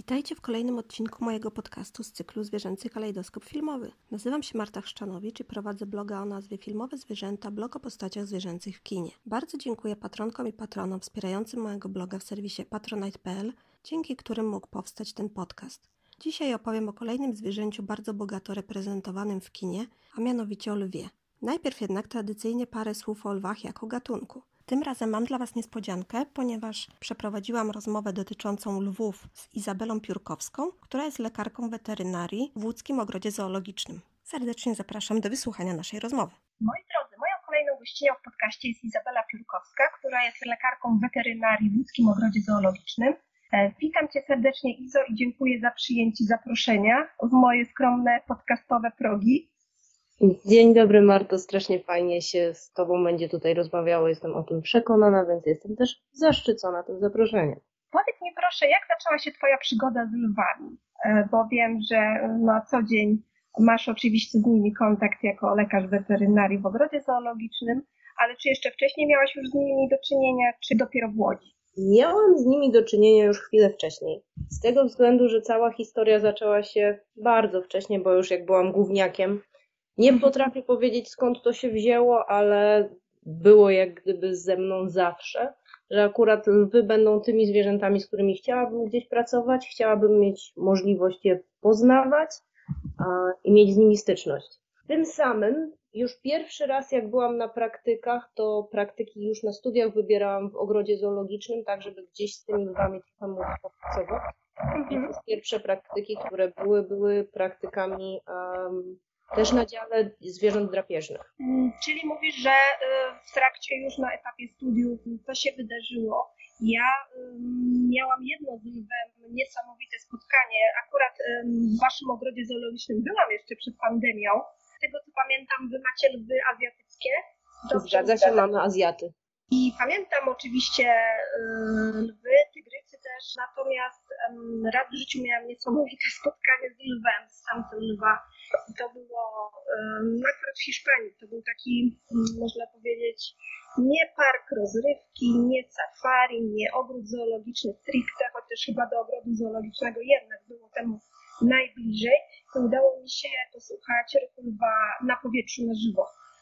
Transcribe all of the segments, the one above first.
Witajcie w kolejnym odcinku mojego podcastu z cyklu Zwierzęcy Kalejdoskop Filmowy. Nazywam się Marta Chrzczanowicz i prowadzę bloga o nazwie Filmowe Zwierzęta, blog o postaciach zwierzęcych w kinie. Bardzo dziękuję patronkom i patronom wspierającym mojego bloga w serwisie patronite.pl, dzięki którym mógł powstać ten podcast. Dzisiaj opowiem o kolejnym zwierzęciu bardzo bogato reprezentowanym w kinie, a mianowicie o lwie. Najpierw jednak tradycyjnie parę słów o lwach jako gatunku. Tym razem mam dla Was niespodziankę, ponieważ przeprowadziłam rozmowę dotyczącą lwów z Izabelą Piórkowską, która jest lekarką weterynarii w Łódzkim Ogrodzie Zoologicznym. Serdecznie zapraszam do wysłuchania naszej rozmowy. Moi drodzy, moją kolejną gościnią w podcaście jest Izabela Piórkowska, która jest lekarką weterynarii w Łódzkim Ogrodzie Zoologicznym. Witam Cię serdecznie, Izo, i dziękuję za przyjęcie zaproszenia w moje skromne podcastowe progi. Dzień dobry, Marto, strasznie fajnie się z Tobą będzie tutaj rozmawiało, jestem o tym przekonana, więc jestem też zaszczycona tym zaproszeniem. Powiedz mi proszę, jak zaczęła się Twoja przygoda z lwami, bo wiem, że na co dzień masz oczywiście z nimi kontakt jako lekarz weterynarii w ogrodzie zoologicznym, ale czy jeszcze wcześniej miałaś już z nimi do czynienia, czy dopiero w Łodzi? Miałam z nimi do czynienia już chwilę wcześniej, z tego względu, że cała historia zaczęła się bardzo wcześnie, bo już jak byłam gówniakiem, nie potrafię powiedzieć, skąd to się wzięło, ale było jak gdyby ze mną zawsze, że akurat lwy będą tymi zwierzętami, z którymi chciałabym gdzieś pracować, chciałabym mieć możliwość je poznawać i mieć z nimi styczność. Tym samym już pierwszy raz, jak byłam na praktykach, to praktyki już na studiach wybierałam w ogrodzie zoologicznym, tak żeby gdzieś z tymi lwami trochę móc popracować. I już pierwsze praktyki, które były praktykami też na dziale zwierząt drapieżnych. Czyli mówisz, że w trakcie już na etapie studiów to się wydarzyło. Ja miałam jedno z lwem niesamowite spotkanie. Akurat w Waszym ogrodzie zoologicznym byłam jeszcze przed pandemią. Z tego co pamiętam, Wy macie lwy azjatyckie. Zgadza się, mamy Azjaty. I pamiętam oczywiście lwy, tygrysy też, natomiast raz w życiu miałam niesamowite spotkanie z lwem, z samcem lwa. To było akurat w Hiszpanii, to był taki, można powiedzieć, nie park rozrywki, nie safari, nie ogród zoologiczny stricte, chociaż chyba do ogrodu zoologicznego jednak było temu najbliżej, to udało mi się posłuchać ryku lwa na powietrzu na żywo.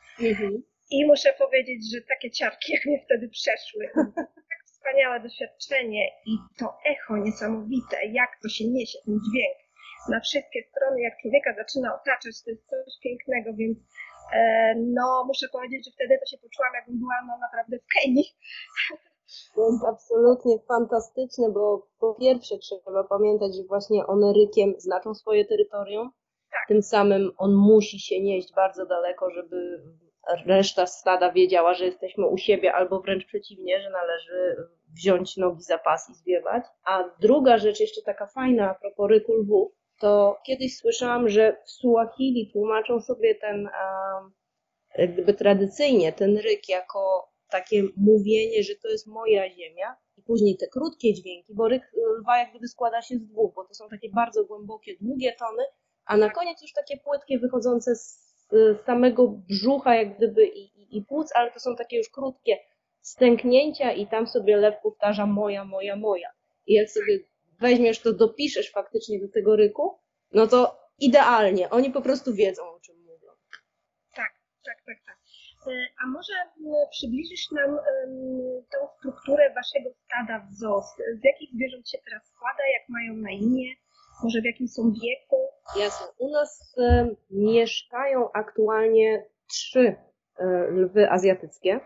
I muszę powiedzieć, że takie ciarki jak mnie wtedy przeszły. Tak wspaniałe doświadczenie i to echo niesamowite, jak to się niesie, ten dźwięk na wszystkie strony, jak człowieka zaczyna otaczać, to jest coś pięknego, więc muszę powiedzieć, że wtedy to się poczułam, jakbym była naprawdę w Kenii. To jest absolutnie fantastyczne, bo po pierwsze trzeba pamiętać, że właśnie one rykiem znaczą swoje terytorium, tak. Tym samym on musi się nieść bardzo daleko, żeby reszta stada wiedziała, że jesteśmy u siebie, albo wręcz przeciwnie, że należy wziąć nogi za pas i zwiewać. A druga rzecz jeszcze taka fajna a propos ryku lwów, to kiedyś słyszałam, że w Suahili tłumaczą sobie ten, jak gdyby tradycyjnie ten ryk jako takie mówienie, że to jest moja ziemia, i później te krótkie dźwięki, bo ryk lwa jak gdyby składa się z dwóch, bo to są takie bardzo głębokie, długie tony, a na koniec już takie płytkie wychodzące z samego brzucha jak gdyby i płuc, ale to są takie już krótkie stęknięcia i tam sobie lew powtarza moja, moja, moja. I jak sobie weźmiesz to, dopiszesz faktycznie do tego ryku, no to idealnie. Oni po prostu wiedzą, o czym mówią. Tak. A może przybliżysz nam tą strukturę Waszego stada w zoo? Z jakich zwierząt się teraz składa, jak mają na imię? Może w jakim są wieku? Jasne. U nas mieszkają aktualnie 3 lwy azjatyckie.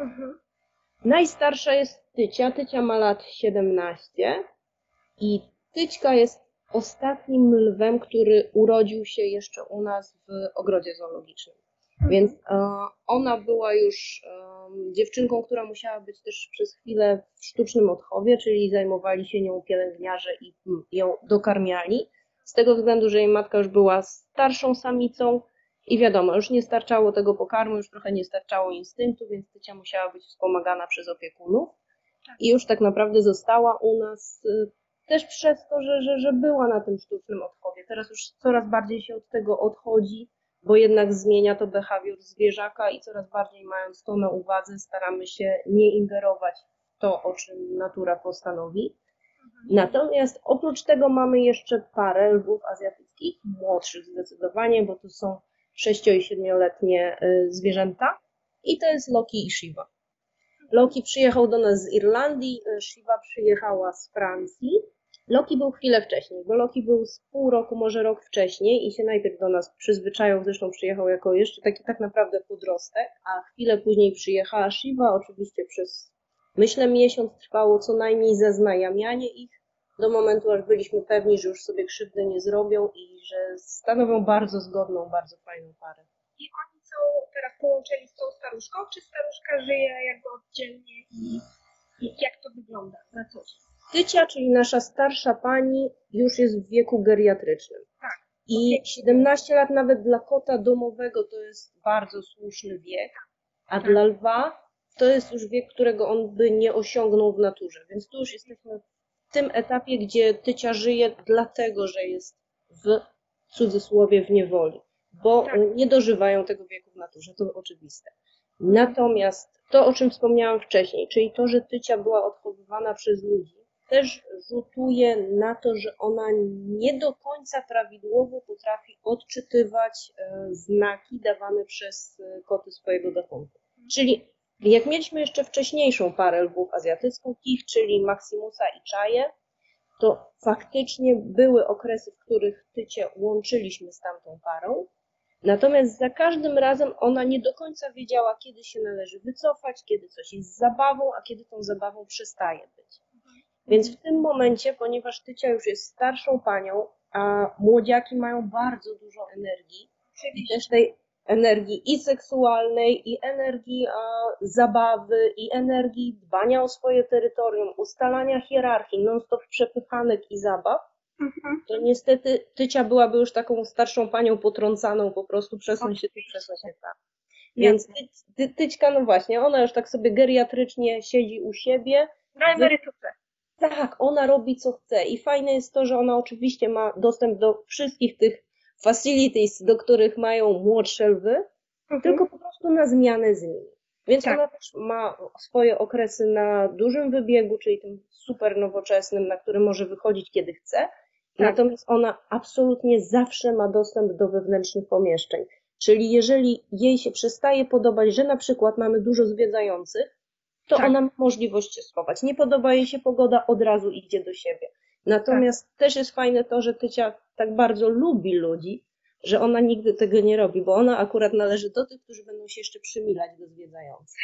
Najstarsza jest Tycia. Tycia ma lat 17 i Tyćka jest ostatnim lwem, który urodził się jeszcze u nas w ogrodzie zoologicznym. Więc ona była już dziewczynką, która musiała być też przez chwilę w sztucznym odchowie, czyli zajmowali się nią pielęgniarze i ją dokarmiali. Z tego względu, że jej matka już była starszą samicą i wiadomo, już nie starczało tego pokarmu, już trochę nie starczało instynktu, więc Tycia musiała być wspomagana przez opiekunów. I już tak naprawdę została u nas też przez to, że była na tym sztucznym odchowie. Teraz już coraz bardziej się od tego odchodzi, bo jednak zmienia to behawior zwierzaka i coraz bardziej mając to na uwadze staramy się nie ingerować w to, o czym natura postanowi. Natomiast oprócz tego mamy jeszcze parę lwów azjatyckich, młodszych zdecydowanie, bo to są 6- i 7-letnie zwierzęta. I to jest Loki i Shiva. Loki przyjechał do nas z Irlandii, Shiva przyjechała z Francji. Loki był chwilę wcześniej, bo Loki był z pół roku, może rok wcześniej i się najpierw do nas przyzwyczaił, zresztą przyjechał jako jeszcze taki tak naprawdę podrostek, a chwilę później przyjechała Shiva, oczywiście przez, myślę, miesiąc trwało co najmniej zaznajamianie ich, do momentu, aż byliśmy pewni, że już sobie krzywdy nie zrobią i że stanowią bardzo zgodną, bardzo fajną parę. I oni są teraz połączeni z tą staruszką, czy staruszka żyje jakby oddzielnie i jak to wygląda na co dzień? Tycia, czyli nasza starsza pani, już jest w wieku geriatrycznym. Tak. I 17 lat nawet dla kota domowego to jest bardzo słuszny wiek, a dla lwa to jest już wiek, którego on by nie osiągnął w naturze. Więc tu już jesteśmy w tym etapie, gdzie tycia żyje dlatego, że jest w cudzysłowie w niewoli, bo nie dożywają tego wieku w naturze, to oczywiste. Natomiast to, o czym wspomniałam wcześniej, czyli to, że tycia była odchowywana przez ludzi, też rzutuje na to, że ona nie do końca prawidłowo potrafi odczytywać znaki dawane przez koty swojego gatunku. Czyli jak mieliśmy jeszcze wcześniejszą parę lwów azjatyckich, czyli Maximusa i Czaję, to faktycznie były okresy, w których tycie łączyliśmy z tamtą parą, natomiast za każdym razem ona nie do końca wiedziała, kiedy się należy wycofać, kiedy coś jest zabawą, a kiedy tą zabawą przestaje być. Więc w tym momencie, ponieważ tycia już jest starszą panią, a młodziaki mają bardzo dużo energii, i też tej energii i seksualnej, i energii zabawy, i energii dbania o swoje terytorium, ustalania hierarchii, non-stop przepychanek i zabaw, to niestety tycia byłaby już taką starszą panią potrącaną, po prostu przesuń się tu, przesuń się tam. Więc tyćka, no właśnie, ona już tak sobie geriatrycznie siedzi u siebie. Na emeryturze. Tak, ona robi co chce i fajne jest to, że ona oczywiście ma dostęp do wszystkich tych facilities, do których mają młodsze lwy, tylko po prostu na zmianę z nimi. Więc ona też ma swoje okresy na dużym wybiegu, czyli tym super nowoczesnym, na który może wychodzić kiedy chce. Natomiast ona absolutnie zawsze ma dostęp do wewnętrznych pomieszczeń. Czyli jeżeli jej się przestaje podobać, że na przykład mamy dużo zwiedzających, to ona ma możliwość się schować. Nie podoba jej się pogoda, od razu idzie do siebie. Natomiast też jest fajne to, że tycia tak bardzo lubi ludzi, że ona nigdy tego nie robi, bo ona akurat należy do tych, którzy będą się jeszcze przymilać do zwiedzających.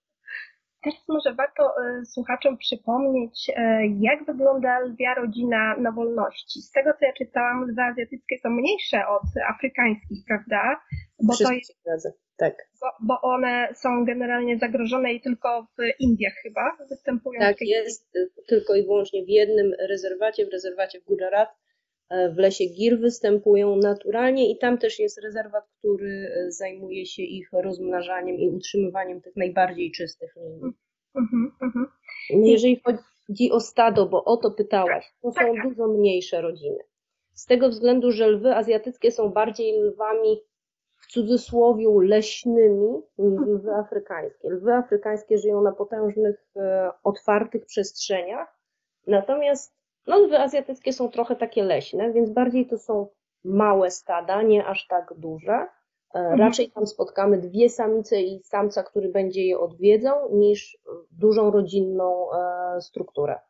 Teraz może warto słuchaczom przypomnieć, jak wygląda lwia rodzina na wolności. Z tego, co ja czytałam, lwy azjatyckie są mniejsze od afrykańskich, prawda? Bo Wszystko się zgadza, tak. Bo one są generalnie zagrożone i tylko w Indiach chyba występują. Tak, jest tylko i wyłącznie w jednym rezerwacie, w Gujarat, w lesie Gir występują naturalnie i tam też jest rezerwat, który zajmuje się ich rozmnażaniem i utrzymywaniem tych najbardziej czystych linii. Jeżeli chodzi o stado, bo o to pytałaś, to są dużo mniejsze rodziny. Z tego względu, że lwy azjatyckie są bardziej lwami w cudzysłowiu leśnymi niż lwy afrykańskie. Lwy afrykańskie żyją na potężnych, otwartych przestrzeniach, natomiast lwy azjatyckie są trochę takie leśne, więc bardziej to są małe stada, nie aż tak duże. Raczej tam spotkamy 2 samice i samca, który będzie je odwiedzał, niż dużą rodzinną strukturę.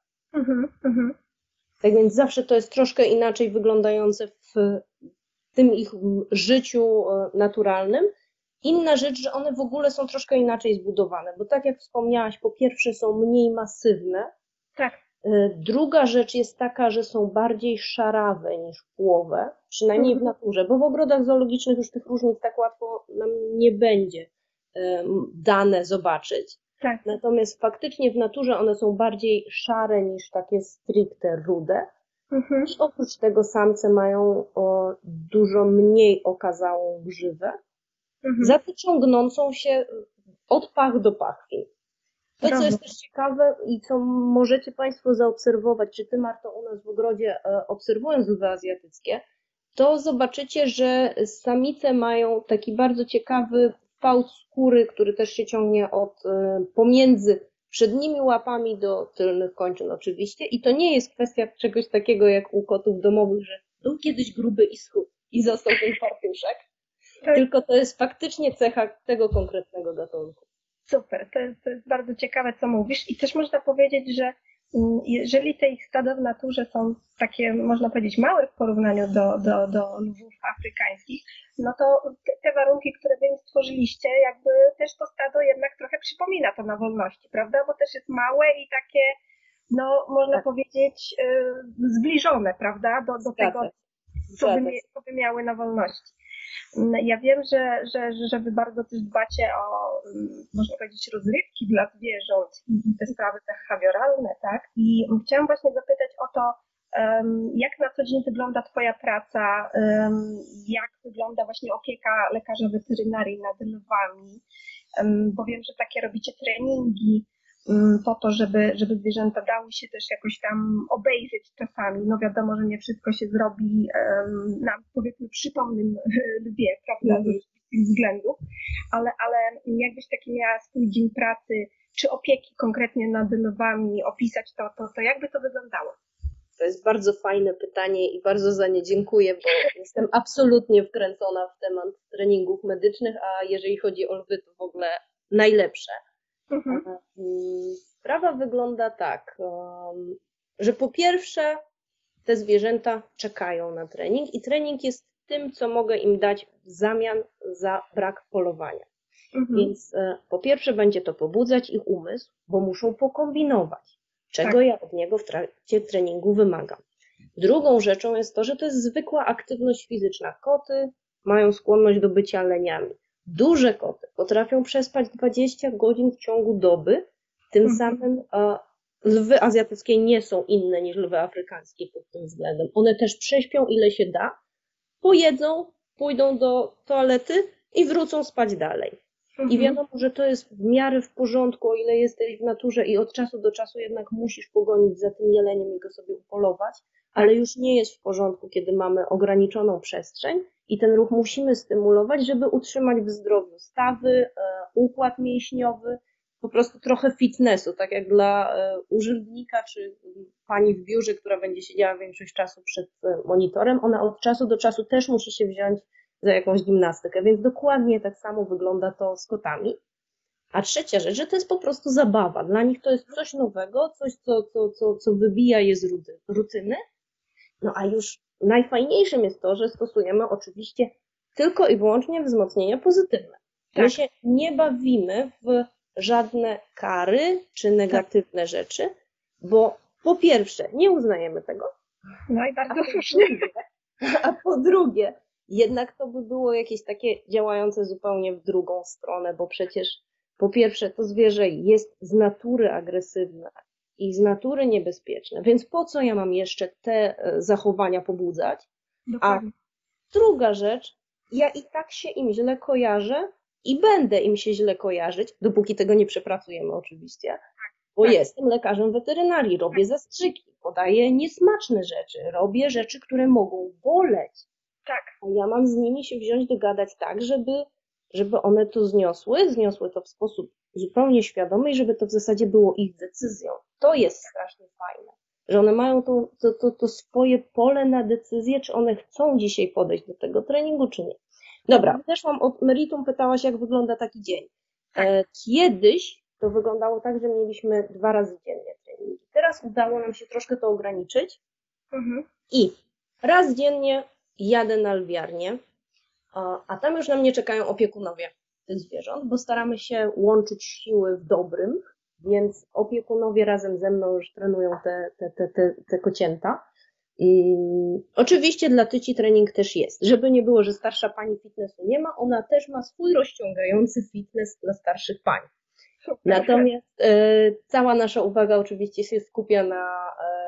Tak więc zawsze to jest troszkę inaczej wyglądające w tym ich życiu naturalnym. Inna rzecz, że one w ogóle są troszkę inaczej zbudowane, bo tak jak wspomniałaś, po pierwsze są mniej masywne. Druga rzecz jest taka, że są bardziej szarawe niż płowe, przynajmniej w naturze, bo w ogrodach zoologicznych już tych różnic tak łatwo nam nie będzie dane zobaczyć. Natomiast faktycznie w naturze one są bardziej szare niż takie stricte rude. I oprócz tego samce mają dużo mniej okazałą grzywę, za to ciągnącą się od pach do pachwi. To, co jest też ciekawe i co możecie Państwo zaobserwować, czy Ty, Marto, u nas w ogrodzie obserwując lwy azjatyckie, to zobaczycie, że samice mają taki bardzo ciekawy fałd skóry, który też się ciągnie pomiędzy przednimi łapami do tylnych kończyn oczywiście i to nie jest kwestia czegoś takiego jak u kotów domowych, że był kiedyś gruby i schudł i został ten fartuszek, tylko to jest faktycznie cecha tego konkretnego gatunku. Super, to jest bardzo ciekawe, co mówisz i też można powiedzieć, że jeżeli te ich stada w naturze są takie, można powiedzieć, małe w porównaniu do lwów afrykańskich, no to te warunki, które wy im stworzyliście, jakby też to stado jednak trochę przypomina to na wolności, prawda? Bo też jest małe i takie, no można powiedzieć, zbliżone, prawda? Do tego, co by miały na wolności. Ja wiem, że wy bardzo też dbacie o, można powiedzieć, rozrywki dla zwierząt i te sprawy behawioralne, tak? I chciałam właśnie zapytać o to, jak na co dzień wygląda twoja praca, jak wygląda właśnie opieka lekarza weterynarii nad lwami, bo wiem, że takie robicie treningi po to, żeby zwierzęta dały się też jakoś tam obejrzeć czasami. No wiadomo, że nie wszystko się zrobi na, powiedzmy, przytomnym lwie, prawda, z tych względów, ale jakbyś taki miała swój dzień pracy, czy opieki konkretnie nad lwami opisać, to jakby to wyglądało? To jest bardzo fajne pytanie i bardzo za nie dziękuję, bo jestem absolutnie wkręcona w temat treningów medycznych, a jeżeli chodzi o lwy, to w ogóle najlepsze. Sprawa wygląda tak, że po pierwsze te zwierzęta czekają na trening i trening jest tym, co mogę im dać w zamian za brak polowania. Więc po pierwsze będzie to pobudzać ich umysł, bo muszą pokombinować, czego ja od niego w trakcie treningu wymagam. Drugą rzeczą jest to, że to jest zwykła aktywność fizyczna. Koty mają skłonność do bycia leniami. Duże koty potrafią przespać 20 godzin w ciągu doby, tym samym lwy azjatyckie nie są inne niż lwy afrykańskie pod tym względem. One też prześpią ile się da, pojedzą, pójdą do toalety i wrócą spać dalej. I wiadomo, że to jest w miarę w porządku, o ile jesteś w naturze i od czasu do czasu jednak musisz pogonić za tym jeleniem i go sobie upolować, ale już nie jest w porządku, kiedy mamy ograniczoną przestrzeń i ten ruch musimy stymulować, żeby utrzymać w zdrowiu stawy, układ mięśniowy, po prostu trochę fitnessu, tak jak dla urzędnika czy pani w biurze, która będzie siedziała większość czasu przed monitorem, ona od czasu do czasu też musi się wziąć za jakąś gimnastykę, więc dokładnie tak samo wygląda to z kotami. A trzecia rzecz, że to jest po prostu zabawa. Dla nich to jest coś nowego, coś, co wybija je z rutyny. No a już najfajniejszym jest to, że stosujemy oczywiście tylko i wyłącznie wzmocnienia pozytywne. My się nie bawimy w żadne kary czy negatywne rzeczy, bo po pierwsze nie uznajemy tego, no i bardzo słusznie. A po drugie, jednak to by było jakieś takie działające zupełnie w drugą stronę, bo przecież po pierwsze to zwierzę jest z natury agresywne i z natury niebezpieczne, więc po co ja mam jeszcze te zachowania pobudzać? Dokładnie. A druga rzecz, ja i tak się im źle kojarzę i będę im się źle kojarzyć, dopóki tego nie przepracujemy oczywiście, bo jestem lekarzem weterynarii, robię zastrzyki, podaję niesmaczne rzeczy, robię rzeczy, które mogą boleć. Tak. A ja mam z nimi się wziąć, dogadać tak, żeby one to zniosły to w sposób zupełnie świadomy i żeby to w zasadzie było ich decyzją. To jest strasznie fajne, że one mają to swoje pole na decyzję, czy one chcą dzisiaj podejść do tego treningu, czy nie. Dobra, weszłam od meritum, pytałaś, jak wygląda taki dzień. Kiedyś to wyglądało tak, że mieliśmy 2 razy dziennie treningi. Teraz udało nam się troszkę to ograniczyć i raz dziennie jadę na lwiarnię, a tam już na mnie czekają opiekunowie tych zwierząt, bo staramy się łączyć siły w dobrym, więc opiekunowie razem ze mną już trenują te kocięta. Oczywiście dla tyci trening też jest, żeby nie było, że starsza pani fitnessu nie ma, ona też ma swój rozciągający fitness dla starszych pań. Natomiast cała nasza uwaga oczywiście się skupia na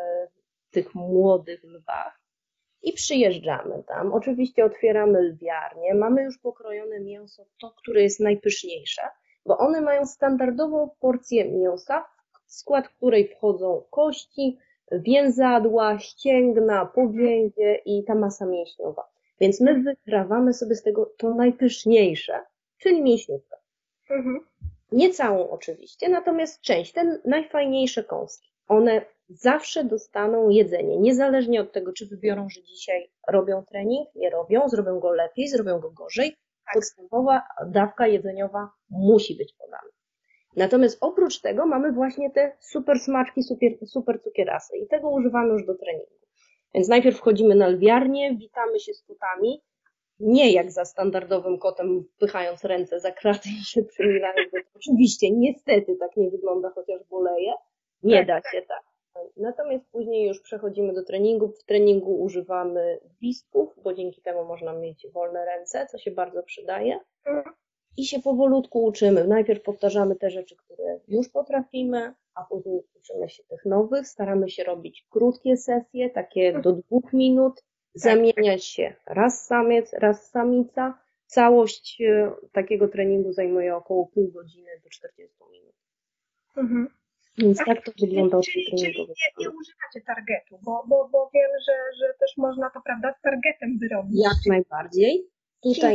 tych młodych lwach i przyjeżdżamy tam. Oczywiście otwieramy lwiarnię, mamy już pokrojone mięso, to, które jest najpyszniejsze, bo one mają standardową porcję mięsa, w skład której wchodzą kości, więzadła, ścięgna, powięzie i ta masa mięśniowa. Więc my wykrawamy sobie z tego to najpyszniejsze, czyli mięśniówkę. Nie całą oczywiście, natomiast część, te najfajniejsze kąski, one zawsze dostaną jedzenie, niezależnie od tego, czy wybiorą, że dzisiaj robią trening, nie robią, zrobią go lepiej, zrobią go gorzej. Podstawowa dawka jedzeniowa musi być podana. Natomiast oprócz tego mamy właśnie te super smaczki, super cukierasy i tego używamy już do treningu. Więc najpierw wchodzimy na lwiarnię, witamy się z kotami, nie jak za standardowym kotem, wpychając ręce za kraty i się przymilając. Oczywiście, niestety tak nie wygląda, chociaż boleje. Nie da się tak. Natomiast później już przechodzimy do treningu. W treningu używamy gwizdków, bo dzięki temu można mieć wolne ręce, co się bardzo przydaje. I się powolutku uczymy. Najpierw powtarzamy te rzeczy, które już potrafimy, a później uczymy się tych nowych. Staramy się robić krótkie sesje, takie do 2 minut, zamieniać się raz samiec, raz samica. Całość takiego treningu zajmuje około pół godziny do 40 minut. Więc tak to wygląda od Czyli nie używacie targetu, bo wiem, że też można to, prawda, z targetem wyrobić. Jak najbardziej. Tutaj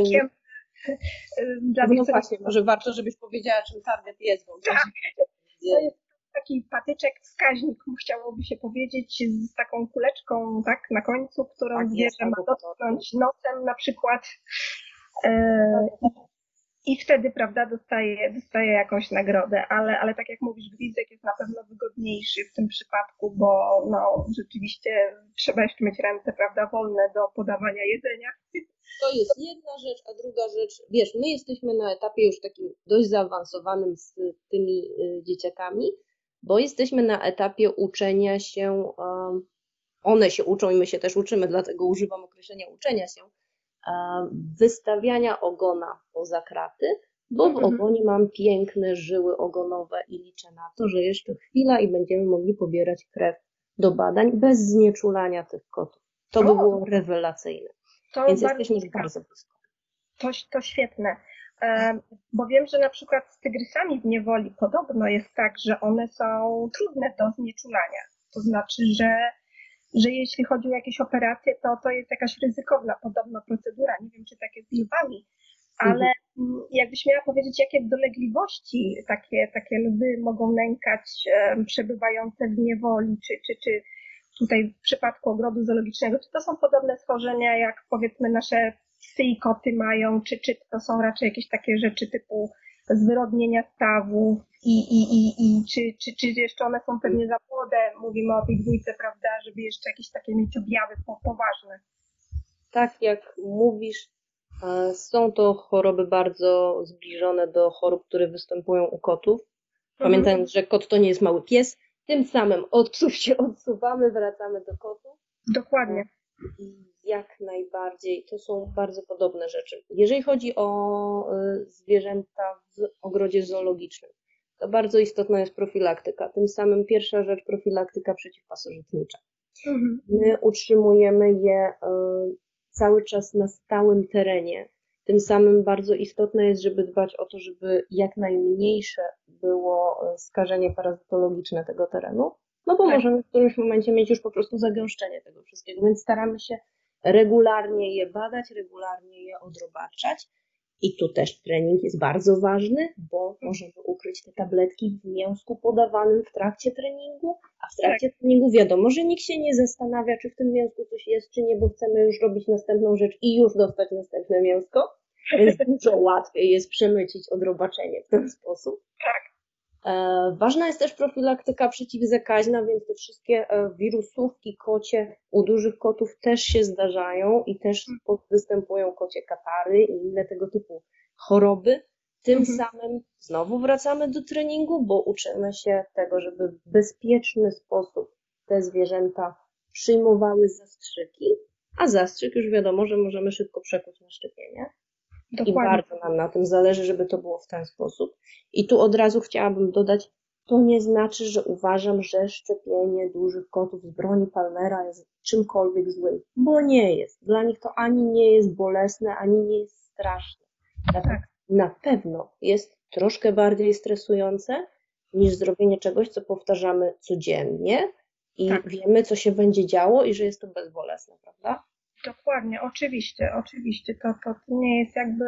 no właśnie, może warto, żebyś powiedziała, czym target jest. Bo tak, to jest taki patyczek, wskaźnik, chciałoby się powiedzieć, z taką kuleczką, tak, na końcu, którą tak, zwierzę ma dotknąć nosem na przykład. I wtedy, prawda, dostaje jakąś nagrodę, ale tak jak mówisz, gwizdek jest na pewno wygodniejszy w tym przypadku, bo no, rzeczywiście trzeba jeszcze mieć ręce, prawda, wolne do podawania jedzenia. To jest jedna rzecz, a druga rzecz, wiesz, my jesteśmy na etapie już takim dość zaawansowanym z tymi dzieciakami, bo jesteśmy na etapie uczenia się, one się uczą i my się też uczymy, dlatego używam określenia uczenia się, wystawiania ogona poza kraty, bo w ogonie mam piękne żyły ogonowe i liczę na to, że jeszcze chwila i będziemy mogli pobierać krew do badań bez znieczulania tych kotów. To by było rewelacyjne. Więc jesteśmy już bardzo blisko. To świetne, bo wiem, że na przykład z tygrysami w niewoli podobno jest tak, że one są trudne do znieczulania. To znaczy, że jeśli chodzi o jakieś operacje, to jest jakaś ryzykowna podobno procedura. Nie wiem, czy tak jest z lwami, ale jakbyś miała powiedzieć, jakie dolegliwości takie lwy mogą nękać przebywające w niewoli, czy tutaj w przypadku ogrodu zoologicznego, czy to są podobne schorzenia, jak powiedzmy nasze psy i koty mają, czy to są raczej jakieś takie rzeczy typu zwyrodnienia stawów czy jeszcze one są pewnie za młode, mówimy o tej dwójce, prawda, żeby jeszcze jakieś takie mieć objawy poważne. Tak jak mówisz, są to choroby bardzo zbliżone do chorób, które występują u kotów. Pamiętając, że kot to nie jest mały pies, tym samym od psów się odsuwamy, wracamy do kotów. Dokładnie. Jak najbardziej, to są bardzo podobne rzeczy. Jeżeli chodzi o zwierzęta w ogrodzie zoologicznym, to bardzo istotna jest profilaktyka. Tym samym pierwsza rzecz, profilaktyka przeciwpasożytnicza. My utrzymujemy je cały czas na stałym terenie. Tym samym bardzo istotne jest, żeby dbać o to, żeby jak najmniejsze było skażenie parazytologiczne tego terenu, no bo możemy w którymś momencie mieć już po prostu zagęszczenie tego wszystkiego, więc staramy się regularnie je badać, regularnie je odrobaczać. I tu też trening jest bardzo ważny, bo możemy ukryć te tabletki w mięsku podawanym w trakcie treningu, a w trakcie treningu wiadomo, że nikt się nie zastanawia, czy w tym mięsku coś jest, czy nie, bo chcemy już robić następną rzecz i już dostać następne mięsko, więc dużo łatwiej jest przemycić odrobaczenie w ten sposób. Ważna jest też profilaktyka przeciwzakaźna, więc te wszystkie wirusówki kocie u dużych kotów też się zdarzają i też występują kocie katary i inne tego typu choroby. Tym samym znowu wracamy do treningu, bo uczymy się tego, żeby w bezpieczny sposób te zwierzęta przyjmowały zastrzyki, a zastrzyk już wiadomo, że możemy szybko przekuć na szczepienie. Dokładnie. I bardzo nam na tym zależy, żeby to było w ten sposób. I tu od razu chciałabym dodać, to nie znaczy, że uważam, że szczepienie dużych kotów z broni Palmera jest czymkolwiek złym, bo nie jest. Dla nich to ani nie jest bolesne, ani nie jest straszne. Na pewno jest troszkę bardziej stresujące niż zrobienie czegoś, co powtarzamy codziennie i wiemy, co się będzie działo i że jest to bezbolesne, prawda? Dokładnie, oczywiście. To nie jest jakby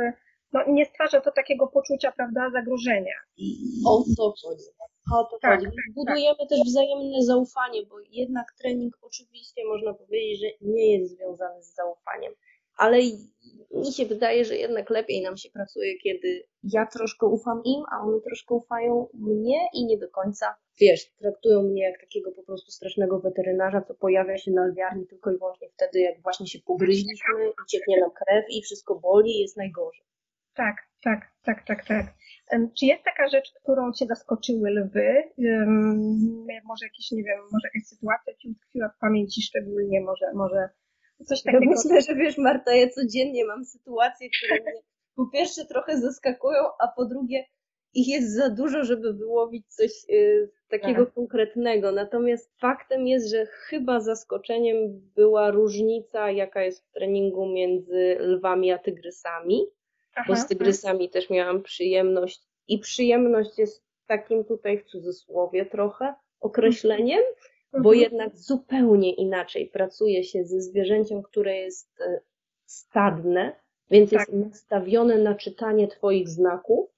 nie stwarza to takiego poczucia, prawda, zagrożenia. O to chodzi. O to Tak, chodzi. tak, tak. Budujemy też wzajemne zaufanie, bo jednak trening oczywiście można powiedzieć, że nie jest związany z zaufaniem, ale mi się wydaje, że jednak lepiej nam się pracuje, kiedy ja troszkę ufam im, a one troszkę ufają mnie i nie do końca, wiesz, traktują mnie jak takiego po prostu strasznego weterynarza, co pojawia się na alwiarni tylko i wyłącznie wtedy, jak właśnie się pogryźliśmy i cieknie nam krew i wszystko boli i jest najgorzej. Tak, tak, tak, tak, tak. Czy jest taka rzecz, którą cię zaskoczyły lwy? Może jakieś, nie wiem, może jakaś sytuacja ci utkwiła w pamięci szczególnie, może coś Ja takiego? myślę, że wiesz, Marta, ja codziennie mam sytuacje, które mnie po pierwsze trochę zaskakują, a po drugie ich jest za dużo, żeby wyłowić coś takiego konkretnego. Natomiast faktem jest, że chyba zaskoczeniem była różnica, jaka jest w treningu między lwami a tygrysami, bo z tygrysami też miałam przyjemność i przyjemność jest takim tutaj w cudzysłowie trochę określeniem, bo jednak zupełnie inaczej pracuje się ze zwierzęciem, które jest stadne, więc jest nastawione na czytanie twoich znaków.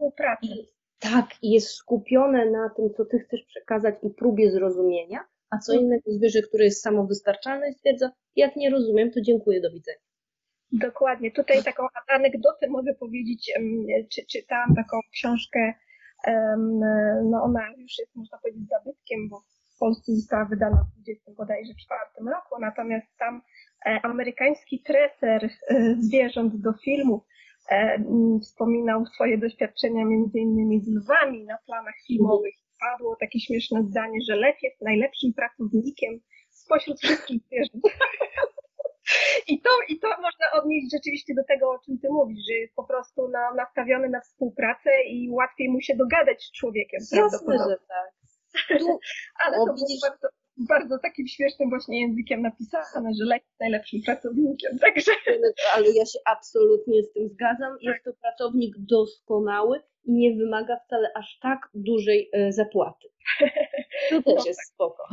I jest skupione na tym, co ty chcesz przekazać i próbie zrozumienia, a co innego zwierzę, które jest samowystarczalne i stwierdza, jak nie rozumiem, to dziękuję, do widzenia. Dokładnie. Tutaj taką anegdotę mogę powiedzieć, czytałam taką książkę, ona już jest, można powiedzieć, zabytkiem, bo w Polsce została wydana w 24 roku, natomiast tam amerykański treser zwierząt do filmów wspominał swoje doświadczenia między innymi z lwami na planach filmowych. Padło takie śmieszne zdanie, że lew jest najlepszym pracownikiem spośród wszystkich zwierząt. I to można odnieść rzeczywiście do tego, o czym ty mówisz, że jest po prostu nastawiony na współpracę i łatwiej mu się dogadać z człowiekiem. Jasne, że tak. Ale to było bardzo, bardzo takim śmiesznym właśnie językiem napisane, że lew jest najlepszym pracownikiem. Także... Ale ja się absolutnie z tym zgadzam. Jest to pracownik doskonały i nie wymaga wcale aż tak dużej zapłaty. To też jest spoko.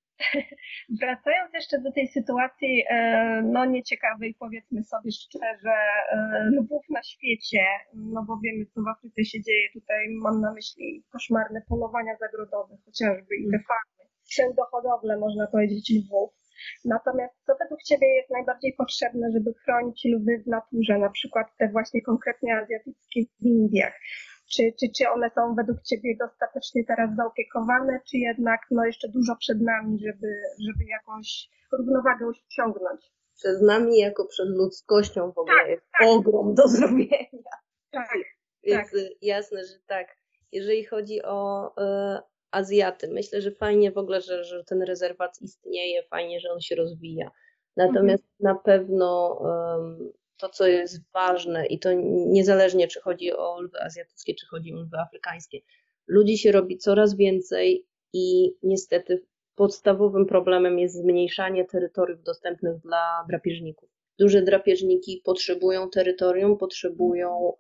Wracając jeszcze do tej sytuacji, nieciekawej, powiedzmy sobie szczerze, lwów na świecie, bo wiemy, co w Afryce się dzieje. Tutaj mam na myśli koszmarne polowania zagrodowe, chociażby i te farmy, pseudohodowle, można powiedzieć, lwów. Natomiast co według ciebie jest najbardziej potrzebne, żeby chronić lwy w naturze, na przykład te właśnie konkretnie azjatyckie w Indiach? Czy one są według ciebie dostatecznie teraz zaopiekowane, czy jednak jeszcze dużo przed nami, żeby jakąś równowagę osiągnąć? Przed nami jako przed ludzkością w ogóle jest ogrom do zrobienia. Więc jasne, że tak. Jeżeli chodzi o Azjaty, myślę, że fajnie w ogóle, że ten rezerwat istnieje, fajnie, że on się rozwija. Natomiast na pewno to, co jest ważne i to niezależnie, czy chodzi o lwy azjatyckie, czy chodzi o lwy afrykańskie, ludzi się robi coraz więcej i niestety podstawowym problemem jest zmniejszanie terytoriów dostępnych dla drapieżników. Duże drapieżniki potrzebują terytorium, potrzebują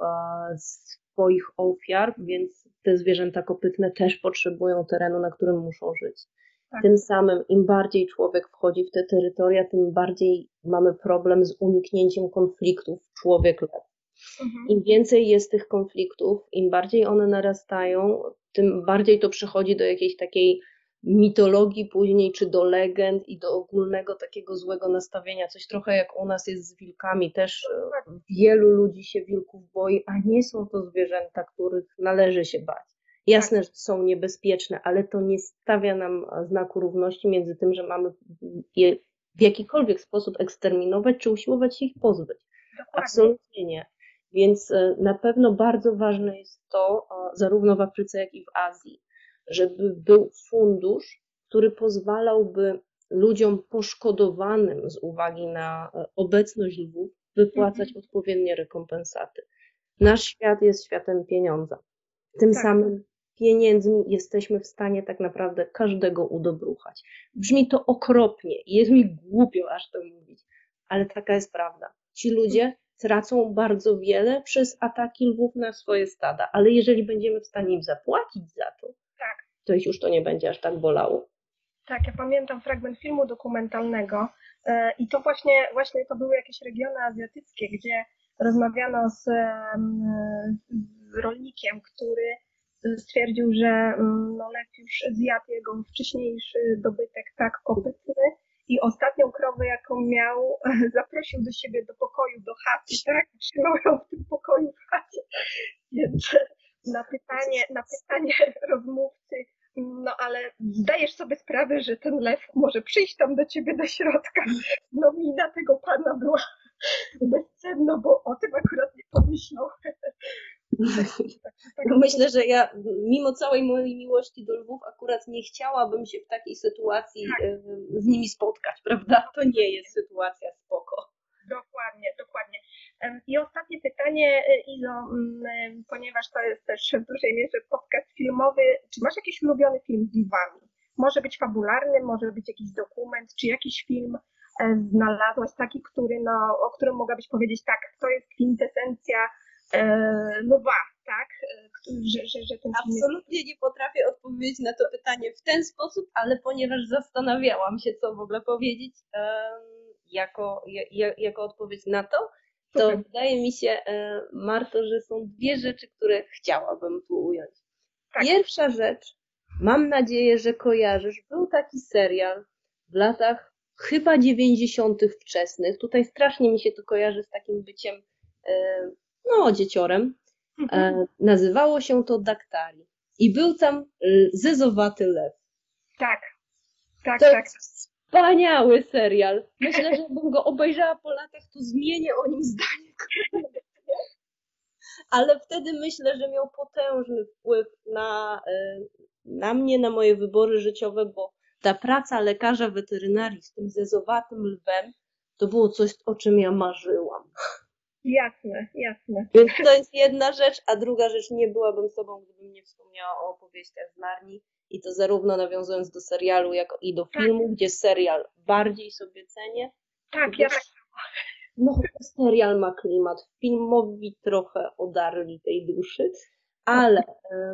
swoich ofiar, więc te zwierzęta kopytne też potrzebują terenu, na którym muszą żyć. Tym samym im bardziej człowiek wchodzi w te terytoria, tym bardziej mamy problem z uniknięciem konfliktów człowiek-lew. Im więcej jest tych konfliktów, im bardziej one narastają, tym bardziej to przechodzi do jakiejś takiej mitologii później, czy do legend i do ogólnego takiego złego nastawienia. Coś trochę jak u nas jest z wilkami. Też wielu ludzi się wilków boi, a nie są to zwierzęta, których należy się bać. Jasne, że są niebezpieczne, ale to nie stawia nam znaku równości między tym, że mamy je w jakikolwiek sposób eksterminować, czy usiłować się ich pozbyć. Dokładnie. Absolutnie nie. Więc na pewno bardzo ważne jest to, zarówno w Afryce, jak i w Azji, żeby był fundusz, który pozwalałby ludziom poszkodowanym z uwagi na obecność lwów wypłacać odpowiednie rekompensaty. Nasz świat jest światem pieniądza. Tym samym pieniędzmi jesteśmy w stanie tak naprawdę każdego udobruchać. Brzmi to okropnie i jest mi głupio aż to mówić, ale taka jest prawda. Ci ludzie tracą bardzo wiele przez ataki lwów na swoje stada, ale jeżeli będziemy w stanie im zapłacić za to, to ich już to nie będzie aż tak bolało. Tak, ja pamiętam fragment filmu dokumentalnego i to właśnie to były jakieś regiony azjatyckie, gdzie rozmawiano z rolnikiem, który stwierdził, że no, lew już zjadł jego wcześniejszy dobytek, tak, kopytny, i ostatnią krowę, jaką miał, zaprosił do siebie do pokoju, do chaty, tak, trzymał ją w tym pokoju w chacie. Więc na pytanie rozmówcy, no ale zdajesz sobie sprawę, że ten lew może przyjść tam do ciebie do środka. No mina tego pana była bezcenna, bo o tym akurat nie pomyślał. Myślę, że ja mimo całej mojej miłości do lwów akurat nie chciałabym się w takiej sytuacji z nimi spotkać, prawda? To nie jest sytuacja spoko. Dokładnie. I ostatnie pytanie, Izo, ponieważ to jest też w dużej mierze podcast filmowy, czy masz jakiś ulubiony film z lwami? Może być fabularny, może być jakiś dokument, czy jakiś film znalazłaś taki, o którym mogłabyś powiedzieć, tak, to jest kwintesencja lwa, tak? Że ten Absolutnie nie potrafię odpowiedzieć na to pytanie w ten sposób, ale ponieważ zastanawiałam się, co w ogóle powiedzieć jako odpowiedź na to, to wydaje mi się, Marto, że są dwie rzeczy, które chciałabym tu ująć. Tak. Pierwsza rzecz, mam nadzieję, że kojarzysz, był taki serial w latach chyba 90. wczesnych. Tutaj strasznie mi się to kojarzy z takim byciem dzieciorem. Nazywało się to Daktari. I był tam zezowaty lew. Tak. Wspaniały serial. Myślę, że bym go obejrzała po latach, to zmienię o nim zdanie. Ale wtedy myślę, że miał potężny wpływ na mnie, na moje wybory życiowe, bo ta praca lekarza weterynarii z tym zezowatym lwem to było coś, o czym ja marzyłam. Jasne. Więc to jest jedna rzecz, a druga rzecz, nie byłabym sobą, gdybym nie wspomniała o opowieściach z Narni. I to zarówno nawiązując do serialu, jak i do filmu, gdzie serial bardziej sobie cenię. Tak, ja tak. No, serial ma klimat, filmowi trochę odarli tej duszy, ale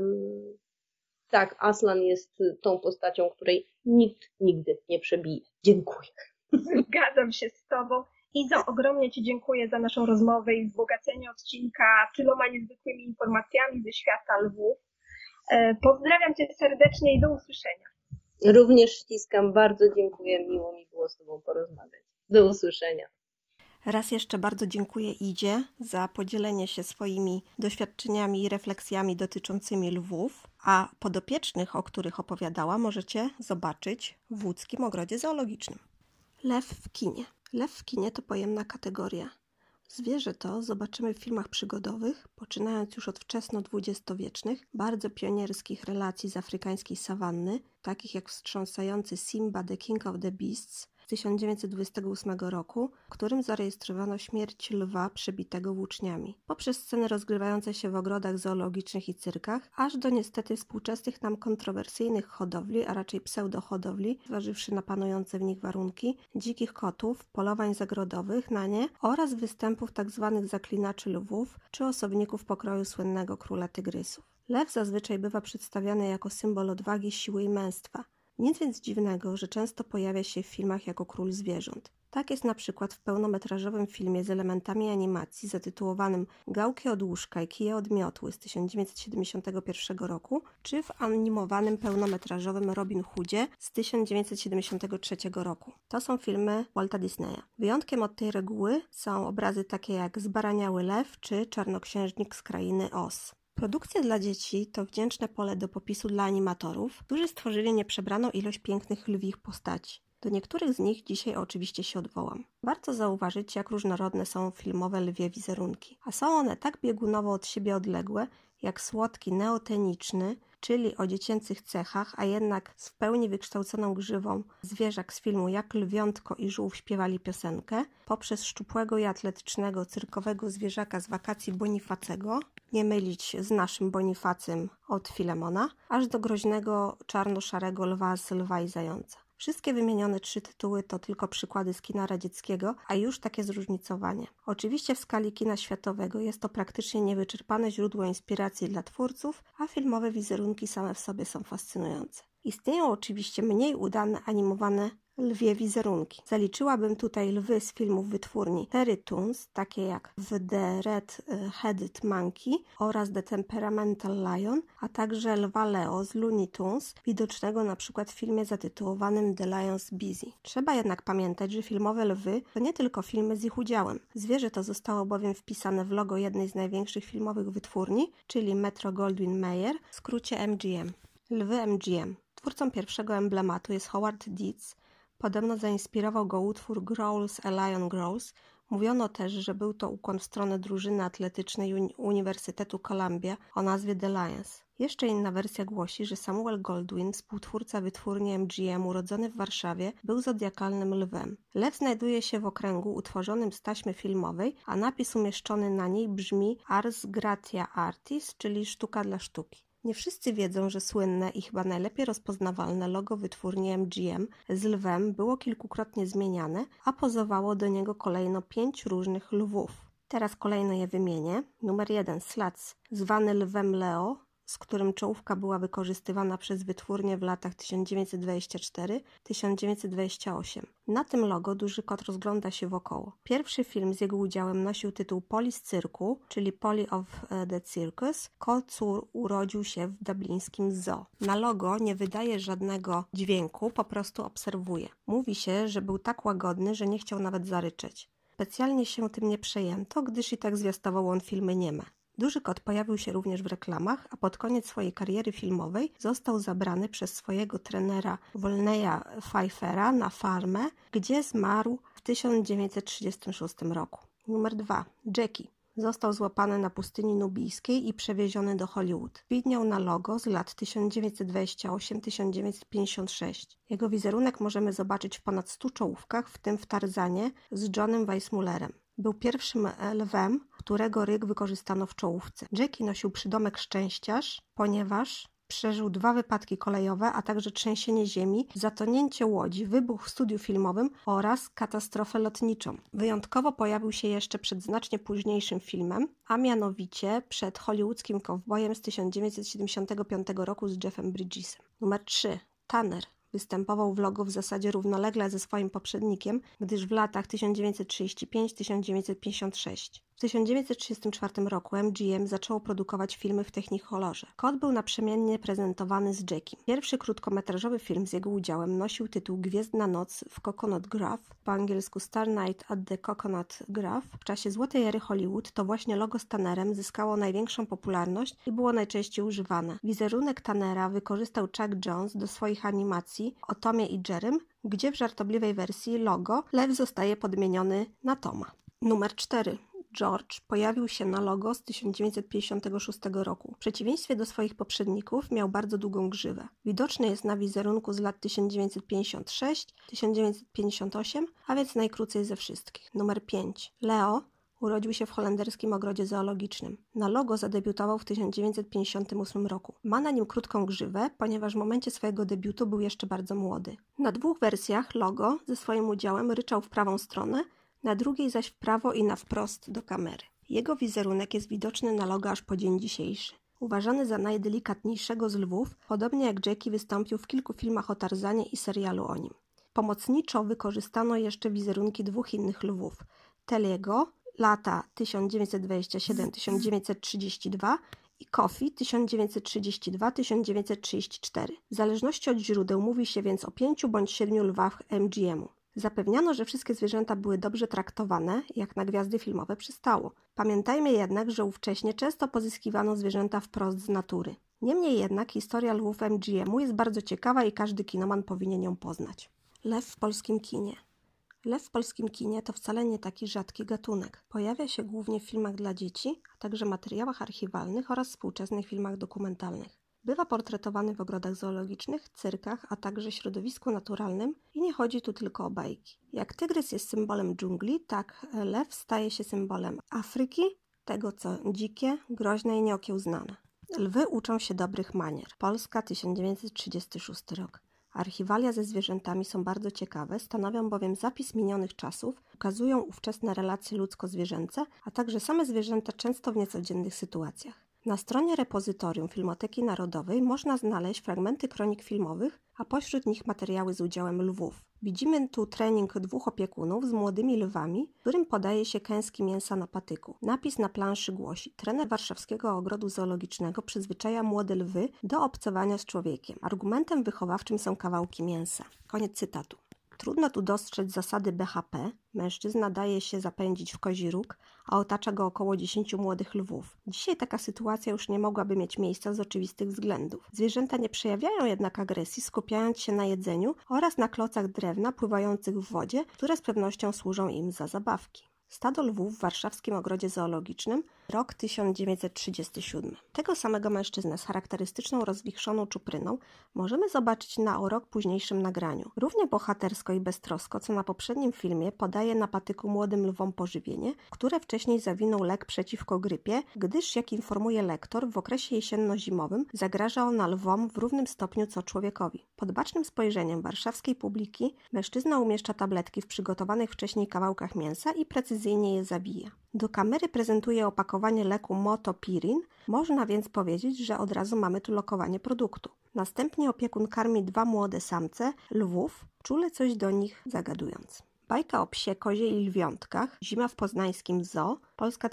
tak, Aslan jest tą postacią, której nikt nigdy nie przebije. Dziękuję. Zgadzam się z Tobą. Izo, ogromnie Ci dziękuję za naszą rozmowę i wzbogacenie odcinka tyloma niezwykłymi informacjami ze świata lwów. Pozdrawiam Cię serdecznie i do usłyszenia. Również ściskam, bardzo dziękuję, miło mi było z Tobą porozmawiać. Do usłyszenia. Raz jeszcze bardzo dziękuję Idzie za podzielenie się swoimi doświadczeniami i refleksjami dotyczącymi lwów, a podopiecznych, o których opowiadała, możecie zobaczyć w Łódzkim Ogrodzie Zoologicznym. Lew w kinie. Lew w kinie to pojemna kategoria. Zwierzę to zobaczymy w filmach przygodowych, poczynając już od wczesno-dwudziestowiecznych, bardzo pionierskich relacji z afrykańskiej sawanny, takich jak wstrząsający Simba The King of the Beasts z 1928 roku, w którym zarejestrowano śmierć lwa przebitego włóczniami, poprzez sceny rozgrywające się w ogrodach zoologicznych i cyrkach, aż do niestety współczesnych nam kontrowersyjnych hodowli, a raczej pseudohodowli, zważywszy na panujące w nich warunki, dzikich kotów, polowań zagrodowych na nie oraz występów tzw. zaklinaczy lwów czy osobników pokroju słynnego króla tygrysów. Lew zazwyczaj bywa przedstawiany jako symbol odwagi, siły i męstwa. Nic więc dziwnego, że często pojawia się w filmach jako król zwierząt. Tak jest na przykład w pełnometrażowym filmie z elementami animacji zatytułowanym Gałki od łóżka i kije od miotły z 1971 roku, czy w animowanym pełnometrażowym Robin Hoodzie z 1973 roku. To są filmy Walta Disneya. Wyjątkiem od tej reguły są obrazy takie jak Zbaraniały lew czy Czarnoksiężnik z krainy Oz. Produkcje dla dzieci to wdzięczne pole do popisu dla animatorów, którzy stworzyli nieprzebraną ilość pięknych lwich postaci. Do niektórych z nich dzisiaj oczywiście się odwołam. Warto zauważyć, jak różnorodne są filmowe lwie wizerunki, a są one tak biegunowo od siebie odległe, jak słodki neoteniczny, czyli o dziecięcych cechach, a jednak z w pełni wykształconą grzywą zwierzak z filmu Jak lwiątko i żółw śpiewali piosenkę, poprzez szczupłego i atletycznego cyrkowego zwierzaka z wakacji Bonifacego, nie mylić z naszym Bonifacym od Filemona, aż do groźnego czarno-szarego lwa z Lwa i Zająca. Wszystkie wymienione 3 tytuły to tylko przykłady z kina radzieckiego, a już takie zróżnicowanie. Oczywiście w skali kina światowego jest to praktycznie niewyczerpane źródło inspiracji dla twórców, a filmowe wizerunki same w sobie są fascynujące. Istnieją oczywiście mniej udane animowane Lwie wizerunki. Zaliczyłabym tutaj lwy z filmów wytwórni Terry Toons, takie jak w The Red-Headed Monkey oraz The Temperamental Lion, a także lwa Leo z Looney Tunes, widocznego na przykład w filmie zatytułowanym The Lion's Busy. Trzeba jednak pamiętać, że filmowe lwy to nie tylko filmy z ich udziałem. Zwierzę to zostało bowiem wpisane w logo jednej z największych filmowych wytwórni, czyli Metro-Goldwyn-Mayer, w skrócie MGM. Lwy MGM. Twórcą pierwszego emblematu jest Howard Dietz. Podobno zainspirował go utwór Growls a Lion Growls. Mówiono też, że był to ukłon w stronę drużyny atletycznej Uniwersytetu Columbia o nazwie The Lions. Jeszcze inna wersja głosi, że Samuel Goldwyn, współtwórca wytwórni MGM, urodzony w Warszawie, był zodiakalnym lwem. Lew znajduje się w okręgu utworzonym z taśmy filmowej, a napis umieszczony na niej brzmi Ars Gratia Artis, czyli sztuka dla sztuki. Nie wszyscy wiedzą, że słynne i chyba najlepiej rozpoznawalne logo wytwórni MGM z lwem było kilkukrotnie zmieniane, a pozowało do niego kolejno 5 różnych lwów. Teraz kolejno je wymienię. Numer 1 Slats, zwany lwem Leo, z którym czołówka była wykorzystywana przez wytwórnię w latach 1924-1928. Na tym logo duży kot rozgląda się wokoło. Pierwszy film z jego udziałem nosił tytuł Polly z cyrku, czyli Polly of the Circus. Kot urodził się w dublińskim zoo. Na logo nie wydaje żadnego dźwięku, po prostu obserwuje. Mówi się, że był tak łagodny, że nie chciał nawet zaryczeć. Specjalnie się tym nie przejęto, gdyż i tak zwiastował on filmy nieme. Duży kot pojawił się również w reklamach, a pod koniec swojej kariery filmowej został zabrany przez swojego trenera Volneya Pfeiffera na farmę, gdzie zmarł w 1936 roku. Numer 2. Jackie. Został złapany na pustyni nubijskiej i przewieziony do Hollywood. Widniał na logo z lat 1928-1956. Jego wizerunek możemy zobaczyć w ponad 100 czołówkach, w tym w Tarzanie z Johnem Weissmullerem. Był pierwszym lwem, którego ryk wykorzystano w czołówce. Jackie nosił przydomek szczęściarz, ponieważ przeżył 2 wypadki kolejowe, a także trzęsienie ziemi, zatonięcie łodzi, wybuch w studiu filmowym oraz katastrofę lotniczą. Wyjątkowo pojawił się jeszcze przed znacznie późniejszym filmem, a mianowicie przed hollywoodzkim kowbojem z 1975 roku z Jeffem Bridgesem. Numer 3. Tanner. Występował w logo w zasadzie równolegle ze swoim poprzednikiem, gdyż w latach 1935-1956. W 1934 roku MGM zaczęło produkować filmy w Technicolorze. Kot był naprzemiennie prezentowany z Jackiem. Pierwszy krótkometrażowy film z jego udziałem nosił tytuł Gwiezdna noc w Coconut Grove, po angielsku Star Night at the Coconut Grove. W czasie złotej ery Hollywood to właśnie logo z Tannerem zyskało największą popularność i było najczęściej używane. Wizerunek Tannera wykorzystał Chuck Jones do swoich animacji o Tomie i Jerrym, gdzie w żartobliwej wersji logo lew zostaje podmieniony na Toma. Numer 4. George pojawił się na logo z 1956 roku. W przeciwieństwie do swoich poprzedników miał bardzo długą grzywę. Widoczny jest na wizerunku z lat 1956-1958, a więc najkrócej ze wszystkich. Numer 5. Leo urodził się w holenderskim ogrodzie zoologicznym. Na logo zadebiutował w 1958 roku. Ma na nim krótką grzywę, ponieważ w momencie swojego debiutu był jeszcze bardzo młody. Na 2 wersjach logo ze swoim udziałem ryczał w prawą stronę, na drugiej zaś w prawo i na wprost do kamery. Jego wizerunek jest widoczny na logo aż po dzień dzisiejszy. Uważany za najdelikatniejszego z lwów, podobnie jak Jackie wystąpił w kilku filmach o Tarzanie i serialu o nim. Pomocniczo wykorzystano jeszcze wizerunki 2 innych lwów. Telliego, lata 1927-1932 i Coffee 1932-1934. W zależności od źródeł mówi się więc o 5 bądź 7 lwach MGM-u. Zapewniano, że wszystkie zwierzęta były dobrze traktowane, jak na gwiazdy filmowe przystało. Pamiętajmy jednak, że ówcześnie często pozyskiwano zwierzęta wprost z natury. Niemniej jednak historia lwów MGM-u jest bardzo ciekawa i każdy kinoman powinien ją poznać. Lew w polskim kinie. Lew w polskim kinie to wcale nie taki rzadki gatunek. Pojawia się głównie w filmach dla dzieci, a także materiałach archiwalnych oraz współczesnych filmach dokumentalnych. Bywa portretowany w ogrodach zoologicznych, cyrkach, a także środowisku naturalnym i nie chodzi tu tylko o bajki. Jak tygrys jest symbolem dżungli, tak lew staje się symbolem Afryki, tego co dzikie, groźne i nieokiełznane. Lwy uczą się dobrych manier. Polska, 1936 rok. Archiwalia ze zwierzętami są bardzo ciekawe, stanowią bowiem zapis minionych czasów, ukazują ówczesne relacje ludzko-zwierzęce, a także same zwierzęta często w niecodziennych sytuacjach. Na stronie repozytorium Filmoteki Narodowej można znaleźć fragmenty kronik filmowych, a pośród nich materiały z udziałem lwów. Widzimy tu trening 2 opiekunów z młodymi lwami, którym podaje się kęski mięsa na patyku. Napis na planszy głosi: trener warszawskiego ogrodu zoologicznego przyzwyczaja młode lwy do obcowania z człowiekiem. Argumentem wychowawczym są kawałki mięsa. Koniec cytatu. Trudno tu dostrzec zasady BHP. Mężczyzna daje się zapędzić w kozi róg, a otacza go około 10 młodych lwów. Dzisiaj taka sytuacja już nie mogłaby mieć miejsca z oczywistych względów. Zwierzęta nie przejawiają jednak agresji, skupiając się na jedzeniu oraz na klocach drewna pływających w wodzie, które z pewnością służą im za zabawki. Stado lwów w warszawskim ogrodzie zoologicznym, rok 1937. Tego samego mężczyznę z charakterystyczną rozwichrzoną czupryną możemy zobaczyć na o rok późniejszym nagraniu. Równie bohatersko i beztrosko, co na poprzednim filmie, podaje na patyku młodym lwom pożywienie, które wcześniej zawinął lek przeciwko grypie, gdyż, jak informuje lektor, w okresie jesienno-zimowym zagraża ona lwom w równym stopniu co człowiekowi. Pod bacznym spojrzeniem warszawskiej publiki mężczyzna umieszcza tabletki w przygotowanych wcześniej kawałkach mięsa i precyzyjnie je zawija. Do kamery prezentuje opakowanie leku Motopirin, można więc powiedzieć, że od razu mamy tu lokowanie produktu. Następnie opiekun karmi 2 młode samce lwów, czule coś do nich zagadując. Bajka o psie, kozie i lwiątkach, Zima w poznańskim zoo, Polska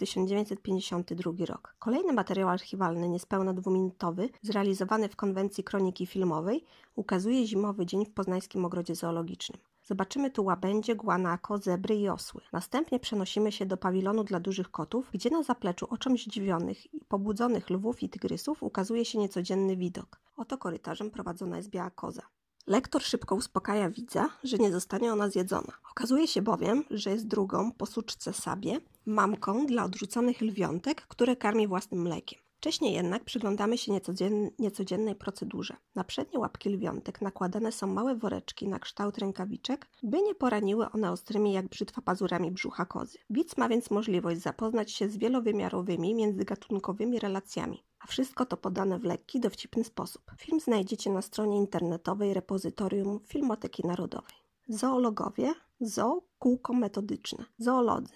1952 rok. Kolejny materiał archiwalny, niespełna 2-minutowy, zrealizowany w konwencji kroniki filmowej, ukazuje zimowy dzień w poznańskim ogrodzie zoologicznym. Zobaczymy tu łabędzie, guanako, zebry i osły. Następnie przenosimy się do pawilonu dla dużych kotów, gdzie na zapleczu oczom zdziwionych i pobudzonych lwów i tygrysów ukazuje się niecodzienny widok. Oto korytarzem prowadzona jest biała koza. Lektor szybko uspokaja widza, że nie zostanie ona zjedzona. Okazuje się bowiem, że jest drugą, po suczce Sabie, mamką dla odrzuconych lwiątek, które karmi własnym mlekiem. Wcześniej jednak przyglądamy się niecodziennej procedurze. Na przednie łapki lwiątek nakładane są małe woreczki na kształt rękawiczek, by nie poraniły one ostrymi jak brzytwa pazurami brzucha kozy. Widz ma więc możliwość zapoznać się z wielowymiarowymi, międzygatunkowymi relacjami. A wszystko to podane w lekki, dowcipny sposób. Film znajdziecie na stronie internetowej repozytorium Filmoteki Narodowej. Zoologowie, zoo, kółko metodyczne. Zoolodzy,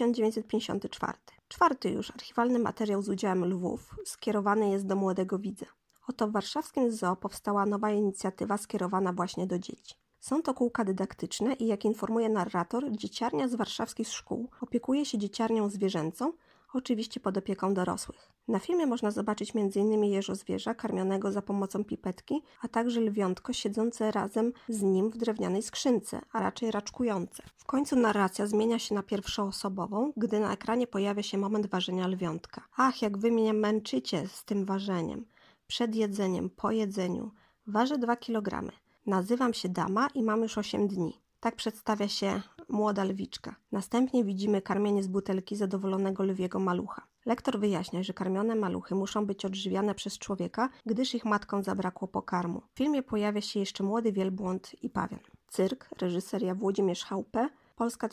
1954. 4. już archiwalny materiał z udziałem lwów skierowany jest do młodego widza. Oto w warszawskim zoo powstała nowa inicjatywa skierowana właśnie do dzieci. Są to kółka dydaktyczne i jak informuje narrator, dzieciarnia z warszawskich szkół opiekuje się dzieciarnią zwierzęcą, oczywiście pod opieką dorosłych. Na filmie można zobaczyć m.in. jeżozwierza karmionego za pomocą pipetki, a także lwiątko siedzące razem z nim w drewnianej skrzynce, a raczej raczkujące. W końcu narracja zmienia się na pierwszoosobową, gdy na ekranie pojawia się moment ważenia lwiątka. Ach, jak wy mnie męczycie z tym ważeniem. Przed jedzeniem, po jedzeniu. Ważę 2 kg. Nazywam się Dama i mam już 8 dni. Tak przedstawia się młoda lwiczka. Następnie widzimy karmienie z butelki zadowolonego lwiego malucha. Lektor wyjaśnia, że karmione maluchy muszą być odżywiane przez człowieka, gdyż ich matkom zabrakło pokarmu. W filmie pojawia się jeszcze młody wielbłąd i pawian. Cyrk, reżyseria Włodzimierz Chałupę, Polska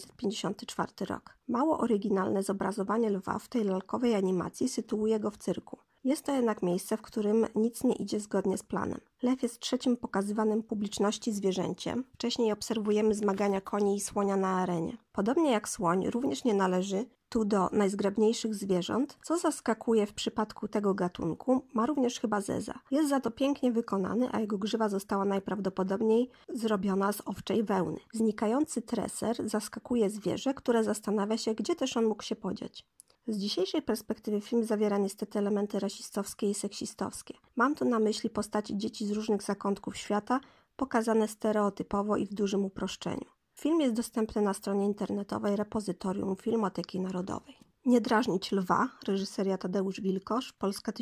1954 rok. Mało oryginalne zobrazowanie lwa w tej lalkowej animacji sytuuje go w cyrku. Jest to jednak miejsce, w którym nic nie idzie zgodnie z planem. Lew jest trzecim pokazywanym publiczności zwierzęciem. Wcześniej obserwujemy zmagania koni i słonia na arenie. Podobnie jak słoń, również nie należy tu do najzgrabniejszych zwierząt, co zaskakuje w przypadku tego gatunku, ma również chyba zeza. Jest za to pięknie wykonany, a jego grzywa została najprawdopodobniej zrobiona z owczej wełny. Znikający treser zaskakuje zwierzę, które zastanawia się, gdzie też on mógł się podziać. Z dzisiejszej perspektywy film zawiera niestety elementy rasistowskie i seksistowskie. Mam tu na myśli postaci dzieci z różnych zakątków świata, pokazane stereotypowo i w dużym uproszczeniu. Film jest dostępny na stronie internetowej repozytorium Filmoteki Narodowej. Nie drażnić lwa, reżyseria Tadeusz Wilkosz, Polska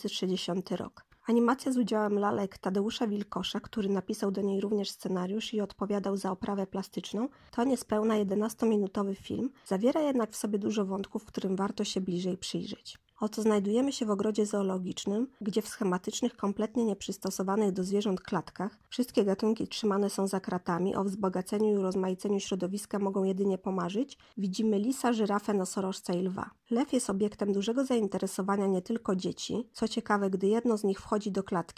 1960 rok. Animacja z udziałem lalek Tadeusza Wilkosza, który napisał do niej również scenariusz i odpowiadał za oprawę plastyczną, to niespełna 11-minutowy film, zawiera jednak w sobie dużo wątków, którym warto się bliżej przyjrzeć. Oto znajdujemy się w ogrodzie zoologicznym, gdzie w schematycznych, kompletnie nieprzystosowanych do zwierząt klatkach wszystkie gatunki trzymane są za kratami, o wzbogaceniu i urozmaiceniu środowiska mogą jedynie pomarzyć, widzimy lisa, żyrafę, nosorożca i lwa. Lew jest obiektem dużego zainteresowania nie tylko dzieci. Co ciekawe, gdy jedno z nich wchodzi do klatki,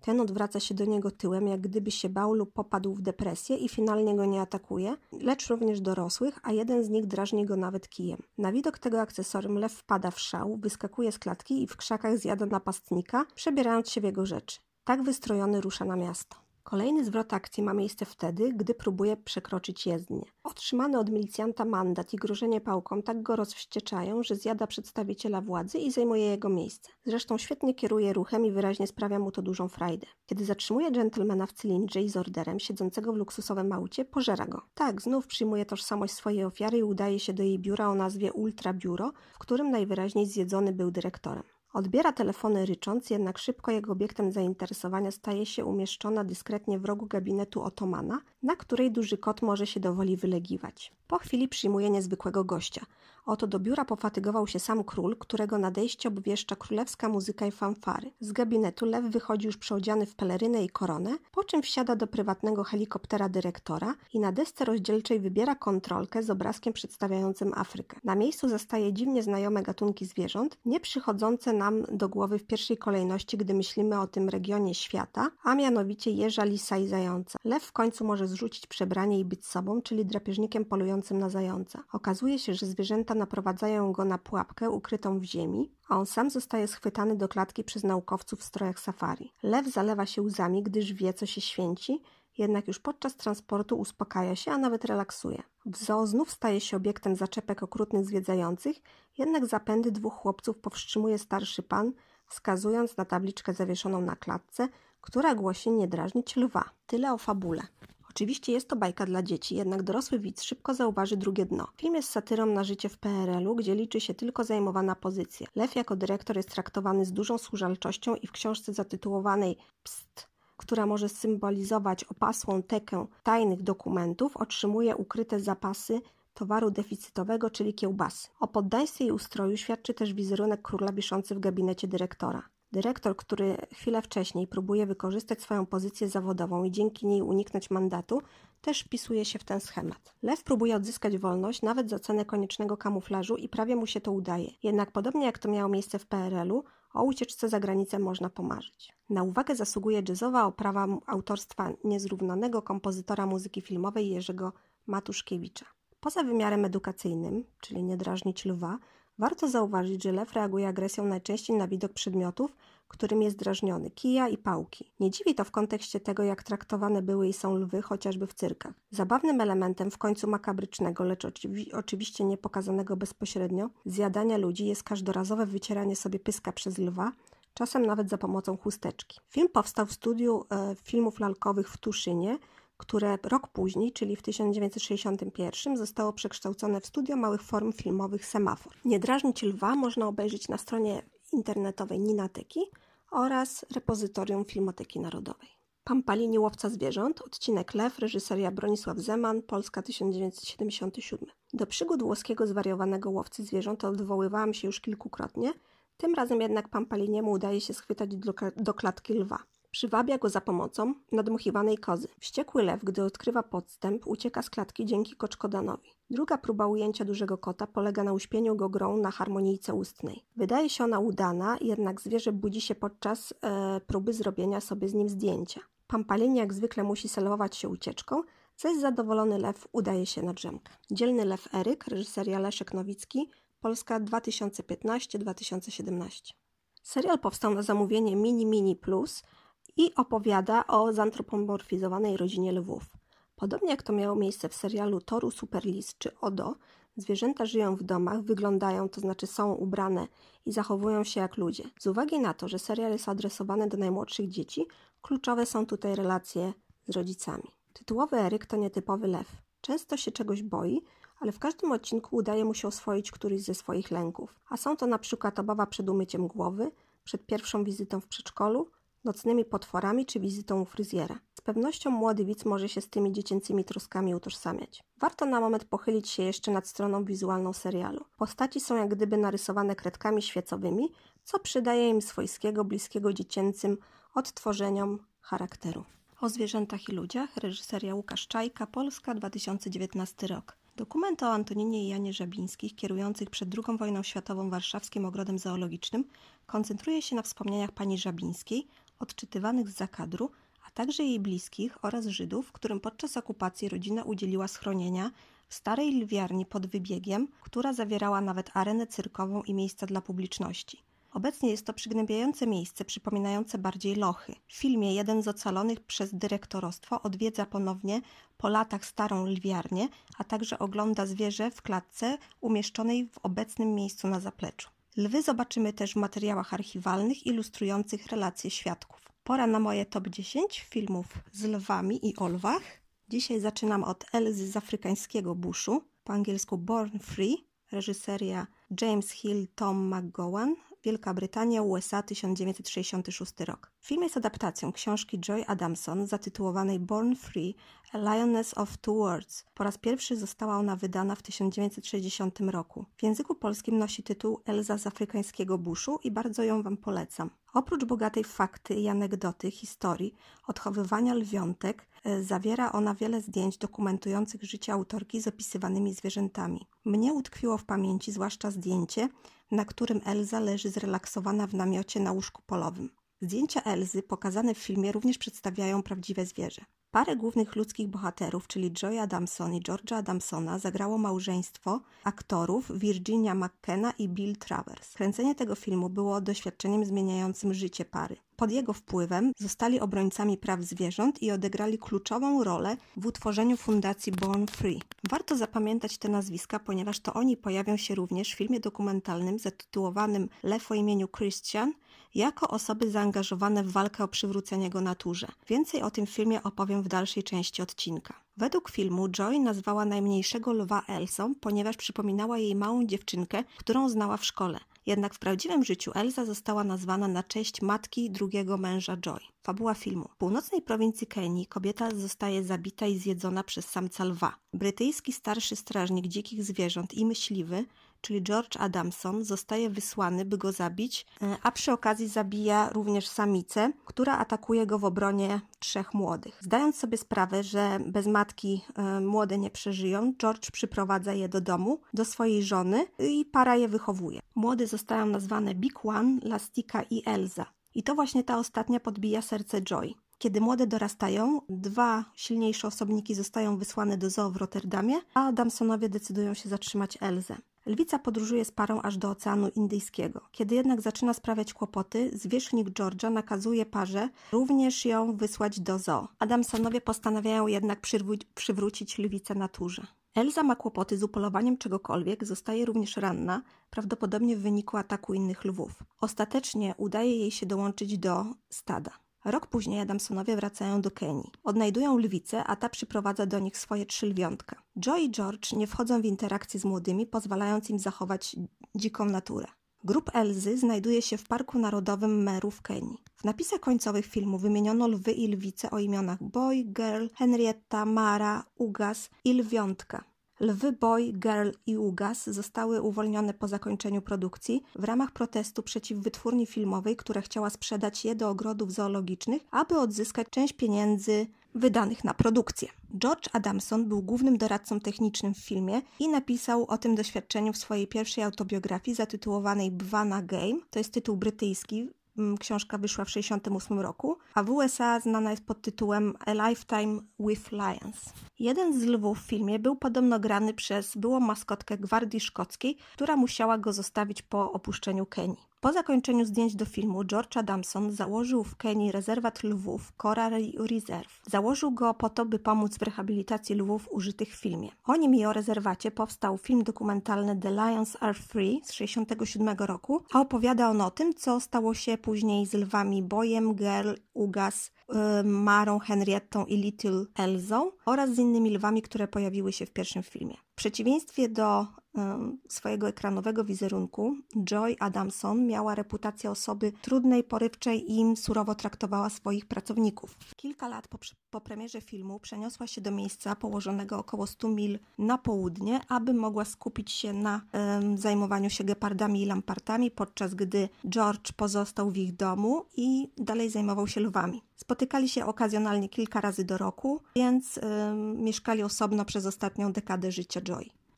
Ten odwraca się do niego tyłem, jak gdyby się bał lub popadł w depresję i finalnie go nie atakuje, lecz również dorosłych, a jeden z nich drażni go nawet kijem. Na widok tego akcesorium lew wpada w szał, wyskakuje z klatki i w krzakach zjada napastnika, przebierając się w jego rzeczy. Tak wystrojony rusza na miasto. Kolejny zwrot akcji ma miejsce wtedy, gdy próbuje przekroczyć jezdnię. Otrzymany od milicjanta mandat i grożenie pałką tak go rozwścieczają, że zjada przedstawiciela władzy i zajmuje jego miejsce. Zresztą świetnie kieruje ruchem i wyraźnie sprawia mu to dużą frajdę. Kiedy zatrzymuje dżentelmena w cylindrze i z orderem, siedzącego w luksusowym aucie, pożera go. Tak, znów przyjmuje tożsamość swojej ofiary i udaje się do jej biura o nazwie Ultra Biuro, w którym najwyraźniej zjedzony był dyrektorem. Odbiera telefony rycząc, jednak szybko jego obiektem zainteresowania staje się umieszczona dyskretnie w rogu gabinetu otomana, na której duży kot może się dowoli wylegiwać. Po chwili przyjmuje niezwykłego gościa. Oto do biura pofatygował się sam król, którego nadejście obwieszcza królewska muzyka i fanfary. Z gabinetu lew wychodzi już przeodziany w pelerynę i koronę, po czym wsiada do prywatnego helikoptera dyrektora i na desce rozdzielczej wybiera kontrolkę z obrazkiem przedstawiającym Afrykę. Na miejscu zastaje dziwnie znajome gatunki zwierząt, nie przychodzące nam do głowy w pierwszej kolejności, gdy myślimy o tym regionie świata, a mianowicie jeża, lisa i zająca. Lew w końcu może zrzucić przebranie i być sobą, czyli drapieżnikiem polującym na zająca. Okazuje się, że zwierzęta naprowadzają go na pułapkę ukrytą w ziemi, a on sam zostaje schwytany do klatki przez naukowców w strojach safari. Lew zalewa się łzami, gdyż wie, co się święci, jednak już podczas transportu uspokaja się, a nawet relaksuje. W zoo znów staje się obiektem zaczepek okrutnych zwiedzających, jednak zapędy dwóch chłopców powstrzymuje starszy pan, wskazując na tabliczkę zawieszoną na klatce, która głosi nie drażnić lwa. Tyle o fabule. Oczywiście jest to bajka dla dzieci, jednak dorosły widz szybko zauważy drugie dno. Film jest satyrą na życie w PRL-u, gdzie liczy się tylko zajmowana pozycja. Lew jako dyrektor jest traktowany z dużą służalczością i w książce zatytułowanej Psst, która może symbolizować opasłą tekę tajnych dokumentów, otrzymuje ukryte zapasy towaru deficytowego, czyli kiełbasy. O poddaństwie i ustroju świadczy też wizerunek króla wiszący w gabinecie dyrektora. Dyrektor, który chwilę wcześniej próbuje wykorzystać swoją pozycję zawodową i dzięki niej uniknąć mandatu, też wpisuje się w ten schemat. Lew próbuje odzyskać wolność nawet za cenę koniecznego kamuflażu i prawie mu się to udaje. Jednak podobnie jak to miało miejsce w PRL-u, o ucieczce za granicę można pomarzyć. Na uwagę zasługuje jazzowa oprawa autorstwa niezrównanego kompozytora muzyki filmowej Jerzego Matuszkiewicza. Poza wymiarem edukacyjnym, czyli nie drażnić lwa, warto zauważyć, że lew reaguje agresją najczęściej na widok przedmiotów, którym jest drażniony, kija i pałki. Nie dziwi to w kontekście tego, jak traktowane były i są lwy chociażby w cyrkach. Zabawnym elementem w końcu makabrycznego, lecz oczywiście nie pokazanego bezpośrednio, zjadania ludzi jest każdorazowe wycieranie sobie pyska przez lwa, czasem nawet za pomocą chusteczki. Film powstał w studiu filmów lalkowych w Tuszynie, które rok później, czyli w 1961, zostało przekształcone w studio małych form filmowych Semafor. Nie drażnić lwa można obejrzeć na stronie internetowej Ninateki oraz repozytorium Filmoteki Narodowej. Pampalini, łowca zwierząt, odcinek Lew, reżyseria Bronisław Zeman, Polska 1977. Do przygód włoskiego zwariowanego łowcy zwierząt odwoływałam się już kilkukrotnie, tym razem jednak Pampaliniemu udaje się schwytać do klatki lwa. Przywabia go za pomocą nadmuchiwanej kozy. Wściekły lew, gdy odkrywa podstęp, ucieka z klatki dzięki koczkodanowi. Druga próba ujęcia dużego kota polega na uśpieniu go grą na harmonijce ustnej. Wydaje się ona udana, jednak zwierzę budzi się podczas próby zrobienia sobie z nim zdjęcia. Pampalini jak zwykle musi celować się ucieczką, zaś zadowolony lew udaje się na drzemkę. Dzielny lew Eryk, reżyseria Leszek Nowicki, Polska 2015-2017. Serial powstał na zamówienie Mini Plus i opowiada o zantropomorfizowanej rodzinie lwów. Podobnie jak to miało miejsce w serialu Toru Superlis czy Odo, zwierzęta żyją w domach, wyglądają, to znaczy są ubrane i zachowują się jak ludzie. Z uwagi na to, że serial jest adresowany do najmłodszych dzieci, kluczowe są tutaj relacje z rodzicami. Tytułowy Eryk to nietypowy lew. Często się czegoś boi, ale w każdym odcinku udaje mu się oswoić któryś ze swoich lęków. A są to na przykład obawa przed umyciem głowy, przed pierwszą wizytą w przedszkolu, nocnymi potworami czy wizytą u fryzjera. Z pewnością młody widz może się z tymi dziecięcymi troskami utożsamiać. Warto na moment pochylić się jeszcze nad stroną wizualną serialu. Postaci są jak gdyby narysowane kredkami świecowymi, co przydaje im swojskiego, bliskiego dziecięcym odtworzeniom charakteru. O zwierzętach i ludziach, reżyseria Łukasz Czajka, Polska, 2019 rok. Dokument o Antoninie i Janie Żabińskich, kierujących przed II wojną światową warszawskim ogrodem zoologicznym, koncentruje się na wspomnieniach pani Żabińskiej odczytywanych z zakadru, a także jej bliskich oraz Żydów, którym podczas okupacji rodzina udzieliła schronienia w starej lwiarni pod Wybiegiem, która zawierała nawet arenę cyrkową i miejsca dla publiczności. Obecnie jest to przygnębiające miejsce przypominające bardziej lochy. W filmie jeden z ocalonych przez dyrektorostwo odwiedza ponownie po latach starą lwiarnię, a także ogląda zwierzę w klatce umieszczonej w obecnym miejscu na zapleczu. Lwy zobaczymy też w materiałach archiwalnych ilustrujących relacje świadków. Pora na moje top 10 filmów z lwami i o lwach. Dzisiaj zaczynam od Elzy z afrykańskiego buszu, po angielsku Born Free, reżyseria James Hill, Tom McGowan, Wielka Brytania, USA, 1966 rok. Film jest adaptacją książki Joy Adamson zatytułowanej Born Free, A Lioness of Two Worlds. Po raz pierwszy została ona wydana w 1960 roku. W języku polskim nosi tytuł Elza z afrykańskiego buszu i bardzo ją Wam polecam. Oprócz bogatej w fakty i anegdoty, historii, odchowywania lwiątek, zawiera ona wiele zdjęć dokumentujących życie autorki z opisywanymi zwierzętami. Mnie utkwiło w pamięci zwłaszcza zdjęcie, na którym Elza leży zrelaksowana w namiocie na łóżku polowym. Zdjęcia Elzy pokazane w filmie również przedstawiają prawdziwe zwierzę. Parę głównych ludzkich bohaterów, czyli Joy Adamson i George'a Adamsona, zagrało małżeństwo aktorów Virginia McKenna i Bill Travers. Kręcenie tego filmu było doświadczeniem zmieniającym życie pary. Pod jego wpływem zostali obrońcami praw zwierząt i odegrali kluczową rolę w utworzeniu fundacji Born Free. Warto zapamiętać te nazwiska, ponieważ to oni pojawią się również w filmie dokumentalnym zatytułowanym Lew o imieniu Christian, jako osoby zaangażowane w walkę o przywrócenie go naturze. Więcej o tym filmie opowiem w dalszej części odcinka. Według filmu Joy nazwała najmniejszego lwa Elsą, ponieważ przypominała jej małą dziewczynkę, którą znała w szkole. Jednak w prawdziwym życiu Elza została nazwana na cześć matki drugiego męża Joy. Fabuła filmu. W północnej prowincji Kenii kobieta zostaje zabita i zjedzona przez samca lwa. Brytyjski starszy strażnik dzikich zwierząt i myśliwy, czyli George Adamson, zostaje wysłany, by go zabić, a przy okazji zabija również samicę, która atakuje go w obronie 3 młodych. Zdając sobie sprawę, że bez matki młode nie przeżyją, George przyprowadza je do domu, do swojej żony i para je wychowuje. Młode zostają nazwane Big One, Lastika i Elza. I to właśnie ta ostatnia podbija serce Joy. Kiedy młode dorastają, 2 silniejsze osobniki zostają wysłane do zoo w Rotterdamie, a Adamsonowie decydują się zatrzymać Elzę. Lwica podróżuje z parą aż do Oceanu Indyjskiego. Kiedy jednak zaczyna sprawiać kłopoty, zwierzchnik George'a nakazuje parze również ją wysłać do zoo. Adamsonowie postanawiają jednak przywrócić lwicę naturze. Elza ma kłopoty z upolowaniem czegokolwiek, zostaje również ranna, prawdopodobnie w wyniku ataku innych lwów. Ostatecznie udaje jej się dołączyć do stada. Rok później Adamsonowie wracają do Kenii. Odnajdują lwicę, a ta przyprowadza do nich swoje 3 lwiątka. Joy i George nie wchodzą w interakcje z młodymi, pozwalając im zachować dziką naturę. Grób Elzy znajduje się w Parku Narodowym Meru w Kenii. W napisach końcowych filmu wymieniono lwy i lwice o imionach Boy, Girl, Henrietta, Mara, Ugas i lwiątka. Lwy Boy, Girl i Ugas zostały uwolnione po zakończeniu produkcji w ramach protestu przeciw wytwórni filmowej, która chciała sprzedać je do ogrodów zoologicznych, aby odzyskać część pieniędzy wydanych na produkcję. George Adamson był głównym doradcą technicznym w filmie i napisał o tym doświadczeniu w swojej pierwszej autobiografii zatytułowanej Bwana Game. To jest tytuł brytyjski. Książka wyszła w 1968 roku, a w USA znana jest pod tytułem A Lifetime with Lions. Jeden z lwów w filmie był podobno grany przez byłą maskotkę Gwardii Szkockiej, która musiała go zostawić po opuszczeniu Kenii. Po zakończeniu zdjęć do filmu George Adamson założył w Kenii rezerwat lwów Coral Reserve. Założył go po to, by pomóc w rehabilitacji lwów użytych w filmie. O nim i o rezerwacie powstał film dokumentalny The Lions Are Free z 1967 roku, a opowiada on o tym, co stało się później z lwami Boyem, Girl, Ugas, Marą, Henriettą i Little Elzą oraz z innymi lwami, które pojawiły się w pierwszym filmie. W przeciwieństwie do swojego ekranowego wizerunku, Joy Adamson miała reputację osoby trudnej, porywczej i surowo traktowała swoich pracowników. Kilka lat po premierze filmu przeniosła się do miejsca położonego około 100 mil na południe, aby mogła skupić się na zajmowaniu się gepardami i lampartami, podczas gdy George pozostał w ich domu i dalej zajmował się lwami. Spotykali się okazjonalnie kilka razy do roku, więc mieszkali osobno przez ostatnią dekadę życia Joy.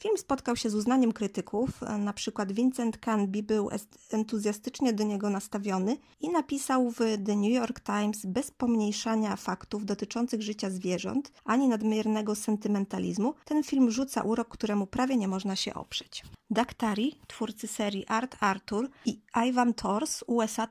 Film spotkał się z uznaniem krytyków, na przykład Vincent Canby był entuzjastycznie do niego nastawiony i napisał w The New York Times: bez pomniejszania faktów dotyczących życia zwierząt, ani nadmiernego sentymentalizmu, ten film rzuca urok, któremu prawie nie można się oprzeć. Daktari, twórcy serii Art Arthur i Ivan Tors, USA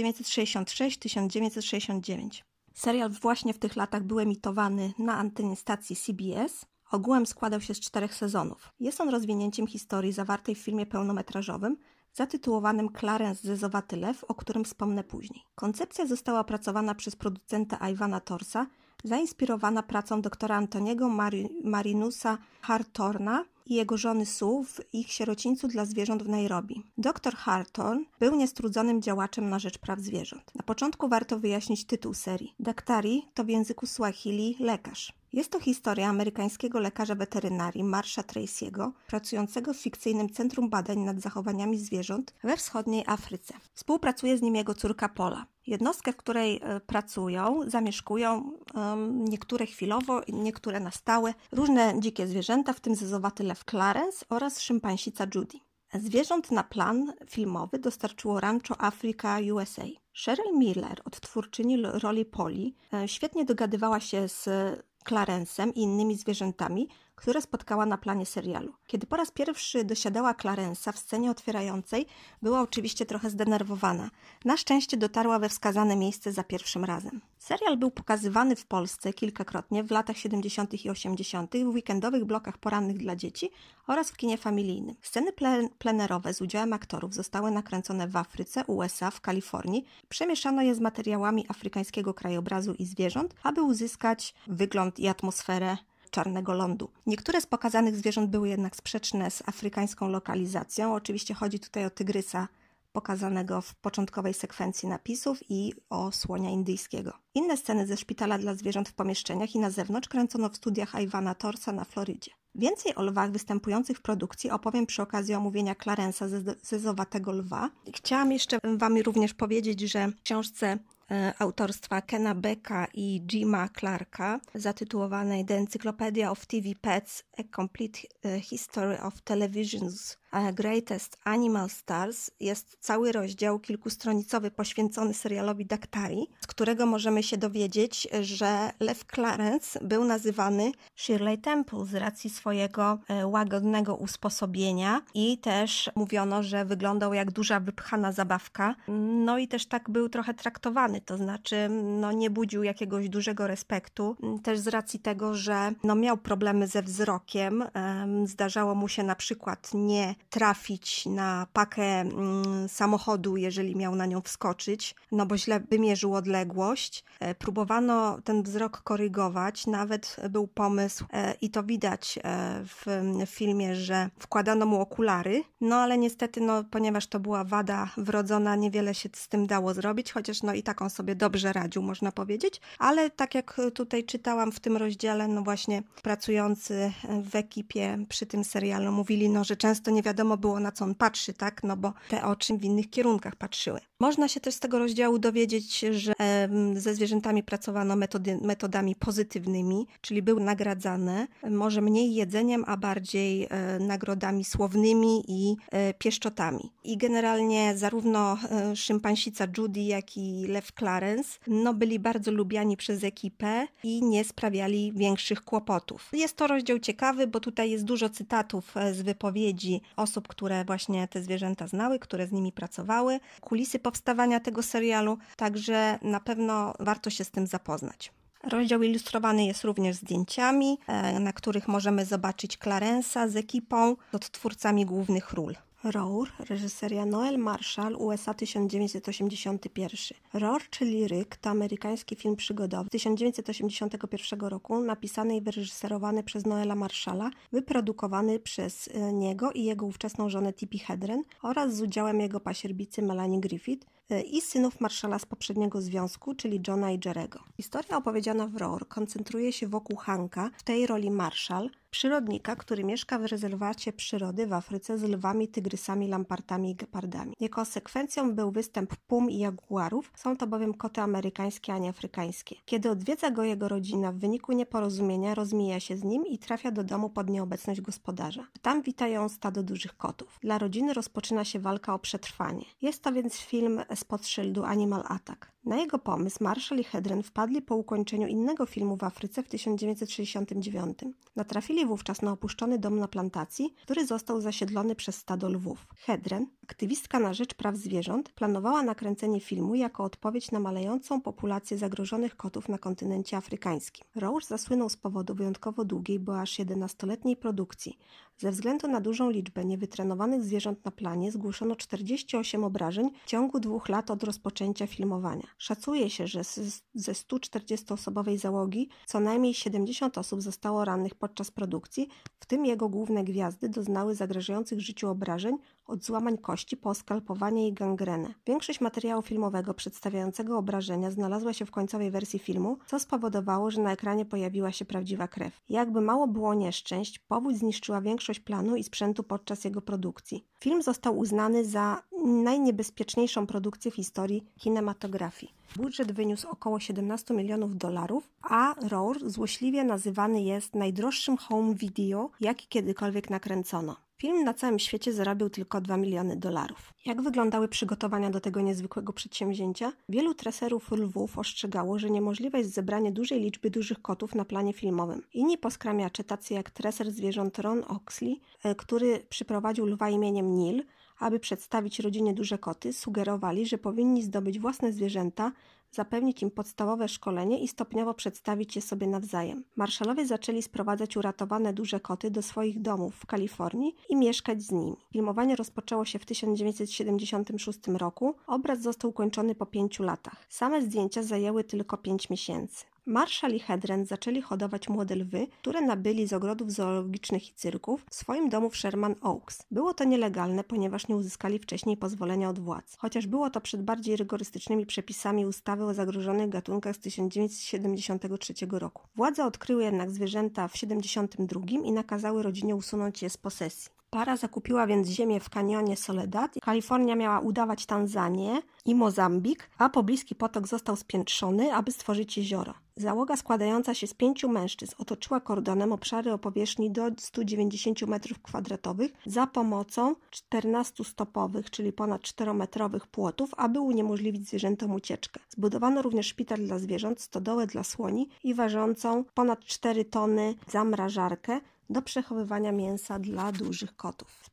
1966-1969. Serial właśnie w tych latach był emitowany na antenie stacji CBS. Ogółem składał się z 4 sezonów. Jest on rozwinięciem historii zawartej w filmie pełnometrażowym zatytułowanym Clarence Zezowaty Lew, o którym wspomnę później. Koncepcja została opracowana przez producenta Ivana Torsa, zainspirowana pracą doktora Antoniego Marinusa Hartorna i jego żony Sue w ich sierocińcu dla zwierząt w Nairobi. Dr Hartorn był niestrudzonym działaczem na rzecz praw zwierząt. Na początku warto wyjaśnić tytuł serii. Daktari to w języku Swahili lekarz. Jest to historia amerykańskiego lekarza weterynarii Marsha Tracy'ego, pracującego w fikcyjnym Centrum Badań nad Zachowaniami Zwierząt we wschodniej Afryce. Współpracuje z nim jego córka Paula. Jednostkę, w której pracują, zamieszkują niektóre chwilowo, niektóre na stałe, różne dzikie zwierzęta, w tym zezowaty lew Clarence oraz szympansica Judy. Zwierząt na plan filmowy dostarczyło Rancho Africa USA. Cheryl Miller, odtwórczyni roli Polly, świetnie dogadywała się z Clarence'em i innymi zwierzętami, które spotkała na planie serialu. Kiedy po raz pierwszy dosiadała Clarence'a w scenie otwierającej, była oczywiście trochę zdenerwowana. Na szczęście dotarła we wskazane miejsce za pierwszym razem. Serial był pokazywany w Polsce kilkakrotnie w latach 70. i 80. w weekendowych blokach porannych dla dzieci oraz w kinie familijnym. Sceny plenerowe z udziałem aktorów zostały nakręcone w Afryce, USA, w Kalifornii. Przemieszano je z materiałami afrykańskiego krajobrazu i zwierząt, aby uzyskać wygląd i atmosferę czarnego lądu. Niektóre z pokazanych zwierząt były jednak sprzeczne z afrykańską lokalizacją. Oczywiście chodzi tutaj o tygrysa pokazanego w początkowej sekwencji napisów i o słonia indyjskiego. Inne sceny ze szpitala dla zwierząt w pomieszczeniach i na zewnątrz kręcono w studiach Ivana Torsa na Florydzie. Więcej o lwach występujących w produkcji opowiem przy okazji omówienia Clarence'a Zezowatego Lwa. Chciałam jeszcze Wam również powiedzieć, że w książce autorstwa Kena Becka i Jima Clarka zatytułowanej The Encyclopedia of TV Pets – A Complete History of Television's Greatest Animal Stars jest cały rozdział kilkustronicowy poświęcony serialowi Daktari, z którego możemy się dowiedzieć, że lew Clarence był nazywany Shirley Temple z racji swojego łagodnego usposobienia i też mówiono, że wyglądał jak duża wypchana zabawka. No i też tak był trochę traktowany, to znaczy nie budził jakiegoś dużego respektu, też z racji tego, że miał problemy ze wzrokiem. Zdarzało mu się na przykład nie trafić na pakę samochodu, jeżeli miał na nią wskoczyć, bo źle wymierzył odległość. Próbowano ten wzrok korygować, nawet był pomysł i to widać w filmie, że wkładano mu okulary, ale niestety, ponieważ to była wada wrodzona, niewiele się z tym dało zrobić, chociaż i tak on sobie dobrze radził, można powiedzieć, ale tak jak tutaj czytałam w tym rozdziale, właśnie pracujący w ekipie przy tym serialu mówili, że często nie wiadomo było, na co on patrzy, tak, bo te oczy w innych kierunkach patrzyły. Można się też z tego rozdziału dowiedzieć, że ze zwierzętami pracowano metodami pozytywnymi, czyli były nagradzane, może mniej jedzeniem, a bardziej nagrodami słownymi i pieszczotami. I generalnie zarówno szympansica Judy, jak i lew Clarence, byli bardzo lubiani przez ekipę i nie sprawiali większych kłopotów. Jest to rozdział ciekawy, bo tutaj jest dużo cytatów z wypowiedzi osób, które właśnie te zwierzęta znały, które z nimi pracowały, kulisy powstawania tego serialu, także na pewno warto się z tym zapoznać. Rozdział ilustrowany jest również zdjęciami, na których możemy zobaczyć Clarence'a z ekipą, odtwórcami głównych ról. Roar, reżyseria Noel Marshall, USA 1981. Roar, czyli Ryk, to amerykański film przygodowy 1981 roku, napisany i wyreżyserowany przez Noela Marshalla, wyprodukowany przez niego i jego ówczesną żonę Tippi Hedren oraz z udziałem jego pasierbicy Melanie Griffith, i synów Marshalla z poprzedniego związku, czyli Johna i Jerego. Historia opowiedziana w Roar koncentruje się wokół Hanka, w tej roli Marshall, przyrodnika, który mieszka w rezerwacie przyrody w Afryce z lwami, tygrysami, lampartami i gepardami. Jego konsekwencją był występ pum i jaguarów, są to bowiem koty amerykańskie, a nie afrykańskie. Kiedy odwiedza go jego rodzina, w wyniku nieporozumienia rozmija się z nim i trafia do domu pod nieobecność gospodarza. Tam witają stado dużych kotów. Dla rodziny rozpoczyna się walka o przetrwanie. Jest to więc film spod szyldu Animal Attack. Na jego pomysł Marshall i Hedren wpadli po ukończeniu innego filmu w Afryce w 1969. Natrafili wówczas na opuszczony dom na plantacji, który został zasiedlony przez stado lwów. Hedren, aktywistka na rzecz praw zwierząt, planowała nakręcenie filmu jako odpowiedź na malejącą populację zagrożonych kotów na kontynencie afrykańskim. Roar zasłynął z powodu wyjątkowo długiej, bo aż 11-letniej produkcji. Ze względu na dużą liczbę niewytrenowanych zwierząt na planie zgłoszono 48 obrażeń w ciągu 2 lat od rozpoczęcia filmowania. Szacuje się, że ze 140-osobowej załogi co najmniej 70 osób zostało rannych podczas produkcji, w tym jego główne gwiazdy doznały zagrażających życiu obrażeń od złamań kości po skalpowanie i gangrenę. Większość materiału filmowego przedstawiającego obrażenia znalazła się w końcowej wersji filmu, co spowodowało, że na ekranie pojawiła się prawdziwa krew. Jakby mało było nieszczęść, powódź zniszczyła większość planu i sprzętu podczas jego produkcji. Film został uznany za najniebezpieczniejszą produkcję w historii kinematografii. Budżet wyniósł około $17 milionów, a Roar złośliwie nazywany jest najdroższym home video, jaki kiedykolwiek nakręcono. Film na całym świecie zarobił tylko $2 miliony. Jak wyglądały przygotowania do tego niezwykłego przedsięwzięcia? Wielu treserów lwów ostrzegało, że niemożliwe jest zebranie dużej liczby dużych kotów na planie filmowym. Inni poskramiacze, tacy jak treser zwierząt Ron Oxley, który przyprowadził lwa imieniem Neil, aby przedstawić rodzinie duże koty, sugerowali, że powinni zdobyć własne zwierzęta, zapewnić im podstawowe szkolenie i stopniowo przedstawić je sobie nawzajem. Marshallowie zaczęli sprowadzać uratowane duże koty do swoich domów w Kalifornii i mieszkać z nimi. Filmowanie rozpoczęło się w 1976 roku, obraz został ukończony po 5 latach. Same zdjęcia zajęły tylko 5 miesięcy. Marshall i Hedren zaczęli hodować młode lwy, które nabyli z ogrodów zoologicznych i cyrków w swoim domu w Sherman Oaks. Było to nielegalne, ponieważ nie uzyskali wcześniej pozwolenia od władz. Chociaż było to przed bardziej rygorystycznymi przepisami ustawy o zagrożonych gatunkach z 1973 roku. Władze odkryły jednak zwierzęta w 1972 i nakazały rodzinie usunąć je z posesji. Para zakupiła więc ziemię w kanionie Soledad. Kalifornia miała udawać Tanzanię i Mozambik, a pobliski potok został spiętrzony, aby stworzyć jezioro. Załoga składająca się z 5 mężczyzn otoczyła kordonem obszary o powierzchni do 190 m2 za pomocą 14-stopowych, czyli ponad 4-metrowych płotów, aby uniemożliwić zwierzętom ucieczkę. Zbudowano również szpital dla zwierząt, stodołę dla słoni i ważącą ponad 4 tony zamrażarkę do przechowywania mięsa dla dużych kotów. W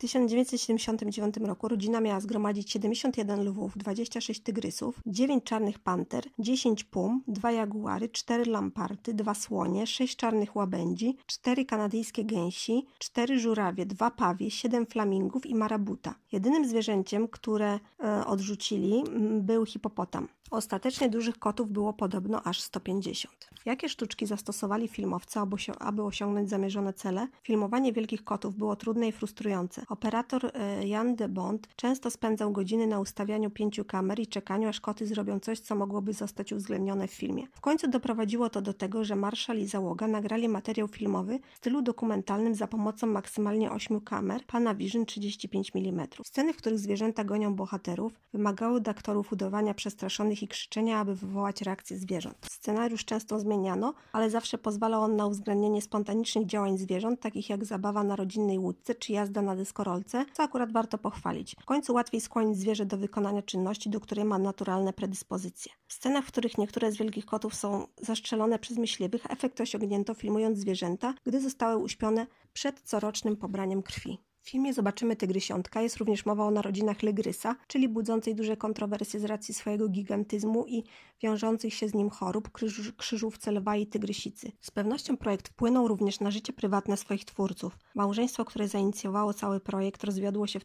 1979 roku rodzina miała zgromadzić 71 lwów, 26 tygrysów, 9 czarnych panter, 10 pum, 2 jaguary, 4 lamparty, 2 słonie, 6 czarnych łabędzi, 4 kanadyjskie gęsi, 4 żurawie, 2 pawie, 7 flamingów i marabuta. Jedynym zwierzęciem, które odrzucili, był hipopotam. Ostatecznie dużych kotów było podobno aż 150. Jakie sztuczki zastosowali filmowcy, aby osiągnąć zamierzone cele? Filmowanie wielkich kotów było trudne i frustrujące. Operator Jan de Bont często spędzał godziny na ustawianiu 5 kamer i czekaniu, aż koty zrobią coś, co mogłoby zostać uwzględnione w filmie. W końcu doprowadziło to do tego, że Marshall i załoga nagrali materiał filmowy w stylu dokumentalnym za pomocą maksymalnie 8 kamer Panavision 35 mm. Sceny, w których zwierzęta gonią bohaterów, wymagały od aktorów udawania przestraszonych i krzyczenia, aby wywołać reakcję zwierząt. Scenariusz często zmieniano, ale zawsze pozwalał on na uwzględnienie spontanicznych działań zwierząt, takich jak zabawa na rodzinnej łódce czy jazda na deskorolce, co akurat warto pochwalić. W końcu łatwiej skłonić zwierzę do wykonania czynności, do której ma naturalne predyspozycje. W scenach, w których niektóre z wielkich kotów są zastrzelone przez myśliwych, efekt osiągnięto filmując zwierzęta, gdy zostały uśpione przed corocznym pobraniem krwi. W filmie zobaczymy tygrysiątka, jest również mowa o narodzinach Legrysa, czyli budzącej duże kontrowersje z racji swojego gigantyzmu i wiążących się z nim chorób, krzyżówce lwa i tygrysicy. Z pewnością projekt wpłynął również na życie prywatne swoich twórców. Małżeństwo, które zainicjowało cały projekt, rozwiodło się w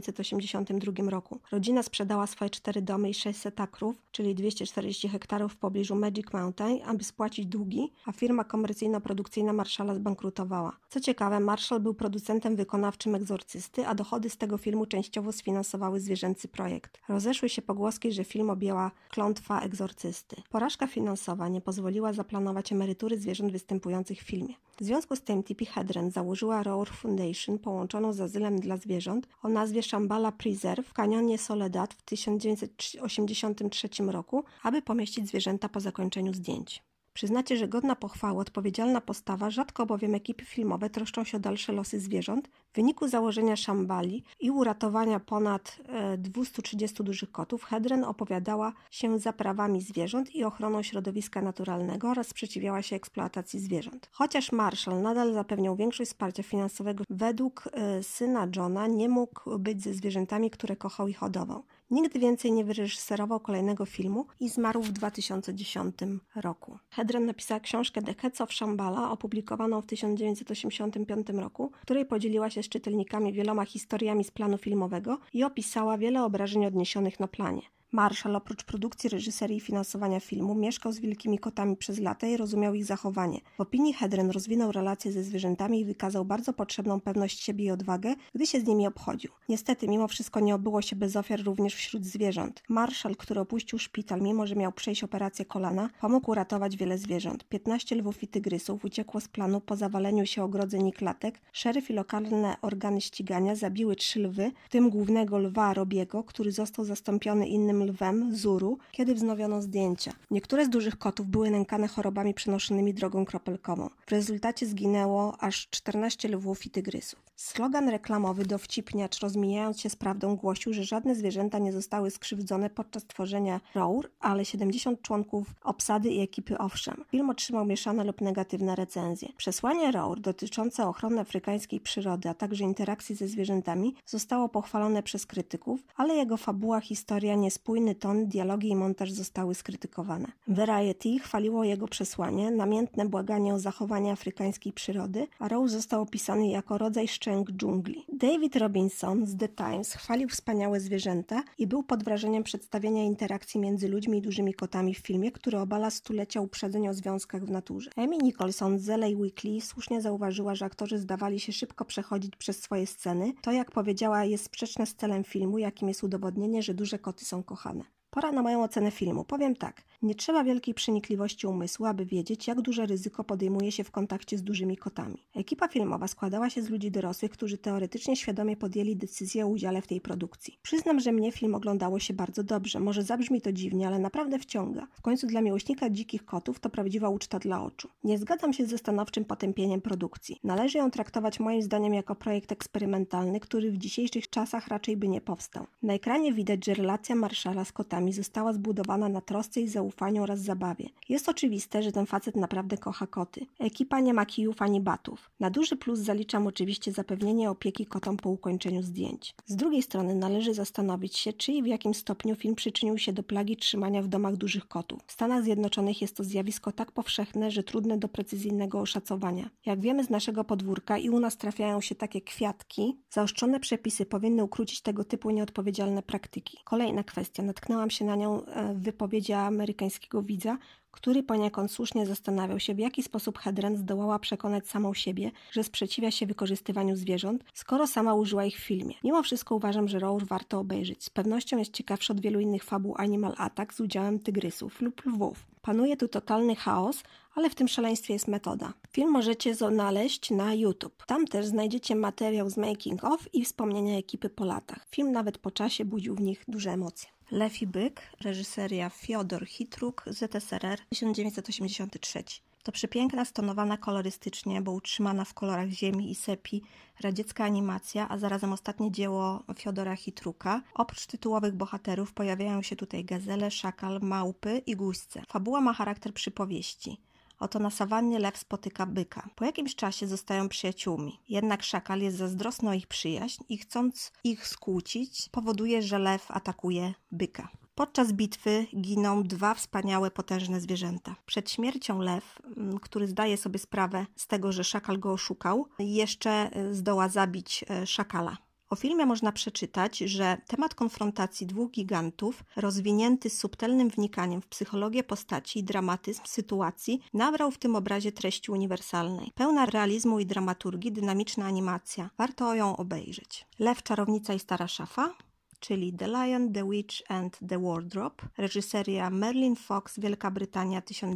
1982 roku. Rodzina sprzedała swoje 4 domy i 600 akrów, czyli 240 hektarów w pobliżu Magic Mountain, aby spłacić długi, a firma komercyjno-produkcyjna Marshalla zbankrutowała. Co ciekawe, Marshall był producentem wykonawczym Egzorcysty, a dochody z tego filmu częściowo sfinansowały zwierzęcy projekt. Rozeszły się pogłoski, że film objęła klątwa egzorcysty. Porażka finansowa nie pozwoliła zaplanować emerytury zwierząt występujących w filmie. W związku z tym Tippi Hedren założyła Roar Foundation połączoną z azylem dla zwierząt o nazwie Shambhala Preserve w kanionie Soledad w 1983 roku, aby pomieścić zwierzęta po zakończeniu zdjęć. Przyznacie, że godna pochwały odpowiedzialna postawa, rzadko bowiem ekipy filmowe troszczą się o dalsze losy zwierząt. W wyniku założenia Shambhali i uratowania ponad 230 dużych kotów, Hedren opowiadała się za prawami zwierząt i ochroną środowiska naturalnego oraz sprzeciwiała się eksploatacji zwierząt. Chociaż Marshall nadal zapewniał większość wsparcia finansowego, według syna Johna nie mógł być ze zwierzętami, które kochał i hodował. Nigdy więcej nie wyreżyserował kolejnego filmu i zmarł w 2010 roku. Hedren napisała książkę The Cats of Shambhala, opublikowaną w 1985 roku, w której podzieliła się z czytelnikami wieloma historiami z planu filmowego i opisała wiele obrażeń odniesionych na planie. Marshall oprócz produkcji, reżyserii i finansowania filmu mieszkał z wielkimi kotami przez lata i rozumiał ich zachowanie. W opinii Hedren rozwinął relacje ze zwierzętami i wykazał bardzo potrzebną pewność siebie i odwagę, gdy się z nimi obchodził. Niestety, mimo wszystko nie obyło się bez ofiar również wśród zwierząt. Marshall, który opuścił szpital, mimo że miał przejść operację kolana, pomógł uratować wiele zwierząt. 15 lwów i tygrysów uciekło z planu po zawaleniu się ogrodzeń i klatek. Szeryf i lokalne organy ścigania zabiły 3 lwy, w tym głównego lwa Robiego, który został zastąpiony innym lwem, Zuru, kiedy wznowiono zdjęcia. Niektóre z dużych kotów były nękane chorobami przenoszonymi drogą kropelkową. W rezultacie zginęło aż 14 lwów i tygrysów. Slogan reklamowy dowcipniacz, rozmijając się z prawdą, głosił, że żadne zwierzęta nie zostały skrzywdzone podczas tworzenia Roar, ale 70 członków obsady i ekipy owszem. Film otrzymał mieszane lub negatywne recenzje. Przesłanie Roar dotyczące ochrony afrykańskiej przyrody, a także interakcji ze zwierzętami zostało pochwalone przez krytyków, ale jego fabuła, historia, niespójny ton, dialogi i montaż zostały skrytykowane. Variety chwaliło jego przesłanie, namiętne błaganie o zachowanie afrykańskiej przyrody, a Roar został opisany jako rodzaj szczęk dżungli. David Robinson z The Times chwalił wspaniałe zwierzęta i był pod wrażeniem przedstawienia interakcji między ludźmi i dużymi kotami w filmie, który obala stulecia uprzedzeń o związkach w naturze. Amy Nicholson z LA Weekly słusznie zauważyła, że aktorzy zdawali się szybko przechodzić przez swoje sceny. To, jak powiedziała, jest sprzeczne z celem filmu, jakim jest udowodnienie, że duże koty są kochane. Pora na moją ocenę filmu. Powiem tak, nie trzeba wielkiej przenikliwości umysłu, aby wiedzieć, jak duże ryzyko podejmuje się w kontakcie z dużymi kotami. Ekipa filmowa składała się z ludzi dorosłych, którzy teoretycznie świadomie podjęli decyzję o udziale w tej produkcji. Przyznam, że mnie film oglądało się bardzo dobrze. Może zabrzmi to dziwnie, ale naprawdę wciąga. W końcu dla miłośnika dzikich kotów to prawdziwa uczta dla oczu. Nie zgadzam się ze stanowczym potępieniem produkcji. Należy ją traktować moim zdaniem jako projekt eksperymentalny, który w dzisiejszych czasach raczej by nie powstał. Na ekranie widać, że relacja Marshalla z kotami została zbudowana na trosce i zaufaniu oraz zabawie. Jest oczywiste, że ten facet naprawdę kocha koty. Ekipa nie ma kijów ani batów. Na duży plus zaliczam oczywiście zapewnienie opieki kotom po ukończeniu zdjęć. Z drugiej strony należy zastanowić się, czy i w jakim stopniu film przyczynił się do plagi trzymania w domach dużych kotów. W Stanach Zjednoczonych jest to zjawisko tak powszechne, że trudne do precyzyjnego oszacowania. Jak wiemy z naszego podwórka i u nas trafiają się takie kwiatki, zaostrzone przepisy powinny ukrócić tego typu nieodpowiedzialne praktyki. Kolejna kwestia. Natknęłam się na nią w wypowiedzi amerykańskiego widza, który poniekąd słusznie zastanawiał się, w jaki sposób Hedren zdołała przekonać samą siebie, że sprzeciwia się wykorzystywaniu zwierząt, skoro sama użyła ich w filmie. Mimo wszystko uważam, że Roar warto obejrzeć. Z pewnością jest ciekawszy od wielu innych fabuł Animal Attack z udziałem tygrysów lub lwów. Panuje tu totalny chaos, ale w tym szaleństwie jest metoda. Film możecie znaleźć na YouTube. Tam też znajdziecie materiał z making of i wspomnienia ekipy po latach. Film nawet po czasie budził w nich duże emocje. Lew i byk, reżyseria Fiodor Chytruk, ZSRR, 1983. To przepiękna, stonowana kolorystycznie, bo utrzymana w kolorach ziemi i sepi radziecka animacja, a zarazem ostatnie dzieło Fiodora Chytruka. Oprócz tytułowych bohaterów pojawiają się tutaj gazele, szakal, małpy i głuźce. Fabuła ma charakter przypowieści. Oto na sawannie lew spotyka byka. Po jakimś czasie zostają przyjaciółmi. Jednak szakal jest zazdrosny o ich przyjaźń i chcąc ich skłócić, powoduje, że lew atakuje byka. Podczas bitwy giną 2 wspaniałe, potężne zwierzęta. Przed śmiercią lew, który zdaje sobie sprawę z tego, że szakal go oszukał, jeszcze zdoła zabić szakala. O filmie można przeczytać, że temat konfrontacji dwóch gigantów, rozwinięty z subtelnym wnikaniem w psychologię postaci i dramatyzm sytuacji, nabrał w tym obrazie treści uniwersalnej. Pełna realizmu i dramaturgii, dynamiczna animacja. Warto ją obejrzeć. Lew, czarownica i stara szafa, czyli The Lion, The Witch and the Wardrobe, reżyseria Merlin Fox, Wielka Brytania,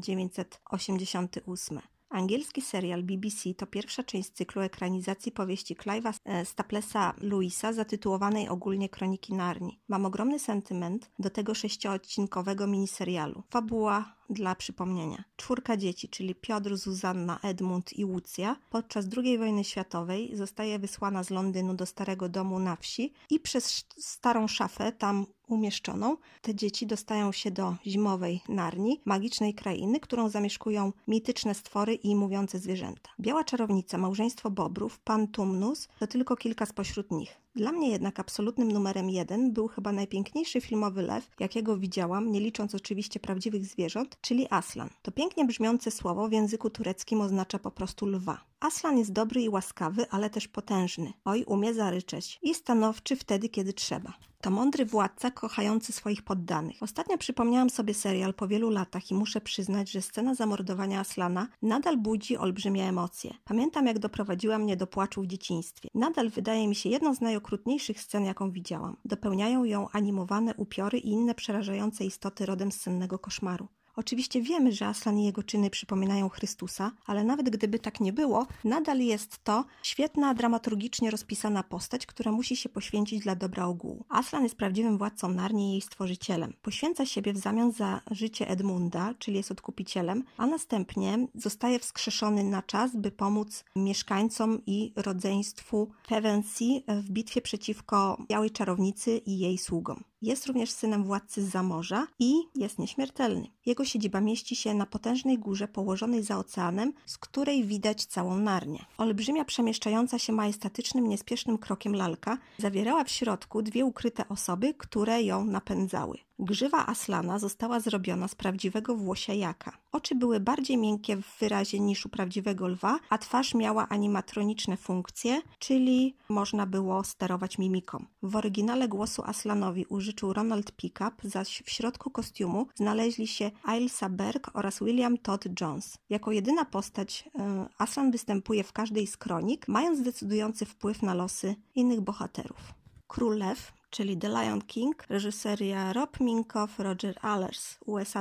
1988. Angielski serial BBC to pierwsza część cyklu ekranizacji powieści Clive'a Staplesa Lewisa zatytułowanej ogólnie Kroniki Narni. Mam ogromny sentyment do tego 6-odcinkowego miniserialu. Fabuła dla przypomnienia. 4 dzieci, czyli Piotr, Zuzanna, Edmund i Łucja, podczas II wojny światowej zostaje wysłana z Londynu do starego domu na wsi i przez starą szafę tam umieszczoną te dzieci dostają się do zimowej Narni, magicznej krainy, którą zamieszkują mityczne stwory i mówiące zwierzęta. Biała czarownica, małżeństwo bobrów, pan Tumnus to tylko kilka spośród nich. Dla mnie jednak absolutnym numerem 1 był chyba najpiękniejszy filmowy lew, jakiego widziałam, nie licząc oczywiście prawdziwych zwierząt, czyli Aslan. To pięknie brzmiące słowo w języku tureckim oznacza po prostu lwa. Aslan jest dobry i łaskawy, ale też potężny. Oj, umie zaryczeć. I stanowczy wtedy, kiedy trzeba. To mądry władca kochający swoich poddanych. Ostatnio przypomniałam sobie serial po wielu latach i muszę przyznać, że scena zamordowania Aslana nadal budzi olbrzymie emocje. Pamiętam, jak doprowadziła mnie do płaczu w dzieciństwie. Nadal wydaje mi się jedną z najokrutniejszych scen, jaką widziałam. Dopełniają ją animowane upiory i inne przerażające istoty rodem z sennego koszmaru. Oczywiście wiemy, że Aslan i jego czyny przypominają Chrystusa, ale nawet gdyby tak nie było, nadal jest to świetna, dramaturgicznie rozpisana postać, która musi się poświęcić dla dobra ogółu. Aslan jest prawdziwym władcą Narni i jej stworzycielem. Poświęca siebie w zamian za życie Edmunda, czyli jest odkupicielem, a następnie zostaje wskrzeszony na czas, by pomóc mieszkańcom i rodzeństwu Pevensey w bitwie przeciwko Białej Czarownicy i jej sługom. Jest również synem władcy zza morza i jest nieśmiertelny. Jego siedziba mieści się na potężnej górze położonej za oceanem, z której widać całą Narnię. Olbrzymia, przemieszczająca się majestatycznym, niespiesznym krokiem lalka zawierała w środku 2 ukryte osoby, które ją napędzały. Grzywa Aslana została zrobiona z prawdziwego włosia jaka. Oczy były bardziej miękkie w wyrazie niż u prawdziwego lwa, a twarz miała animatroniczne funkcje, czyli można było sterować mimiką. W oryginale głosu Aslanowi użyczył Ronald Pickup, zaś w środku kostiumu znaleźli się Ailsa Berg oraz William Todd Jones. Jako jedyna postać Aslan występuje w każdej z kronik, mając decydujący wpływ na losy innych bohaterów. Król Lew, czyli The Lion King, reżyseria Rob Minkoff, Roger Allers, USA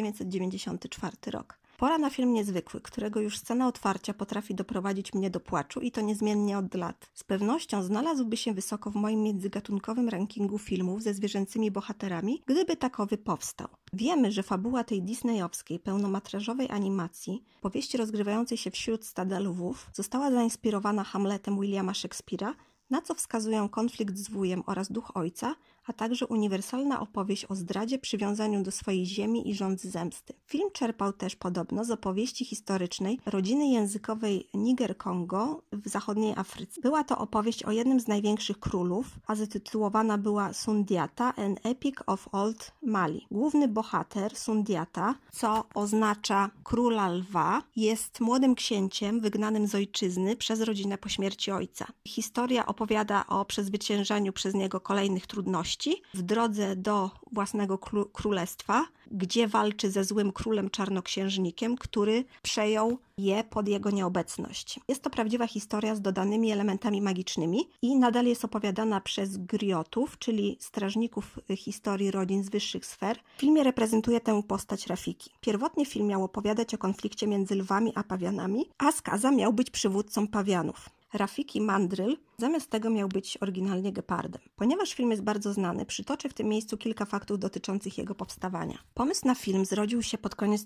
1994 rok. Pora na film niezwykły, którego już scena otwarcia potrafi doprowadzić mnie do płaczu i to niezmiennie od lat. Z pewnością znalazłby się wysoko w moim międzygatunkowym rankingu filmów ze zwierzęcymi bohaterami, gdyby takowy powstał. Wiemy, że fabuła tej disneyowskiej, pełnometrażowej animacji, powieści rozgrywającej się wśród stada lwów, została zainspirowana Hamletem Williama Shakespeare'a, na co wskazują konflikt z wujem oraz duch ojca, a także uniwersalna opowieść o zdradzie, przywiązaniu do swojej ziemi i żądzy zemsty. Film czerpał też podobno z opowieści historycznej rodziny językowej Niger-Kongo w zachodniej Afryce. Była to opowieść o jednym z największych królów, a zatytułowana była Sundiata, an Epic of Old Mali. Główny bohater Sundiata, co oznacza króla lwa, jest młodym księciem wygnanym z ojczyzny przez rodzinę po śmierci ojca. Historia opowiada o przezwyciężaniu przez niego kolejnych trudności w drodze do własnego królestwa, gdzie walczy ze złym królem czarnoksiężnikiem, który przejął je pod jego nieobecność. Jest to prawdziwa historia z dodanymi elementami magicznymi i nadal jest opowiadana przez griotów, czyli strażników historii rodzin z wyższych sfer. W filmie reprezentuje tę postać Rafiki. Pierwotnie film miał opowiadać o konflikcie między lwami a pawianami, a Skaza miał być przywódcą pawianów. Rafiki Mandryl zamiast tego miał być oryginalnie gepardem. Ponieważ film jest bardzo znany, przytoczę w tym miejscu kilka faktów dotyczących jego powstawania. Pomysł na film zrodził się pod koniec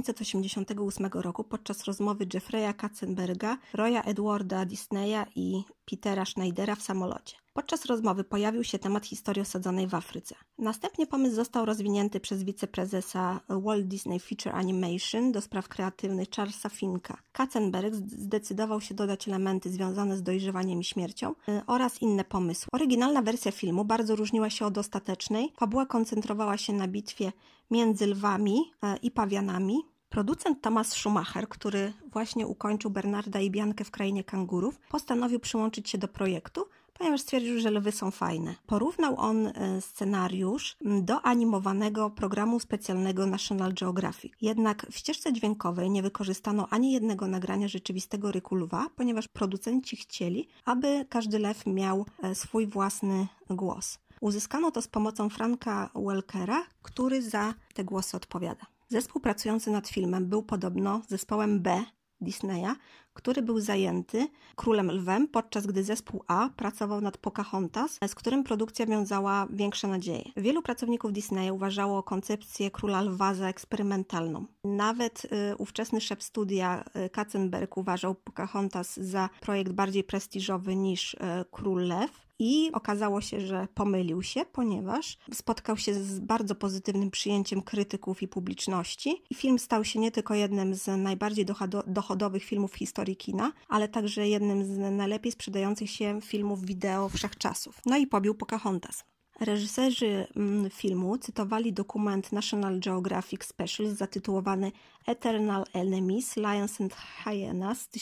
1988 roku podczas rozmowy Jeffreya Katzenberga, Roya Edwarda Disneya i Petera Schneidera w samolocie. Podczas rozmowy pojawił się temat historii osadzonej w Afryce. Następnie pomysł został rozwinięty przez wiceprezesa Walt Disney Feature Animation do spraw kreatywnych Charlesa Finka. Katzenberg zdecydował się dodać elementy związane z dojrzewaniem i śmiercią oraz inne pomysły. Oryginalna wersja filmu bardzo różniła się od ostatecznej. Fabuła koncentrowała się na bitwie między lwami i pawianami. Producent Thomas Schumacher, który właśnie ukończył Bernarda i Biankę w Krainie Kangurów, postanowił przyłączyć się do projektu, ponieważ stwierdził, że lwy są fajne. Porównał on scenariusz do animowanego programu specjalnego National Geographic. Jednak w ścieżce dźwiękowej nie wykorzystano ani jednego nagrania rzeczywistego ryku lwa, ponieważ producenci chcieli, aby każdy lew miał swój własny głos. Uzyskano to z pomocą Franka Welkera, który za te głosy odpowiada. Zespół pracujący nad filmem był podobno zespołem B Disneya, który był zajęty Królem Lwem, podczas gdy zespół A pracował nad Pocahontas, z którym produkcja wiązała większe nadzieje. Wielu pracowników Disneya uważało koncepcję Króla Lwa za eksperymentalną. Nawet ówczesny szef studia Katzenberg uważał Pocahontas za projekt bardziej prestiżowy niż Król Lew. I okazało się, że pomylił się, ponieważ spotkał się z bardzo pozytywnym przyjęciem krytyków i publiczności. I film stał się nie tylko jednym z najbardziej dochodowych filmów w historii kina, ale także jednym z najlepiej sprzedających się filmów wideo wszechczasów. No i pobił Pocahontas. Reżyserzy filmu cytowali dokument National Geographic Special zatytułowany Eternal Enemies, Lions and Hyenas z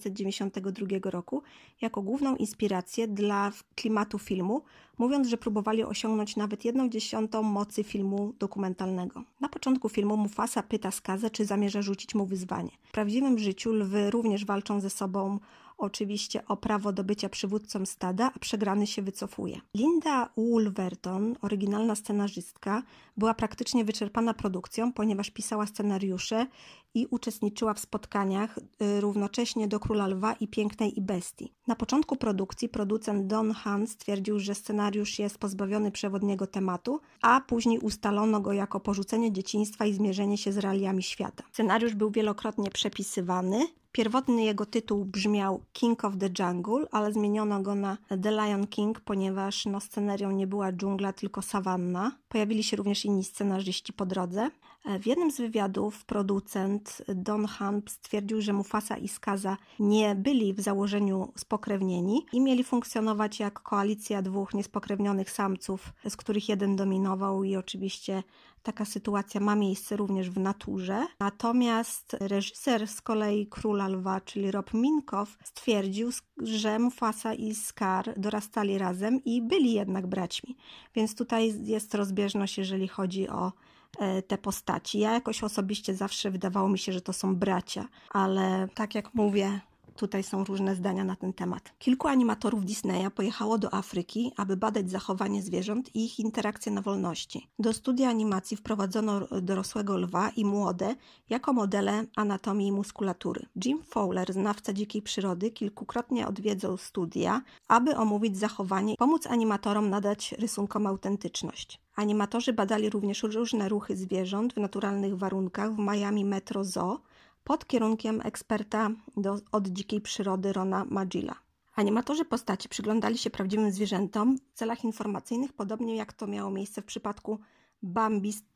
1992 roku jako główną inspirację dla klimatu filmu, mówiąc, że próbowali osiągnąć nawet 1/10 mocy filmu dokumentalnego. Na początku filmu Mufasa pyta Skazę, czy zamierza rzucić mu wyzwanie. W prawdziwym życiu lwy również walczą ze sobą oczywiście o prawo do bycia przywódcą stada, a przegrany się wycofuje. Linda Woolverton, oryginalna scenarzystka, była praktycznie wyczerpana produkcją, ponieważ pisała scenariusze i uczestniczyła w spotkaniach równocześnie do Króla Lwa i Pięknej i Bestii. Na początku produkcji producent Don Hahn stwierdził, że scenariusz jest pozbawiony przewodniego tematu, a później ustalono go jako porzucenie dzieciństwa i zmierzenie się z realiami świata. Scenariusz był wielokrotnie przepisywany. Pierwotny jego tytuł brzmiał King of the Jungle, ale zmieniono go na The Lion King, ponieważ scenerią nie była dżungla, tylko sawanna. Pojawili się również inni scenarzyści po drodze. W jednym z wywiadów producent Don Hahn stwierdził, że Mufasa i Skaza nie byli w założeniu spokrewnieni i mieli funkcjonować jak koalicja dwóch niespokrewnionych samców, z których jeden dominował i oczywiście taka sytuacja ma miejsce również w naturze. Natomiast reżyser z kolei Króla Lwa, czyli Rob Minkoff, stwierdził, że Mufasa i Scar dorastali razem i byli jednak braćmi. Więc tutaj jest rozbieżność, jeżeli chodzi o te postaci. Ja jakoś osobiście zawsze wydawało mi się, że to są bracia, ale tak jak mówię, tutaj są różne zdania na ten temat. Kilku animatorów Disneya pojechało do Afryki, aby badać zachowanie zwierząt i ich interakcje na wolności. Do studia animacji wprowadzono dorosłego lwa i młode jako modele anatomii i muskulatury. Jim Fowler, znawca dzikiej przyrody, kilkukrotnie odwiedzał studia, aby omówić zachowanie i pomóc animatorom nadać rysunkom autentyczność. Animatorzy badali również różne ruchy zwierząt w naturalnych warunkach w Miami Metro Zoo, pod kierunkiem eksperta od dzikiej przyrody Rona Magilla. Animatorzy postaci przyglądali się prawdziwym zwierzętom w celach informacyjnych, podobnie jak to miało miejsce w przypadku Bambi z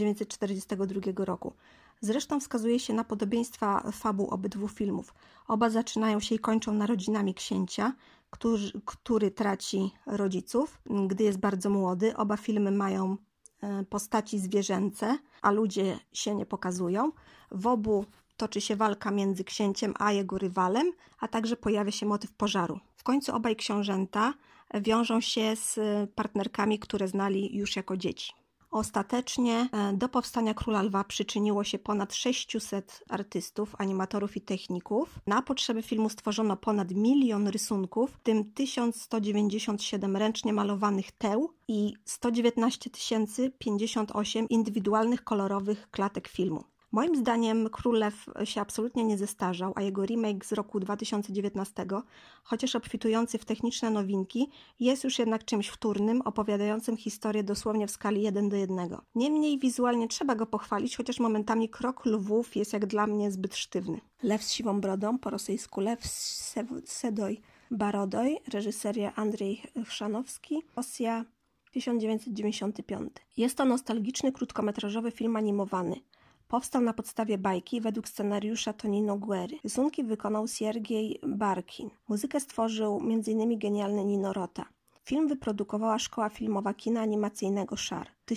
1942 roku. Zresztą wskazuje się na podobieństwa fabuł obydwu filmów. Oba zaczynają się i kończą narodzinami księcia, który traci rodziców, gdy jest bardzo młody. Oba filmy mają postaci zwierzęce, a ludzie się nie pokazują. W obu toczy się walka między księciem a jego rywalem, a także pojawia się motyw pożaru. W końcu obaj książęta wiążą się z partnerkami, które znali już jako dzieci. Ostatecznie do powstania Króla Lwa przyczyniło się ponad 600 artystów, animatorów i techników. Na potrzeby filmu stworzono ponad 1 000 000 rysunków, w tym 1197 ręcznie malowanych teł i 119 058 indywidualnych kolorowych klatek filmu. Moim zdaniem Król Lew się absolutnie nie zestarzał, a jego remake z roku 2019, chociaż obfitujący w techniczne nowinki, jest już jednak czymś wtórnym, opowiadającym historię dosłownie w skali 1:1. Niemniej wizualnie trzeba go pochwalić, chociaż momentami krok lwów jest jak dla mnie zbyt sztywny. Lew z siwą brodą, po rosyjsku Lew Sedoj Barodoj, reżyseria Andrzej Chrzanowski, Rosja 1995. Jest to nostalgiczny, krótkometrażowy film animowany. Powstał na podstawie bajki według scenariusza Tonino Guerry. Rysunki wykonał Siergiej Barkin. Muzykę stworzył m.in. genialny Nino Rota. Film wyprodukowała Szkoła Filmowa Kina Animacyjnego SHAR. W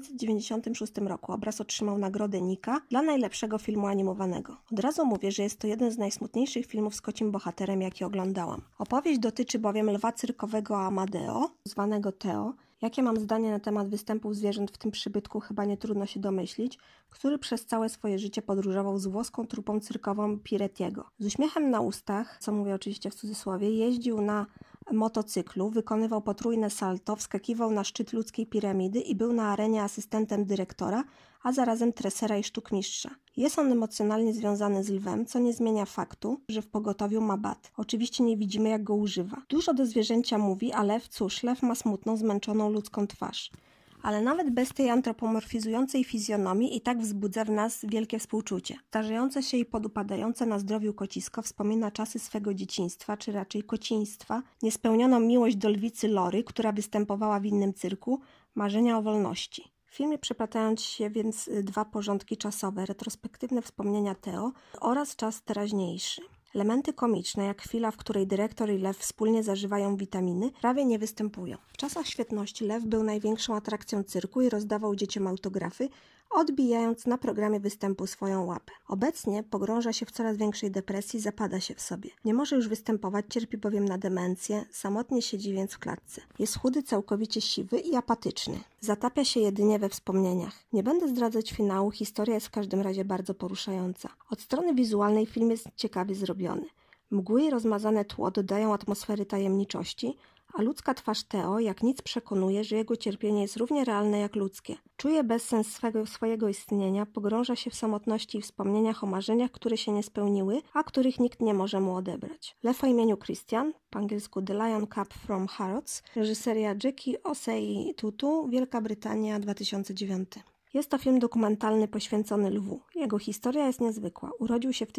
1996 roku obraz otrzymał nagrodę Nika dla najlepszego filmu animowanego. Od razu mówię, że jest to jeden z najsmutniejszych filmów z kocim bohaterem, jaki oglądałam. Opowieść dotyczy bowiem lwa cyrkowego Amadeo, zwanego Teo. Jakie mam zdanie na temat występów zwierząt w tym przybytku, chyba nie trudno się domyślić, który przez całe swoje życie podróżował z włoską trupą cyrkową Pirettiego. Z uśmiechem na ustach, co mówię oczywiście w cudzysłowie, jeździł na motocyklu, wykonywał potrójne salto, wskakiwał na szczyt ludzkiej piramidy i był na arenie asystentem dyrektora, a zarazem tresera i sztukmistrza. Jest on emocjonalnie związany z lwem, co nie zmienia faktu, że w pogotowiu ma bat. Oczywiście nie widzimy, jak go używa. Dużo do zwierzęcia mówi, a lew, cóż, lew ma smutną, zmęczoną ludzką twarz. Ale nawet bez tej antropomorfizującej fizjonomii i tak wzbudza w nas wielkie współczucie. Starzejące się i podupadające na zdrowiu kocisko wspomina czasy swego dzieciństwa, czy raczej kociństwa, niespełnioną miłość do lwicy Lory, która występowała w innym cyrku, marzenia o wolności. W filmie przeplatają się więc dwa porządki czasowe, retrospektywne wspomnienia Teo oraz czas teraźniejszy. Elementy komiczne, jak chwila, w której dyrektor i lew wspólnie zażywają witaminy, prawie nie występują. W czasach świetności lew był największą atrakcją cyrku i rozdawał dzieciom autografy, odbijając na programie występu swoją łapę. Obecnie pogrąża się w coraz większej depresji, zapada się w sobie. Nie może już występować, cierpi bowiem na demencję, samotnie siedzi więc w klatce. Jest chudy, całkowicie siwy i apatyczny. Zatapia się jedynie we wspomnieniach. Nie będę zdradzać finału, historia jest w każdym razie bardzo poruszająca. Od strony wizualnej film jest ciekawie zrobiony. Mgły i rozmazane tło dodają atmosfery tajemniczości, a ludzka twarz Teo jak nic przekonuje, że jego cierpienie jest równie realne jak ludzkie. Czuje bezsens swojego istnienia, pogrąża się w samotności i wspomnieniach o marzeniach, które się nie spełniły, a których nikt nie może mu odebrać. Lew o imieniu Christian, po angielsku The Lion Cub from Harrods, reżyseria Jackie Osei Tutu, Wielka Brytania, 2009. Jest to film dokumentalny poświęcony lwu. Jego historia jest niezwykła. Urodził się w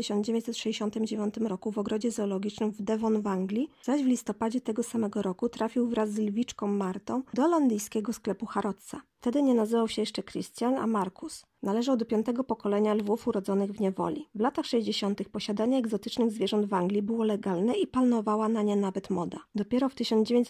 1969 roku w ogrodzie zoologicznym w Devon w Anglii, zaś w listopadzie tego samego roku trafił wraz z lwiczką Martą do londyńskiego sklepu Harrodsa. Wtedy nie nazywał się jeszcze Christian, a Marcus. Należał do 5. pokolenia lwów urodzonych w niewoli. W latach 60. posiadanie egzotycznych zwierząt w Anglii było legalne i panowała na nie nawet moda. Dopiero w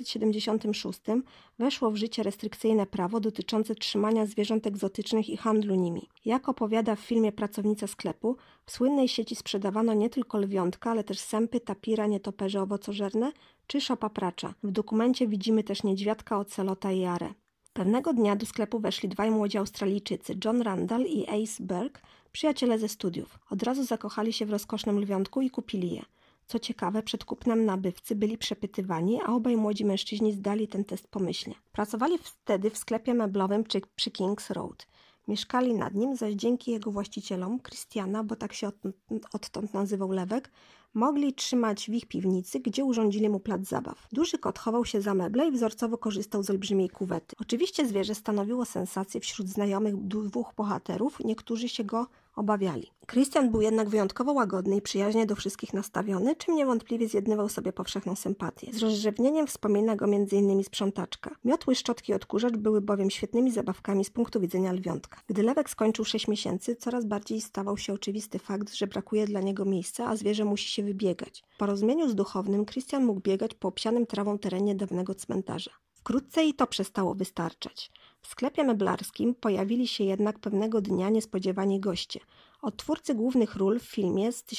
1976 weszło w życie restrykcyjne prawo dotyczące trzymania zwierząt egzotycznych i handlu nimi. Jak opowiada w filmie pracownica sklepu, w słynnej sieci sprzedawano nie tylko lwiątka, ale też sępy, tapira, nietoperze owocożerne czy szopapracza. W dokumencie widzimy też niedźwiadka, ocelota i arę. Pewnego dnia do sklepu weszli dwaj młodzi Australijczycy, John Randall i Ace Burke, przyjaciele ze studiów. Od razu zakochali się w rozkosznym lwiątku i kupili je. Co ciekawe, przed kupnem nabywcy byli przepytywani, a obaj młodzi mężczyźni zdali ten test pomyślnie. Pracowali wtedy w sklepie meblowym przy King's Road. Mieszkali nad nim, zaś dzięki jego właścicielom, Christiana, bo tak się odtąd nazywał lewek, mogli trzymać w ich piwnicy, gdzie urządzili mu plac zabaw. Duży kot chował się za meble i wzorcowo korzystał z olbrzymiej kuwety. Oczywiście zwierzę stanowiło sensację wśród znajomych dwóch bohaterów, niektórzy się go obawiali. Christian był jednak wyjątkowo łagodny i przyjaźnie do wszystkich nastawiony, czym niewątpliwie zjednywał sobie powszechną sympatię. Z rozrzewnieniem wspomina go m.in. sprzątaczka. Miotły, szczotki i odkurzacz były bowiem świetnymi zabawkami z punktu widzenia lwiątka. Gdy lewek skończył 6 miesięcy, coraz bardziej stawał się oczywisty fakt, że brakuje dla niego miejsca, a zwierzę musi się wybiegać. W porozumieniu z duchownym Christian mógł biegać po obsianym trawą terenie dawnego cmentarza. Wkrótce i to przestało wystarczać. W sklepie meblarskim pojawili się jednak pewnego dnia niespodziewani goście. Odtwórcy głównych ról w filmie z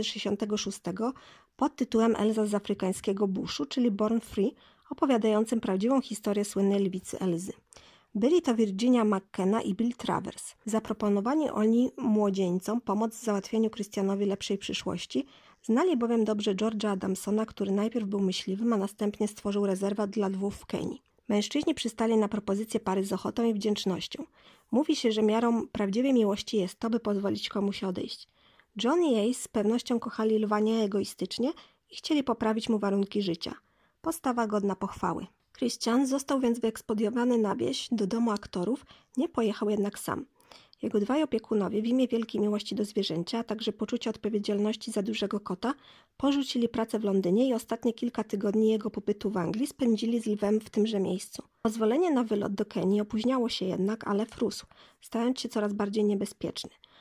1966 pod tytułem Elza z afrykańskiego buszu, czyli Born Free, opowiadającym prawdziwą historię słynnej lwicy Elzy. Byli to Virginia McKenna i Bill Travers. Zaproponowani oni młodzieńcom pomoc w załatwieniu Christianowi lepszej przyszłości, znali bowiem dobrze George'a Adamsona, który najpierw był myśliwym, a następnie stworzył rezerwat dla lwów w Kenii. Mężczyźni przystali na propozycję pary z ochotą i wdzięcznością. Mówi się, że miarą prawdziwej miłości jest to, by pozwolić komuś odejść. John i Ace z pewnością kochali lwa nieegoistycznie i chcieli poprawić mu warunki życia. Postawa godna pochwały. Christian został więc wyekspediowany na wieś do domu aktorów, nie pojechał jednak sam. Jego dwaj opiekunowie w imię wielkiej miłości do zwierzęcia, a także poczucia odpowiedzialności za dużego kota, porzucili pracę w Londynie i ostatnie kilka tygodni jego pobytu w Anglii spędzili z lwem w tymże miejscu. Pozwolenie na wylot do Kenii opóźniało się jednak, ale rósł, stając się coraz bardziej niebezpieczny.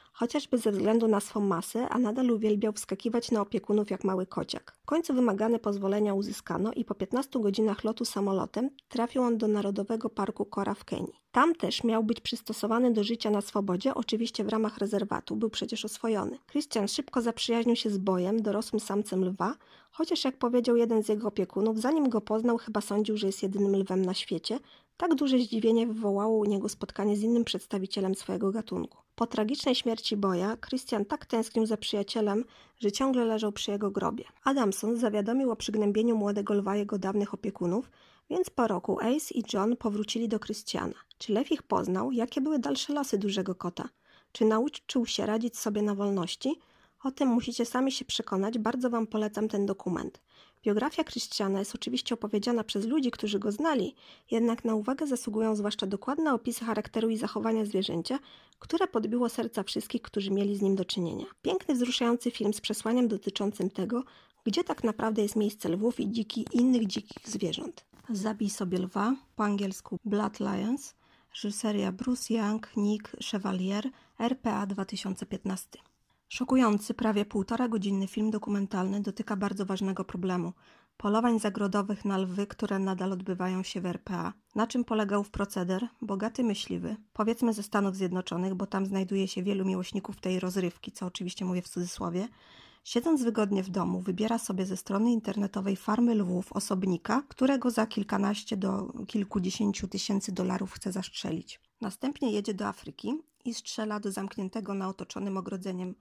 chociażby ze względu na swą masę, a nadal uwielbiał wskakiwać na opiekunów jak mały kociak. W końcu wymagane pozwolenia uzyskano i po 15 godzinach lotu samolotem trafił on do Narodowego Parku Kora w Kenii. Tam też miał być przystosowany do życia na swobodzie, oczywiście w ramach rezerwatu, był przecież oswojony. Christian szybko zaprzyjaźnił się z Bojem, dorosłym samcem lwa, chociaż jak powiedział jeden z jego opiekunów, zanim go poznał, chyba sądził, że jest jedynym lwem na świecie. Tak duże zdziwienie wywołało u niego spotkanie z innym przedstawicielem swojego gatunku. Po tragicznej śmierci Boya, Christian tak tęsknił za przyjacielem, że ciągle leżał przy jego grobie. Adamson zawiadomił o przygnębieniu młodego lwa jego dawnych opiekunów, więc po roku Ace i John powrócili do Christiana. Czy lew ich poznał? Jakie były dalsze losy dużego kota? Czy nauczył się radzić sobie na wolności? O tym musicie sami się przekonać, bardzo Wam polecam ten dokument. Biografia Christiana jest oczywiście opowiedziana przez ludzi, którzy go znali, jednak na uwagę zasługują zwłaszcza dokładne opisy charakteru i zachowania zwierzęcia, które podbiło serca wszystkich, którzy mieli z nim do czynienia. Piękny, wzruszający film z przesłaniem dotyczącym tego, gdzie tak naprawdę jest miejsce lwów i innych dzikich zwierząt. Zabij sobie lwa, po angielsku Blood Lions, reżyseria Bruce Young, Nick Chevalier, RPA 2015. Szokujący, prawie 1,5-godzinny film dokumentalny dotyka bardzo ważnego problemu – polowań zagrodowych na lwy, które nadal odbywają się w RPA. Na czym polegał proceder? Bogaty myśliwy, powiedzmy ze Stanów Zjednoczonych, bo tam znajduje się wielu miłośników tej rozrywki, co oczywiście mówię w cudzysłowie, siedząc wygodnie w domu, wybiera sobie ze strony internetowej farmy lwów osobnika, którego za kilkanaście do kilkudziesięciu tysięcy dolarów chce zastrzelić. Następnie jedzie do Afryki i strzela do zamkniętego na otoczonym ogrodzeniem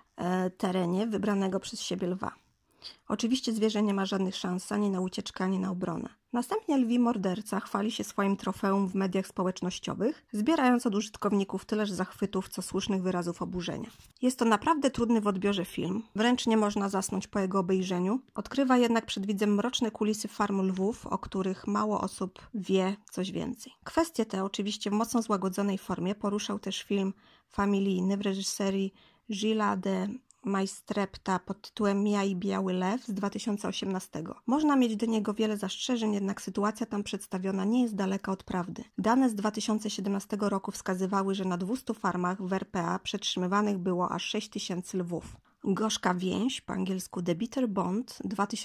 terenie wybranego przez siebie lwa. Oczywiście zwierzę nie ma żadnych szans ani na ucieczkę, ani na obronę. Następnie lwi morderca chwali się swoim trofeum w mediach społecznościowych, zbierając od użytkowników tyleż zachwytów, co słusznych wyrazów oburzenia. Jest to naprawdę trudny w odbiorze film, wręcz nie można zasnąć po jego obejrzeniu. Odkrywa jednak przed widzem mroczne kulisy farm lwów, o których mało osób wie coś więcej. Kwestie te oczywiście w mocno złagodzonej formie poruszał też film familijny w reżyserii Gilles de Maistrepta pod tytułem Mia i Biały Lew z 2018. Można mieć do niego wiele zastrzeżeń, jednak sytuacja tam przedstawiona nie jest daleka od prawdy. Dane z 2017 roku wskazywały, że na 200 farmach w RPA przetrzymywanych było aż 6000 lwów. Gorzka więź, po angielsku The Bitter Bond,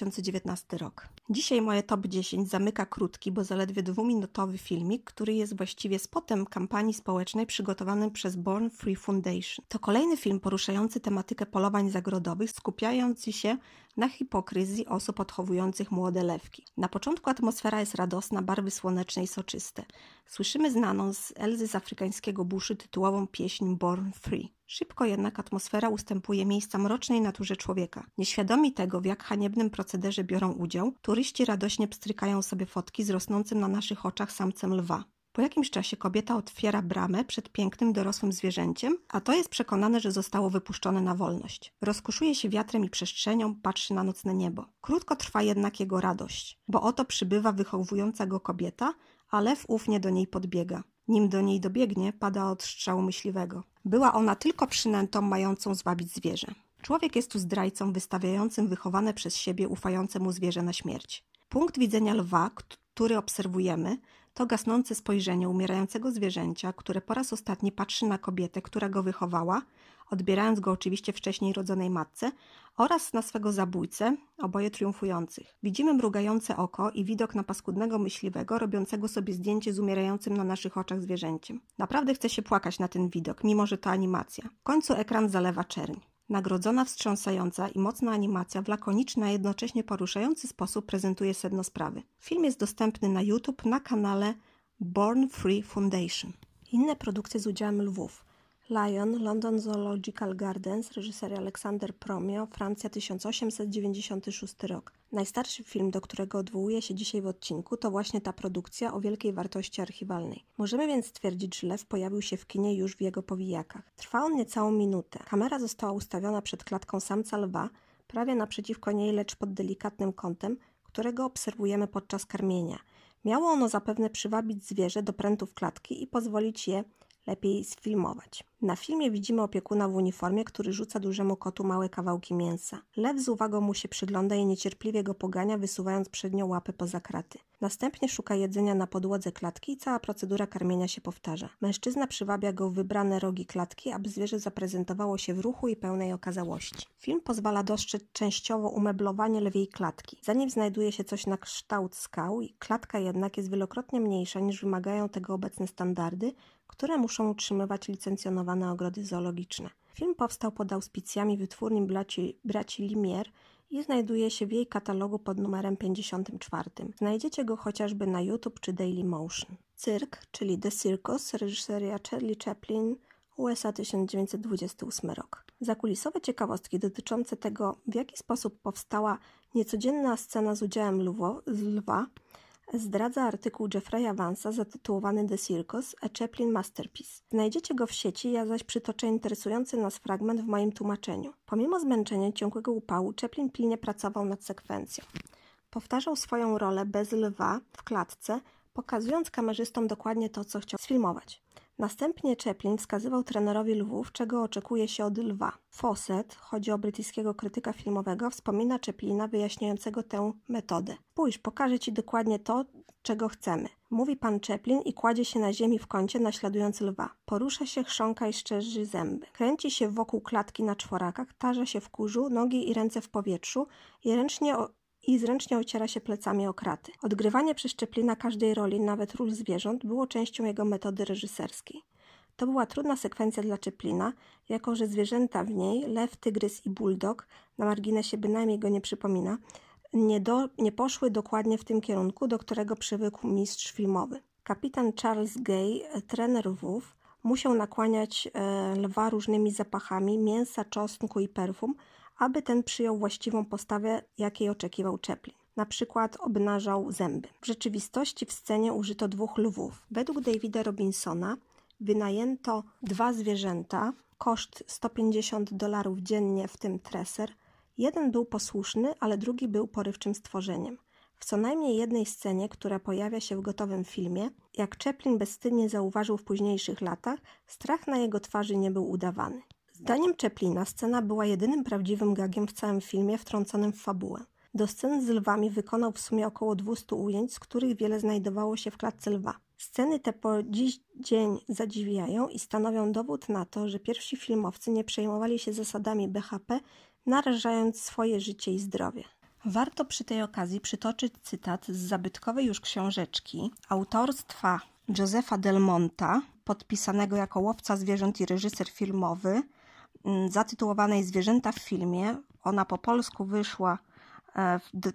2019 rok. Dzisiaj moje top 10 zamyka krótki, bo zaledwie 2-minutowy filmik, który jest właściwie spotem kampanii społecznej przygotowanym przez Born Free Foundation. To kolejny film poruszający tematykę polowań zagrodowych, skupiający się na hipokryzji osób odchowujących młode lewki. Na początku atmosfera jest radosna, barwy słoneczne i soczyste. Słyszymy znaną z Elzy z afrykańskiego buszu tytułową pieśń Born Free. Szybko jednak atmosfera ustępuje miejsca mrocznej naturze człowieka. Nieświadomi tego, w jak haniebnym procederze biorą udział, turyści radośnie pstrykają sobie fotki z rosnącym na naszych oczach samcem lwa. Po jakimś czasie kobieta otwiera bramę przed pięknym dorosłym zwierzęciem, a to jest przekonane, że zostało wypuszczone na wolność. Rozkoszuje się wiatrem i przestrzenią, patrzy na nocne niebo. Krótko trwa jednak jego radość, bo oto przybywa wychowująca go kobieta, a lew ównie do niej podbiega. Nim do niej dobiegnie, pada od strzału myśliwego. Była ona tylko przynętą mającą zwabić zwierzę. Człowiek jest tu zdrajcą wystawiającym wychowane przez siebie ufające mu zwierzę na śmierć. Punkt widzenia lwa, który obserwujemy, to gasnące spojrzenie umierającego zwierzęcia, które po raz ostatni patrzy na kobietę, która go wychowała, odbierając go oczywiście wcześniej rodzonej matce, oraz na swego zabójcę, oboje triumfujących. Widzimy mrugające oko i widok na paskudnego myśliwego, robiącego sobie zdjęcie z umierającym na naszych oczach zwierzęciem. Naprawdę chce się płakać na ten widok, mimo że to animacja. W końcu ekran zalewa czerń. Nagrodzona, wstrząsająca i mocna animacja w lakoniczny, a jednocześnie poruszający sposób prezentuje sedno sprawy. Film jest dostępny na YouTube na kanale Born Free Foundation. Inne produkcje z udziałem lwów. Lion, London Zoological Gardens, reżyseria Aleksander Promio, Francja 1896 rok. Najstarszy film, do którego odwołuję się dzisiaj w odcinku, to właśnie ta produkcja o wielkiej wartości archiwalnej. Możemy więc stwierdzić, że lew pojawił się w kinie już w jego powijakach. Trwa on niecałą minutę. Kamera została ustawiona przed klatką samca lwa, prawie naprzeciwko niej, lecz pod delikatnym kątem, którego obserwujemy podczas karmienia. Miało ono zapewne przywabić zwierzę do prętów klatki i pozwolić je lepiej sfilmować. Na filmie widzimy opiekuna w uniformie, który rzuca dużemu kotu małe kawałki mięsa. Lew z uwagą mu się przygląda i niecierpliwie go pogania, wysuwając przednią łapę poza kraty. Następnie szuka jedzenia na podłodze klatki i cała procedura karmienia się powtarza. Mężczyzna przywabia go w wybrane rogi klatki, aby zwierzę zaprezentowało się w ruchu i pełnej okazałości. Film pozwala dostrzec częściowo umeblowanie lwiej klatki. Za nim znajduje się coś na kształt skał i klatka jednak jest wielokrotnie mniejsza niż wymagają tego obecne standardy, które muszą utrzymywać licencjonowane ogrody zoologiczne. Film powstał pod auspicjami wytwórni braci Lumière i znajduje się w jej katalogu pod numerem 54. Znajdziecie go chociażby na YouTube czy Dailymotion. Cyrk, czyli The Circus, reżyseria Charlie Chaplin, USA 1928 rok. Zakulisowe ciekawostki dotyczące tego, w jaki sposób powstała niecodzienna scena z udziałem lwa, zdradza artykuł Jeffrey'a Vansa zatytułowany The Circus, a Chaplin Masterpiece. Znajdziecie go w sieci, ja zaś przytoczę interesujący nas fragment w moim tłumaczeniu. Pomimo zmęczenia i ciągłego upału, Chaplin pilnie pracował nad sekwencją. Powtarzał swoją rolę bez lwa w klatce, pokazując kamerzystom dokładnie to, co chciał sfilmować. Następnie Chaplin wskazywał trenerowi lwów, czego oczekuje się od lwa. Fawcett, chodzi o brytyjskiego krytyka filmowego, wspomina Chaplina wyjaśniającego tę metodę. Spójrz, pokażę ci dokładnie to, czego chcemy. Mówi pan Chaplin i kładzie się na ziemi w kącie, naśladując lwa. Porusza się, chrząka i szczerzy zęby. Kręci się wokół klatki na czworakach, tarza się w kurzu, nogi i ręce w powietrzu i zręcznie ociera się plecami o kraty. Odgrywanie przez Chaplina każdej roli, nawet ról zwierząt, było częścią jego metody reżyserskiej. To była trudna sekwencja dla Chaplina, jako że zwierzęta w niej, lew, tygrys i bulldog, na marginesie bynajmniej go nie przypomina, nie poszły dokładnie w tym kierunku, do którego przywykł mistrz filmowy. Kapitan Charles Gay, trener lwów, musiał nakłaniać lwa różnymi zapachami mięsa, czosnku i perfum, aby ten przyjął właściwą postawę, jakiej oczekiwał Chaplin. Na przykład obnażał zęby. W rzeczywistości w scenie użyto 2 lwów. Według Davida Robinsona wynajęto 2 zwierzęta, koszt $150 dziennie, w tym treser. Jeden był posłuszny, ale drugi był porywczym stworzeniem. W co najmniej jednej scenie, która pojawia się w gotowym filmie, jak Chaplin bezwstydnie zauważył w późniejszych latach, strach na jego twarzy nie był udawany. Zdaniem Chaplina scena była jedynym prawdziwym gagiem w całym filmie wtrąconym w fabułę. Do scen z lwami wykonał w sumie około 200 ujęć, z których wiele znajdowało się w klatce lwa. Sceny te po dziś dzień zadziwiają i stanowią dowód na to, że pierwsi filmowcy nie przejmowali się zasadami BHP, narażając swoje życie i zdrowie. Warto przy tej okazji przytoczyć cytat z zabytkowej już książeczki autorstwa Josepha Del Monta, podpisanego jako łowca zwierząt i reżyser filmowy, zatytułowanej Zwierzęta w filmie. Ona po polsku wyszła w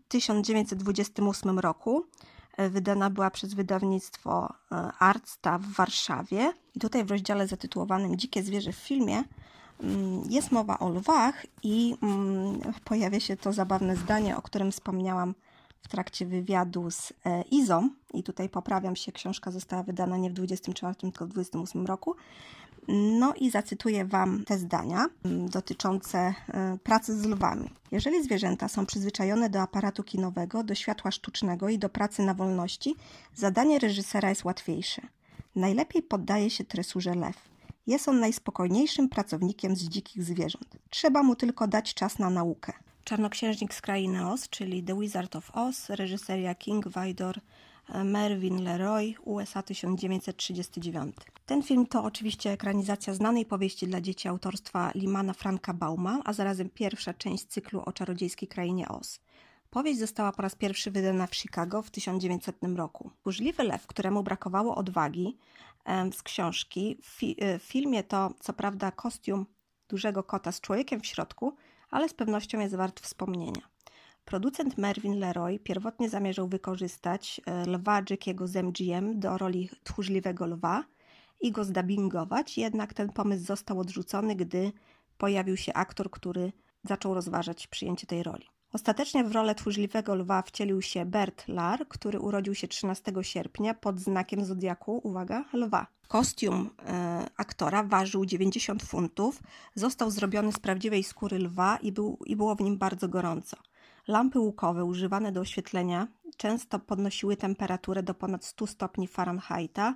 1928 roku. Wydana była przez wydawnictwo Artsta w Warszawie. I tutaj w rozdziale zatytułowanym Dzikie zwierzę w filmie jest mowa o lwach i pojawia się to zabawne zdanie, o którym wspomniałam w trakcie wywiadu z Izą. I tutaj poprawiam się, książka została wydana nie w 24, tylko w 28 roku. No i zacytuję Wam te zdania dotyczące pracy z lwami. Jeżeli zwierzęta są przyzwyczajone do aparatu kinowego, do światła sztucznego i do pracy na wolności, zadanie reżysera jest łatwiejsze. Najlepiej poddaje się tresurze lew. Jest on najspokojniejszym pracownikiem z dzikich zwierząt. Trzeba mu tylko dać czas na naukę. Czarnoksiężnik z Krainy Oz, czyli The Wizard of Oz, reżyseria King Vidor, Mervyn LeRoy, USA 1939. Ten film to oczywiście ekranizacja znanej powieści dla dzieci autorstwa Lymana Franka Bauma, a zarazem pierwsza część cyklu o czarodziejskiej krainie Oz. Powieść została po raz pierwszy wydana w Chicago w 1900 roku. Burzliwy lew, któremu brakowało odwagi, z książki. W filmie to co prawda kostium dużego kota z człowiekiem w środku, ale z pewnością jest wart wspomnienia. Producent Mervyn LeRoy pierwotnie zamierzał wykorzystać lwa Jackiego z MGM do roli tchórzliwego lwa i go zdubbingować, jednak ten pomysł został odrzucony, gdy pojawił się aktor, który zaczął rozważać przyjęcie tej roli. Ostatecznie w rolę tchórzliwego lwa wcielił się Bert Lahr, który urodził się 13 sierpnia pod znakiem zodiaku, uwaga, lwa. Kostium aktora ważył 90 funtów, został zrobiony z prawdziwej skóry lwa i było w nim bardzo gorąco. Lampy łukowe używane do oświetlenia często podnosiły temperaturę do ponad 100 stopni Fahrenheita,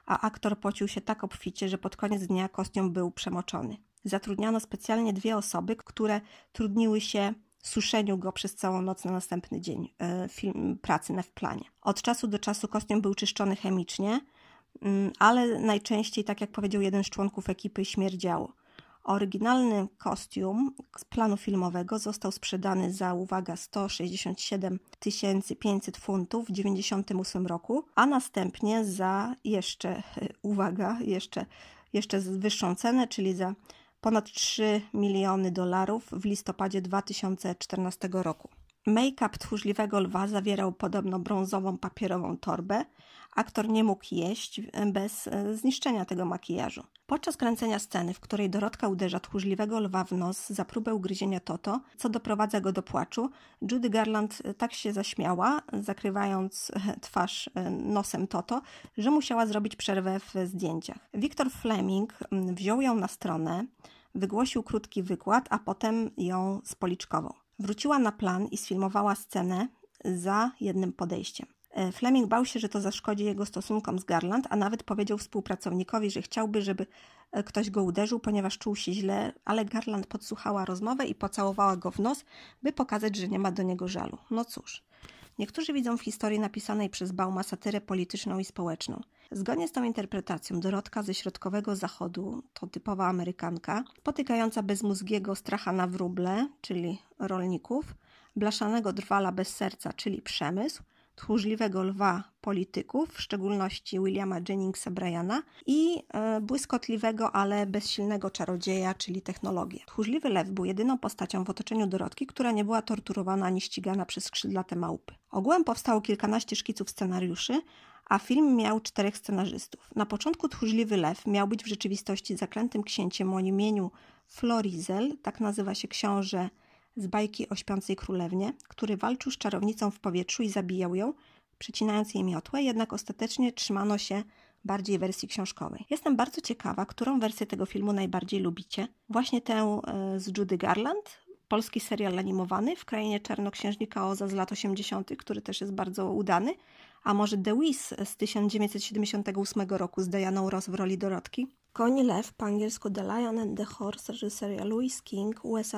a aktor pocił się tak obficie, że pod koniec dnia kostium był przemoczony. Zatrudniono specjalnie 2 osoby, które trudniły się suszeniu go przez całą noc na następny dzień pracy w planie. Od czasu do czasu kostium był czyszczony chemicznie, ale najczęściej, tak jak powiedział jeden z członków ekipy, śmierdziało. Oryginalny kostium z planu filmowego został sprzedany za, uwaga, 167 500 funtów w 1998 roku, a następnie za jeszcze wyższą cenę, czyli za ponad $3 miliony w listopadzie 2014 roku. Make-up tchórzliwego lwa zawierał podobno brązową papierową torbę. Aktor nie mógł jeść bez zniszczenia tego makijażu. Podczas kręcenia sceny, w której Dorotka uderza tchórzliwego lwa w nos za próbę ugryzienia Toto, co doprowadza go do płaczu, Judy Garland tak się zaśmiała, zakrywając twarz nosem Toto, że musiała zrobić przerwę w zdjęciach. Victor Fleming wziął ją na stronę, wygłosił krótki wykład, a potem ją spoliczkował. Wróciła na plan i sfilmowała scenę za jednym podejściem. Fleming bał się, że to zaszkodzi jego stosunkom z Garland, a nawet powiedział współpracownikowi, że chciałby, żeby ktoś go uderzył, ponieważ czuł się źle, ale Garland podsłuchała rozmowę i pocałowała go w nos, by pokazać, że nie ma do niego żalu. No cóż, niektórzy widzą w historii napisanej przez Bauma satyrę polityczną i społeczną. Zgodnie z tą interpretacją Dorotka ze środkowego zachodu, to typowa Amerykanka, potykająca bezmózgiego stracha na wróble, czyli rolników, blaszanego drwala bez serca, czyli przemysł, tchórzliwego lwa polityków, w szczególności Williama Jenningsa Bryana i błyskotliwego, ale bezsilnego czarodzieja, czyli technologię. Tchórzliwy lew był jedyną postacią w otoczeniu Dorotki, która nie była torturowana ani ścigana przez skrzydlate małpy. Ogółem powstało kilkanaście szkiców scenariuszy, a film miał 4 scenarzystów. Na początku tchórzliwy lew miał być w rzeczywistości zaklętym księciem o imieniu Florizel, tak nazywa się książę z bajki o śpiącej królewnie, który walczył z czarownicą w powietrzu i zabijał ją, przecinając jej miotłę, jednak ostatecznie trzymano się bardziej wersji książkowej. Jestem bardzo ciekawa, którą wersję tego filmu najbardziej lubicie. Właśnie tę z Judy Garland, polski serial animowany w krainie czarnoksiężnika Oza z lat 80., który też jest bardzo udany, a może The Wiz z 1978 roku z Dianą Ross w roli Dorotki. Koń i lew, po angielsku The Lion and the Horse, reżyseria Louis King, USA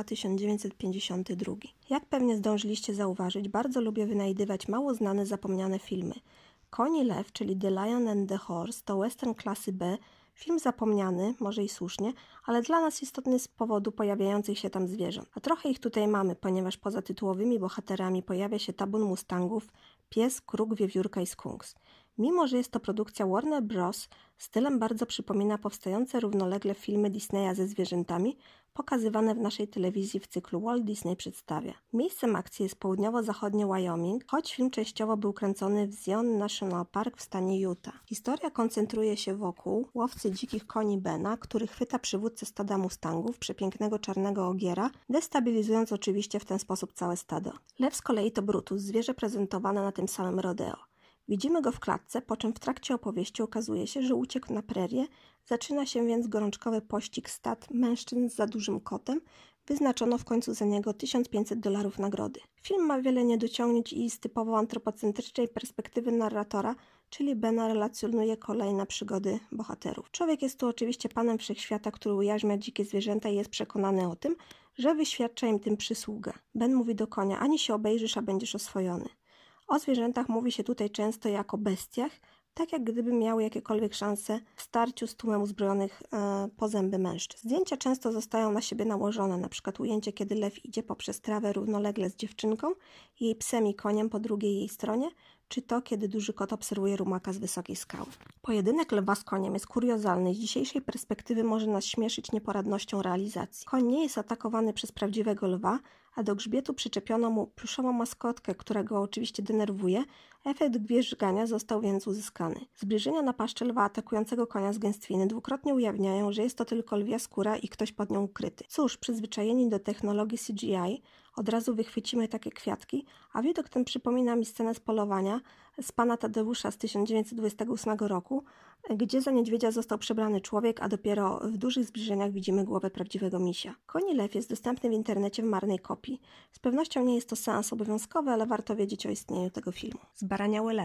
1952. Jak pewnie zdążyliście zauważyć, bardzo lubię wynajdywać mało znane, zapomniane filmy. Koń i lew, czyli The Lion and the Horse, to western klasy B, film zapomniany, może i słusznie, ale dla nas istotny z powodu pojawiających się tam zwierząt. A trochę ich tutaj mamy, ponieważ poza tytułowymi bohaterami pojawia się tabun mustangów, pies, kruk, wiewiórka i skunks. Mimo że jest to produkcja Warner Bros., stylem bardzo przypomina powstające równolegle filmy Disneya ze zwierzętami, pokazywane w naszej telewizji w cyklu Walt Disney Przedstawia. Miejscem akcji jest południowo-zachodnie Wyoming, choć film częściowo był kręcony w Zion National Park w stanie Utah. Historia koncentruje się wokół łowcy dzikich koni Bena, który chwyta przywódcę stada mustangów, przepięknego czarnego ogiera, destabilizując oczywiście w ten sposób całe stado. Lew z kolei to Brutus, zwierzę prezentowane na tym samym rodeo. Widzimy go w klatce, po czym w trakcie opowieści okazuje się, że uciekł na prerię, zaczyna się więc gorączkowy pościg stad mężczyzn za dużym kotem, wyznaczono w końcu za niego $1500 nagrody. Film ma wiele niedociągnięć i z typowo antropocentrycznej perspektywy narratora, czyli Bena relacjonuje kolejne przygody bohaterów. Człowiek jest tu oczywiście panem wszechświata, który ujarzmia dzikie zwierzęta i jest przekonany o tym, że wyświadcza im tym przysługę. Ben mówi do konia: ani się obejrzysz, a będziesz oswojony. O zwierzętach mówi się tutaj często jako bestiach, tak jak gdyby miały jakiekolwiek szanse w starciu z tłumem uzbrojonych po zęby mężczyzn. Zdjęcia często zostają na siebie nałożone, np. ujęcie, kiedy lew idzie poprzez trawę równolegle z dziewczynką, jej psem i koniem po drugiej jej stronie, czy to, kiedy duży kot obserwuje rumaka z wysokiej skały. Pojedynek lwa z koniem jest kuriozalny i z dzisiejszej perspektywy może nas śmieszyć nieporadnością realizacji. Koń nie jest atakowany przez prawdziwego lwa, a do grzbietu przyczepiono mu pluszową maskotkę, która go oczywiście denerwuje. Efekt gwierzgania został więc uzyskany. Zbliżenia na paszczę lwa atakującego konia z gęstwiny dwukrotnie ujawniają, że jest to tylko lwia skóra i ktoś pod nią ukryty. Cóż, przyzwyczajeni do technologii CGI, od razu wychwycimy takie kwiatki, a widok ten przypomina mi scenę z polowania z Pana Tadeusza z 1928 roku, gdzie za niedźwiedzia został przebrany człowiek, a dopiero w dużych zbliżeniach widzimy głowę prawdziwego misia. Koń i lew jest dostępny w internecie w marnej kopii. Z pewnością nie jest to seans obowiązkowy, ale warto wiedzieć o istnieniu tego filmu. Zbaraniały lew.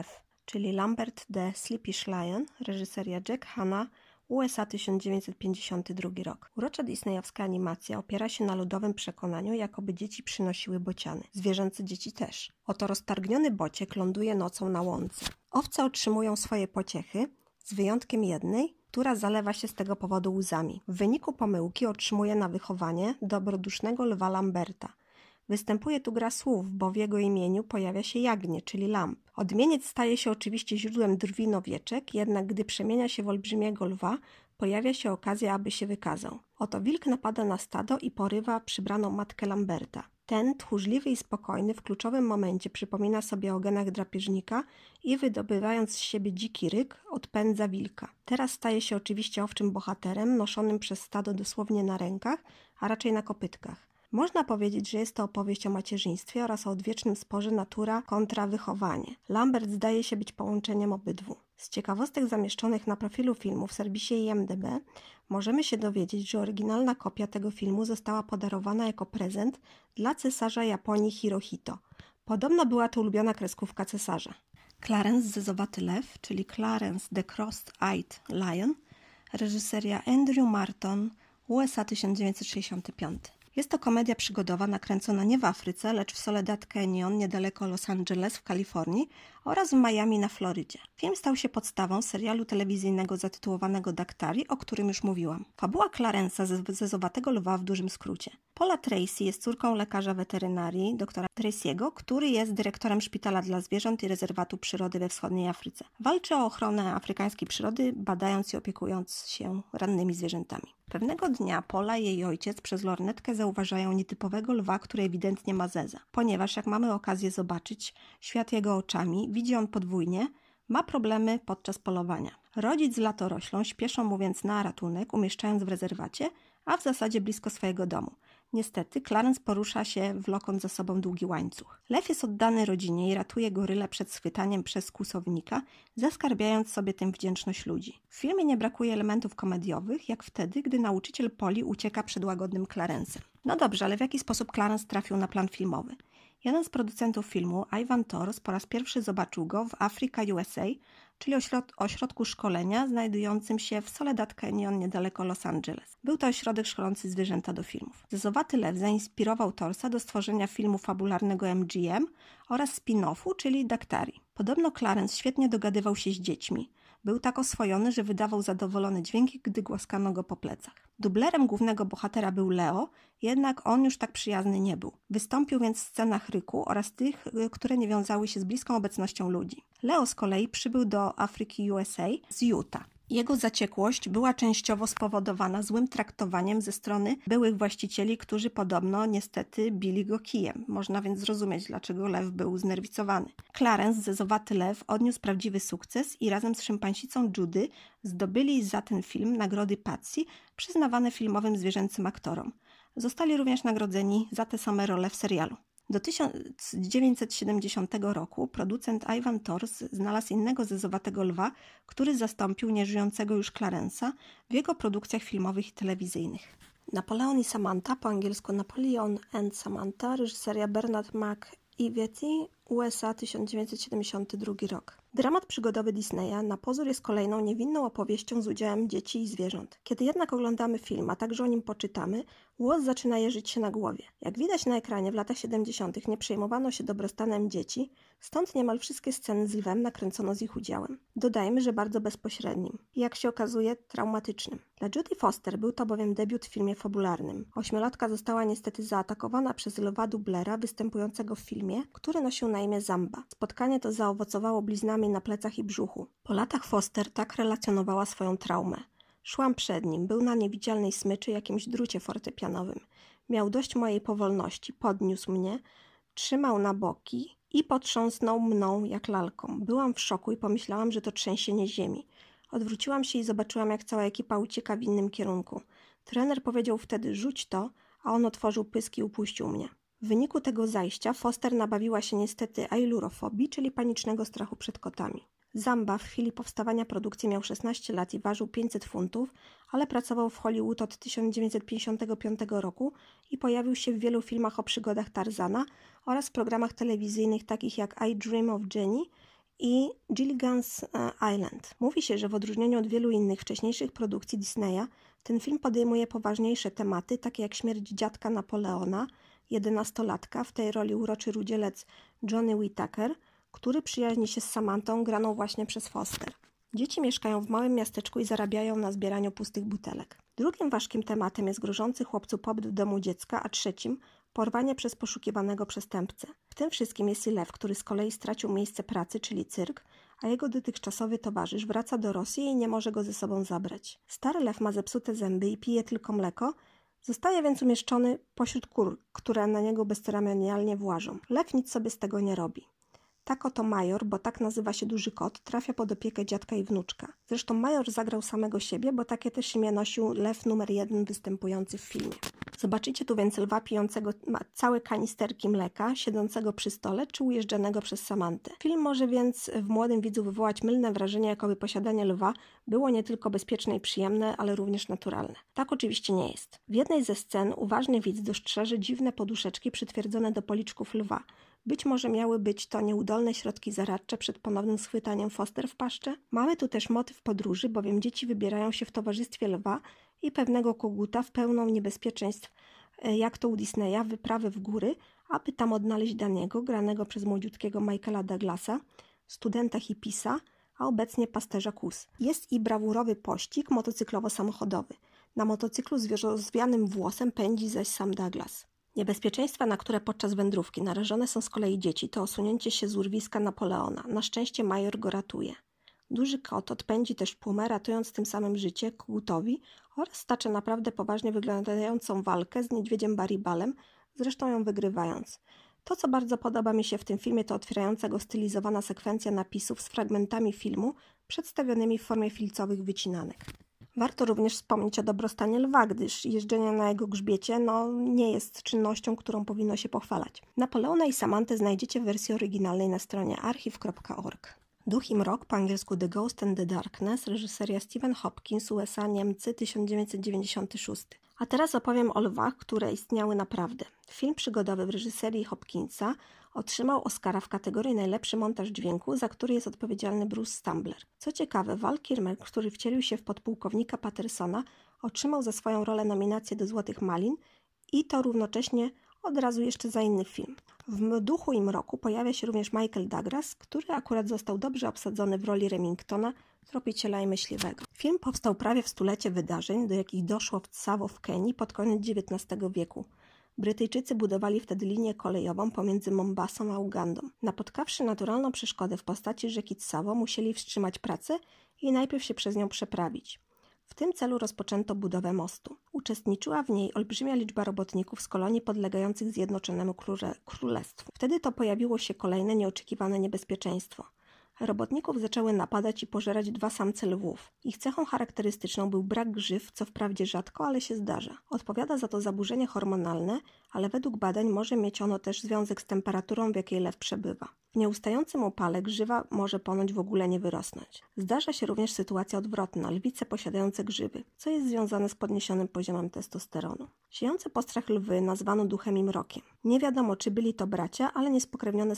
czyli Lambert the Sleepish Lion, reżyseria Jack Hanna, USA 1952 rok. Urocza disneyowska animacja opiera się na ludowym przekonaniu, jakoby dzieci przynosiły bociany. Zwierzęce dzieci też. Oto roztargniony bociek ląduje nocą na łące. Owce otrzymują swoje pociechy, z wyjątkiem jednej, która zalewa się z tego powodu łzami. W wyniku pomyłki otrzymuje na wychowanie dobrodusznego lwa Lamberta. Występuje tu gra słów, bo w jego imieniu pojawia się jagnię, czyli lamp. Odmieniec staje się oczywiście źródłem drwin owieczek, jednak gdy przemienia się w olbrzymiego lwa, pojawia się okazja, aby się wykazał. Oto wilk napada na stado i porywa przybraną matkę Lamberta. Ten, tchórzliwy i spokojny, w kluczowym momencie przypomina sobie o genach drapieżnika i wydobywając z siebie dziki ryk, odpędza wilka. Teraz staje się oczywiście owczym bohaterem, noszonym przez stado dosłownie na rękach, a raczej na kopytkach. Można powiedzieć, że jest to opowieść o macierzyństwie oraz o odwiecznym sporze natura kontra wychowanie. Lambert zdaje się być połączeniem obydwu. Z ciekawostek zamieszczonych na profilu filmu w serwisie IMDb możemy się dowiedzieć, że oryginalna kopia tego filmu została podarowana jako prezent dla cesarza Japonii Hirohito. Podobno była to ulubiona kreskówka cesarza. Clarence Zezowaty Lew, czyli Clarence the Cross-Eyed Lion, reżyseria Andrew Marton, USA 1965. Jest to komedia przygodowa nakręcona nie w Afryce, lecz w Soledad Canyon niedaleko Los Angeles w Kalifornii oraz w Miami na Florydzie. Film stał się podstawą serialu telewizyjnego zatytułowanego Daktari, o którym już mówiłam. Fabuła Clarence'a ze Zezowatego Lwa w dużym skrócie. Paula Tracy jest córką lekarza weterynarii, doktora Tracy'ego, który jest dyrektorem szpitala dla zwierząt i rezerwatu przyrody we wschodniej Afryce. Walczy o ochronę afrykańskiej przyrody, badając i opiekując się rannymi zwierzętami. Pewnego dnia Paula i jej ojciec przez lornetkę zauważają nietypowego lwa, który ewidentnie ma zeza. Ponieważ, jak mamy okazję zobaczyć świat jego oczami, widzi on podwójnie, ma problemy podczas polowania. Rodzic z latoroślą śpieszą mu więc na ratunek, umieszczając w rezerwacie, a w zasadzie blisko swojego domu. Niestety, Clarence porusza się, wlokąc za sobą długi łańcuch. Lew jest oddany rodzinie i ratuje gorylę przed schwytaniem przez kłusownika, zaskarbiając sobie tym wdzięczność ludzi. W filmie nie brakuje elementów komediowych, jak wtedy, gdy nauczyciel Poli ucieka przed łagodnym Clarencem. No dobrze, ale w jaki sposób Clarence trafił na plan filmowy? Jeden z producentów filmu, Ivan Tors, po raz pierwszy zobaczył go w Africa USA, czyli ośrodku szkolenia znajdującym się w Soledad Canyon niedaleko Los Angeles. Był to ośrodek szkolący zwierzęta do filmów. Zezowaty Lew zainspirował Torsa do stworzenia filmu fabularnego MGM oraz spin-offu, czyli Daktari. Podobno Clarence świetnie dogadywał się z dziećmi. Był tak oswojony, że wydawał zadowolone dźwięki, gdy głaskano go po plecach. Dublerem głównego bohatera był Leo, jednak on już tak przyjazny nie był. Wystąpił więc w scenach ryku oraz tych, które nie wiązały się z bliską obecnością ludzi. Leo z kolei przybył do Afryki USA z Utah. Jego zaciekłość była częściowo spowodowana złym traktowaniem ze strony byłych właścicieli, którzy podobno niestety bili go kijem. Można więc zrozumieć, dlaczego lew był znerwicowany. Clarence, Zezowaty Lew, odniósł prawdziwy sukces i razem z szympansicą Judy zdobyli za ten film nagrody Patsy przyznawane filmowym zwierzęcym aktorom. Zostali również nagrodzeni za te same role w serialu. Do 1970 roku producent Ivan Tors znalazł innego zezowatego lwa, który zastąpił nieżyjącego już Clarence'a w jego produkcjach filmowych i telewizyjnych. Napoleon i Samantha, po angielsku Napoleon and Samantha, reżyseria Bernard McIvetty, USA 1972 rok. Dramat przygodowy Disneya na pozór jest kolejną niewinną opowieścią z udziałem dzieci i zwierząt. Kiedy jednak oglądamy film, a także o nim poczytamy, włos zaczyna jeżyć się na głowie. Jak widać na ekranie, w latach 70. nie przejmowano się dobrostanem dzieci, stąd niemal wszystkie sceny z lwem nakręcono z ich udziałem. Dodajmy, że bardzo bezpośrednim i, jak się okazuje, traumatycznym. Dla Jodie Foster był to bowiem debiut w filmie fabularnym. Ośmiolatka została niestety zaatakowana przez lwa dublera występującego w filmie, który nosił na imię Zamba. Spotkanie to zaowocowało bliznami na plecach i brzuchu. Po latach Foster tak relacjonowała swoją traumę. Szłam przed nim, był na niewidzialnej smyczy jakimś drucie fortepianowym. Miał dość mojej powolności, podniósł mnie, trzymał na boki i potrząsnął mną jak lalką. Byłam w szoku i pomyślałam, że to trzęsienie ziemi. Odwróciłam się i zobaczyłam, jak cała ekipa ucieka w innym kierunku. Trener powiedział wtedy: rzuć to, a on otworzył pysk i upuścił mnie. W wyniku tego zajścia Foster nabawiła się niestety ailurofobii, czyli panicznego strachu przed kotami. Zamba w chwili powstawania produkcji miał 16 lat i ważył 500 funtów, ale pracował w Hollywood od 1955 roku i pojawił się w wielu filmach o przygodach Tarzana oraz programach telewizyjnych takich jak I Dream of Jeannie i Gilligan's Island. Mówi się, że w odróżnieniu od wielu innych wcześniejszych produkcji Disneya, ten film podejmuje poważniejsze tematy, takie jak śmierć dziadka Napoleona, 11-latka, w tej roli uroczy rudzielec Johnny Whittaker, który przyjaźni się z Samanthą, graną właśnie przez Foster. Dzieci mieszkają w małym miasteczku i zarabiają na zbieraniu pustych butelek. Drugim ważkim tematem jest grożący chłopcu pobyt w domu dziecka, a trzecim porwanie przez poszukiwanego przestępcę. W tym wszystkim jest i lew, który z kolei stracił miejsce pracy, czyli cyrk, a jego dotychczasowy towarzysz wraca do Rosji i nie może go ze sobą zabrać. Stary lew ma zepsute zęby i pije tylko mleko, zostaje więc umieszczony pośród kur, które na niego bezceremonialnie włażą. Lew nic sobie z tego nie robi. Tak oto Major, bo tak nazywa się duży kot, trafia pod opiekę dziadka i wnuczka. Zresztą Major zagrał samego siebie, bo takie też imię nosił lew numer 1 występujący w filmie. Zobaczycie tu więc lwa pijącego całe kanisterki mleka, siedzącego przy stole czy ujeżdżanego przez Samanthę. Film może więc w młodym widzu wywołać mylne wrażenie, jakoby posiadanie lwa było nie tylko bezpieczne i przyjemne, ale również naturalne. Tak oczywiście nie jest. W jednej ze scen uważny widz dostrzeże dziwne poduszeczki przytwierdzone do policzków lwa. Być może miały być to nieudolne środki zaradcze przed ponownym schwytaniem Foster w paszczę? Mamy tu też motyw podróży, bowiem dzieci wybierają się w towarzystwie lwa i pewnego koguta w pełną niebezpieczeństw, jak to u Disneya, wyprawy w góry, aby tam odnaleźć Daniego, granego przez młodziutkiego Michaela Douglasa, studenta hipisa, a obecnie pasterza kóz. Jest i brawurowy pościg motocyklowo-samochodowy. Na motocyklu z rozwianym włosem pędzi zaś sam Douglas. Niebezpieczeństwa, na które podczas wędrówki narażone są z kolei dzieci, to osunięcie się z urwiska Napoleona. Na szczęście Major go ratuje. Duży kot odpędzi też pumę, ratując tym samym życie kogutowi oraz stacze naprawdę poważnie wyglądającą walkę z niedźwiedziem Baribalem, zresztą ją wygrywając. To, co bardzo podoba mi się w tym filmie, to otwierająca go stylizowana sekwencja napisów z fragmentami filmu przedstawionymi w formie filcowych wycinanek. Warto również wspomnieć o dobrostanie lwa, gdyż jeżdżenie na jego grzbiecie nie jest czynnością, którą powinno się pochwalać. Napoleona i Samanthę znajdziecie w wersji oryginalnej na stronie archive.org. Duch i mrok, po angielsku The Ghost and the Darkness, reżyseria Stephen Hopkins, USA, Niemcy, 1996. A teraz opowiem o lwach, które istniały naprawdę. Film przygodowy w reżyserii Hopkinsa otrzymał Oscara w kategorii najlepszy montaż dźwięku, za który jest odpowiedzialny Bruce Stumbler. Co ciekawe, Val Kilmer, który wcielił się w podpułkownika Pattersona, otrzymał za swoją rolę nominację do Złotych Malin i to równocześnie od razu jeszcze za inny film. W Duchu i mroku pojawia się również Michael Douglas, który akurat został dobrze obsadzony w roli Remingtona, tropiciela i myśliwego. Film powstał prawie w stulecie wydarzeń, do jakich doszło w Tsavo w Kenii pod koniec XIX wieku. Brytyjczycy budowali wtedy linię kolejową pomiędzy Mombasą a Ugandą. Napotkawszy naturalną przeszkodę w postaci rzeki Tsavo, musieli wstrzymać pracę i najpierw się przez nią przeprawić. W tym celu rozpoczęto budowę mostu. Uczestniczyła w niej olbrzymia liczba robotników z kolonii podlegających Zjednoczonemu Królestwu. Wtedy to pojawiło się kolejne nieoczekiwane niebezpieczeństwo. Robotników zaczęły napadać i pożerać 2 samce lwów. Ich cechą charakterystyczną był brak grzyw, co wprawdzie rzadko, ale się zdarza. Odpowiada za to zaburzenie hormonalne, ale według badań może mieć ono też związek z temperaturą, w jakiej lew przebywa. W nieustającym upale grzywa może ponoć w ogóle nie wyrosnąć. Zdarza się również sytuacja odwrotna, lwice posiadające grzywy, co jest związane z podniesionym poziomem testosteronu. Siejące postrach lwy nazwano duchem i mrokiem. Nie wiadomo, czy byli to bracia, ale niespokrewnione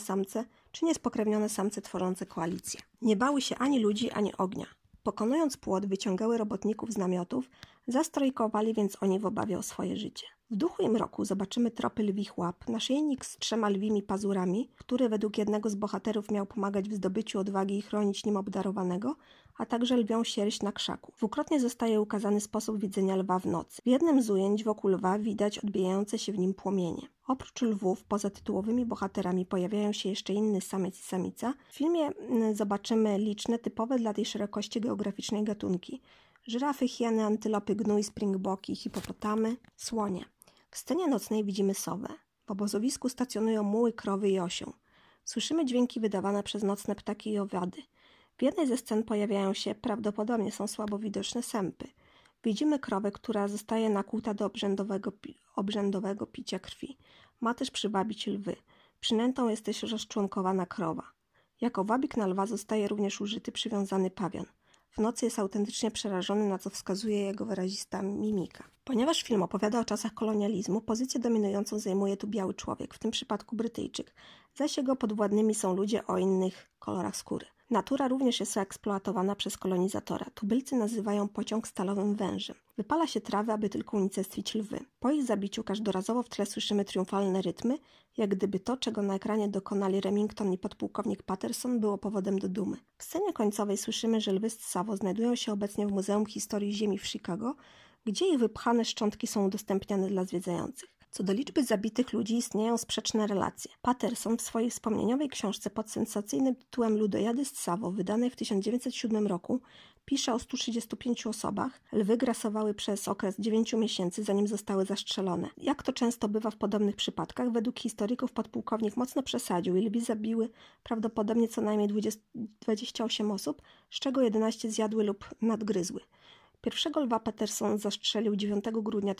samce tworzące koalicję. Nie bały się ani ludzi, ani ognia. Pokonując płot, wyciągały robotników z namiotów, zastrajkowali więc oni w obawie o swoje życie. W Duchu i mroku zobaczymy tropy lwich łap, naszyjnik z 3 lwimi pazurami, który według jednego z bohaterów miał pomagać w zdobyciu odwagi i chronić nim obdarowanego, a także lwią sierść na krzaku. Dwukrotnie zostaje ukazany sposób widzenia lwa w nocy. W jednym z ujęć wokół lwa widać odbijające się w nim płomienie. Oprócz lwów, poza tytułowymi bohaterami pojawiają się jeszcze inny samiec i samica. W filmie zobaczymy liczne, typowe dla tej szerokości geograficznej gatunki. Żyrafy, hieny, antylopy, gnój, springboki, hipopotamy, słonie. W scenie nocnej widzimy sowę. W obozowisku stacjonują muły, krowy i osioł. Słyszymy dźwięki wydawane przez nocne ptaki i owady. W jednej ze scen pojawiają się, prawdopodobnie są słabo widoczne, sępy. Widzimy krowę, która zostaje nakłuta do obrzędowego picia krwi. Ma też przywabić lwy. Przynętą jest też rozczłonkowana krowa. Jako wabik na lwa zostaje również użyty przywiązany pawian. W nocy jest autentycznie przerażony, na co wskazuje jego wyrazista mimika. Ponieważ film opowiada o czasach kolonializmu, pozycję dominującą zajmuje tu biały człowiek, w tym przypadku Brytyjczyk, zaś jego podwładnymi są ludzie o innych kolorach skóry. Natura również jest eksploatowana przez kolonizatora. Tubylcy nazywają pociąg stalowym wężem. Wypala się trawy, aby tylko unicestwić lwy. Po ich zabiciu każdorazowo w tle słyszymy triumfalne rytmy, jak gdyby to, czego na ekranie dokonali Remington i podpułkownik Patterson, było powodem do dumy. W scenie końcowej słyszymy, że lwy z Tsavo znajdują się obecnie w Muzeum Historii Ziemi w Chicago, gdzie ich wypchane szczątki są udostępniane dla zwiedzających. Co do liczby zabitych ludzi istnieją sprzeczne relacje. Patterson w swojej wspomnieniowej książce pod sensacyjnym tytułem Ludojady z Tsavo, wydanej w 1907 roku, pisze o 135 osobach. Lwy grasowały przez okres 9 miesięcy, zanim zostały zastrzelone. Jak to często bywa w podobnych przypadkach, według historyków podpułkownik mocno przesadził i lwy zabiły prawdopodobnie co najmniej 28 osób, z czego 11 zjadły lub nadgryzły. Pierwszego lwa Patterson zastrzelił 9 grudnia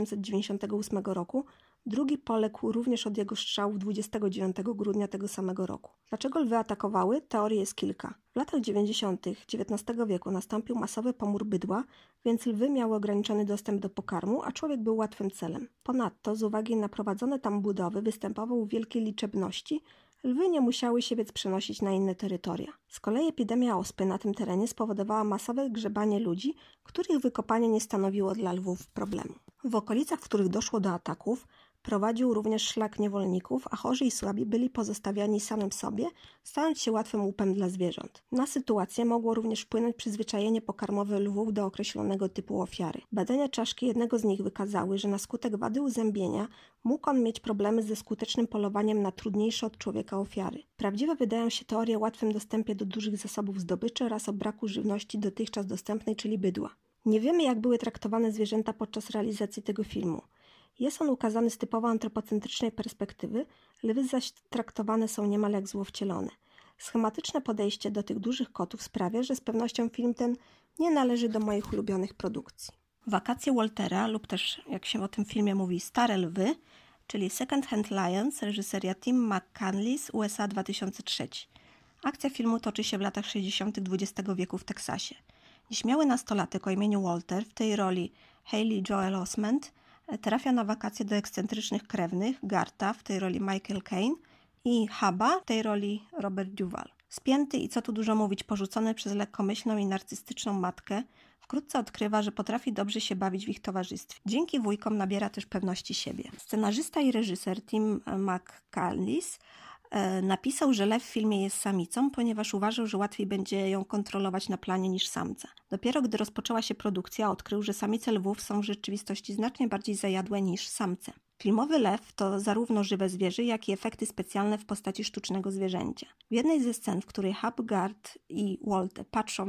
1898 roku, drugi poległ również od jego strzałów 29 grudnia tego samego roku. Dlaczego lwy atakowały? Teorii jest kilka. W latach 90. XIX wieku nastąpił masowy pomór bydła, więc lwy miały ograniczony dostęp do pokarmu, a człowiek był łatwym celem. Ponadto, z uwagi na prowadzone tam budowy, występował w wielkiej liczebności, lwy nie musiały się więc przenosić na inne terytoria. Z kolei epidemia ospy na tym terenie spowodowała masowe grzebanie ludzi, których wykopanie nie stanowiło dla lwów problemu. W okolicach, w których doszło do ataków, prowadził również szlak niewolników, a chorzy i słabi byli pozostawiani samym sobie, stając się łatwym łupem dla zwierząt. Na sytuację mogło również wpłynąć przyzwyczajenie pokarmowe lwów do określonego typu ofiary. Badania czaszki jednego z nich wykazały, że na skutek wady uzębienia mógł on mieć problemy ze skutecznym polowaniem na trudniejsze od człowieka ofiary. Prawdziwe wydają się teorie o łatwym dostępie do dużych zasobów zdobyczy oraz o braku żywności dotychczas dostępnej, czyli bydła. Nie wiemy, jak były traktowane zwierzęta podczas realizacji tego filmu. Jest on ukazany z typowo antropocentrycznej perspektywy, lwy zaś traktowane są niemal jak złowcielone. Schematyczne podejście do tych dużych kotów sprawia, że z pewnością film ten nie należy do moich ulubionych produkcji. Wakacje Waltera, lub też, jak się o tym filmie mówi, Stare Lwy, czyli Second Hand Lions, reżyseria Tim McCanlies, USA 2003. Akcja filmu toczy się w latach 60. XX wieku w Teksasie. Nieśmiały nastolatek o imieniu Walter, w tej roli Haley Joel Osment, trafia na wakacje do ekscentrycznych krewnych, Garta, w tej roli Michael Caine, i Hubba, w tej roli Robert Duvall. Spięty i co tu dużo mówić, porzucony przez lekkomyślną i narcystyczną matkę, wkrótce odkrywa, że potrafi dobrze się bawić w ich towarzystwie. Dzięki wujkom nabiera też pewności siebie. Scenarzysta i reżyser Tim McCanlies napisał, że lew w filmie jest samicą, ponieważ uważał, że łatwiej będzie ją kontrolować na planie niż samca. Dopiero gdy rozpoczęła się produkcja, odkrył, że samice lwów są w rzeczywistości znacznie bardziej zajadłe niż samce. Filmowy lew to zarówno żywe zwierzę, jak i efekty specjalne w postaci sztucznego zwierzęcia. W jednej ze scen, w której Hub, Gart i Walter patrzą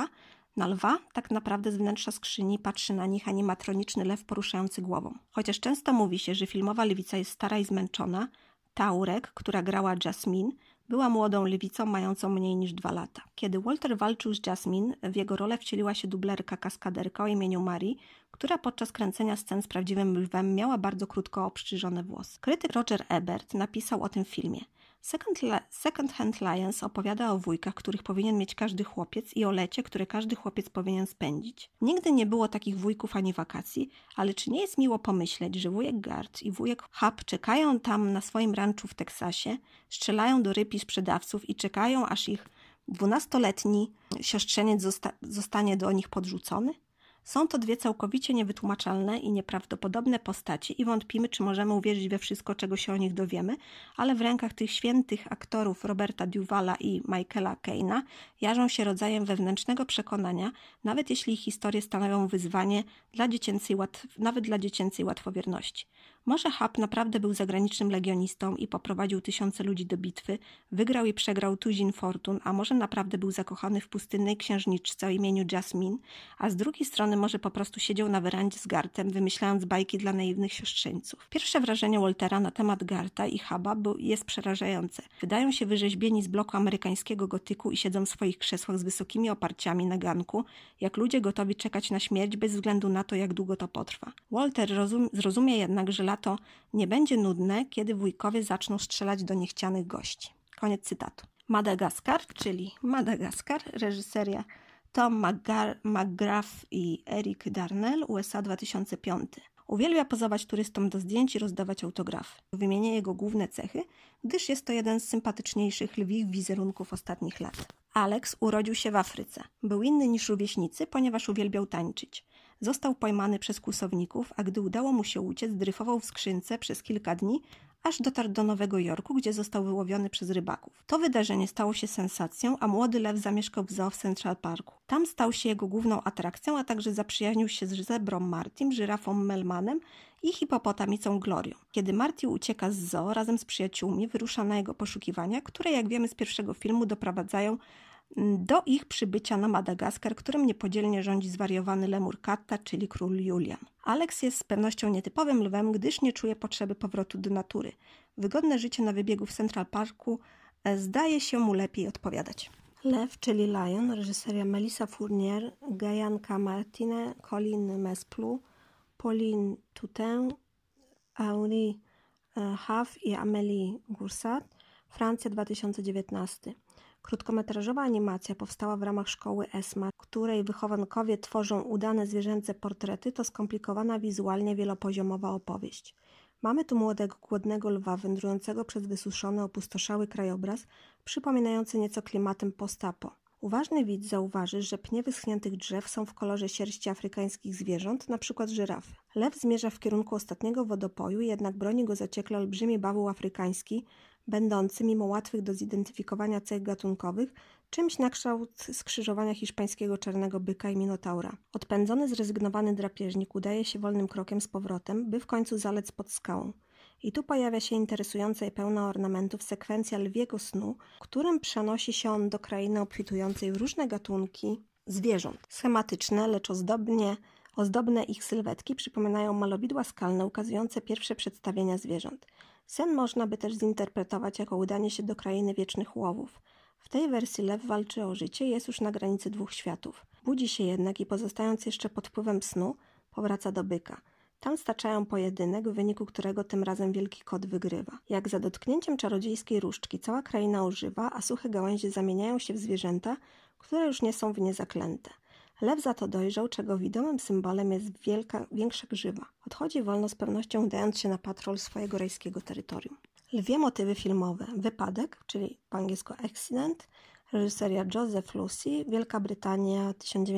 na lwa, tak naprawdę z wnętrza skrzyni patrzy na nich animatroniczny lew poruszający głową. Chociaż często mówi się, że filmowa lwica jest stara i zmęczona, Taurek, która grała Jasmine, była młodą lwicą mającą mniej niż 2 lata. Kiedy Walter walczył z Jasmine, w jego rolę wcieliła się dublerka kaskaderka o imieniu Marie, która podczas kręcenia scen z prawdziwym lwem miała bardzo krótko obstrzyżone włosy. Krytyk Roger Ebert napisał o tym filmie: Second Hand Lions opowiada o wujkach, których powinien mieć każdy chłopiec, i o lecie, które każdy chłopiec powinien spędzić. Nigdy nie było takich wujków ani wakacji, ale czy nie jest miło pomyśleć, że wujek Gart i wujek Hub czekają tam na swoim ranczu w Teksasie, strzelają do ryb i sprzedawców i czekają, aż ich 12-letni siostrzeniec zostanie do nich podrzucony? Są to dwie całkowicie niewytłumaczalne i nieprawdopodobne postacie i wątpimy, czy możemy uwierzyć we wszystko, czego się o nich dowiemy, ale w rękach tych świętych aktorów Roberta Duvalla i Michaela Caine'a jarzą się rodzajem wewnętrznego przekonania, nawet jeśli ich historie stanowią wyzwanie nawet dla dziecięcej łatwowierności. Może Hub naprawdę był zagranicznym legionistą i poprowadził tysiące ludzi do bitwy, wygrał i przegrał tuzin fortun, a może naprawdę był zakochany w pustynnej księżniczce o imieniu Jasmine, a z drugiej strony może po prostu siedział na werandzie z Gartem, wymyślając bajki dla naiwnych siostrzeńców. Pierwsze wrażenie Waltera na temat Garta i Hubba jest przerażające. Wydają się wyrzeźbieni z bloku amerykańskiego gotyku i siedzą w swoich krzesłach z wysokimi oparciami na ganku, jak ludzie gotowi czekać na śmierć bez względu na to, jak długo to potrwa. Walter zrozumie jednak, że lato nie będzie nudne, kiedy wujkowie zaczną strzelać do niechcianych gości. Koniec cytatu. Madagaskar, czyli Madagaskar, reżyseria Tom McGrath i Eric Darnell, USA 2005. Uwielbia pozować turystom do zdjęć i rozdawać autografy. Wymienię jego główne cechy, gdyż jest to jeden z sympatyczniejszych lwich wizerunków ostatnich lat. Alex urodził się w Afryce. Był inny niż rówieśnicy, ponieważ uwielbiał tańczyć. Został pojmany przez kłusowników, a gdy udało mu się uciec, dryfował w skrzynce przez kilka dni, aż dotarł do Nowego Jorku, gdzie został wyłowiony przez rybaków. To wydarzenie stało się sensacją, a młody lew zamieszkał w zoo w Central Parku. Tam stał się jego główną atrakcją, a także zaprzyjaźnił się z zebrą Martim, żyrafą Melmanem i hipopotamicą Glorią. Kiedy Marty ucieka z zoo razem z przyjaciółmi, wyrusza na jego poszukiwania, które, jak wiemy z pierwszego filmu, doprowadzają do ich przybycia na Madagaskar, którym niepodzielnie rządzi zwariowany lemur Katta, czyli król Julian. Alex jest z pewnością nietypowym lwem, gdyż nie czuje potrzeby powrotu do natury. Wygodne życie na wybiegu w Central Parku zdaje się mu lepiej odpowiadać. Lew, czyli Lion, reżyseria Melissa Fournier, Gajanka Martine, Colin Mesplu, Pauline Toutain, Henri Huff i Amélie Goursat, Francja 2019. Krótkometrażowa animacja powstała w ramach szkoły ESMA, której wychowankowie tworzą udane zwierzęce portrety. To skomplikowana wizualnie wielopoziomowa opowieść. Mamy tu młodego, głodnego lwa wędrującego przez wysuszony, opustoszały krajobraz, przypominający nieco klimatem post-apo. Uważny widz zauważy, że pnie wyschniętych drzew są w kolorze sierści afrykańskich zwierząt, np. żyrafy. Lew zmierza w kierunku ostatniego wodopoju, jednak broni go zaciekle olbrzymi bawoł afrykański, będący, mimo łatwych do zidentyfikowania cech gatunkowych, czymś na kształt skrzyżowania hiszpańskiego czarnego byka i minotaura. Odpędzony, zrezygnowany drapieżnik udaje się wolnym krokiem z powrotem, by w końcu zalec pod skałą. I tu pojawia się interesująca i pełna ornamentów sekwencja lwiego snu, którym przenosi się on do krainy obfitującej w różne gatunki zwierząt. Schematyczne, lecz ozdobne ich sylwetki przypominają malowidła skalne ukazujące pierwsze przedstawienia zwierząt. Sen można by też zinterpretować jako udanie się do krainy wiecznych łowów. W tej wersji lew walczy o życie i jest już na granicy dwóch światów. Budzi się jednak i pozostając jeszcze pod wpływem snu, powraca do byka. Tam staczają pojedynek, w wyniku którego tym razem wielki kot wygrywa. Jak za dotknięciem czarodziejskiej różdżki cała kraina ożywa, a suche gałęzie zamieniają się w zwierzęta, które już nie są w nie zaklęte. Lew za to dojrzał, czego widomym symbolem jest większa grzywa. Odchodzi wolno, z pewnością udając się na patrol swojego rajskiego terytorium. Lwie motywy filmowe. Wypadek, czyli po angielsku accident, reżyseria Joseph Lucy, Wielka Brytania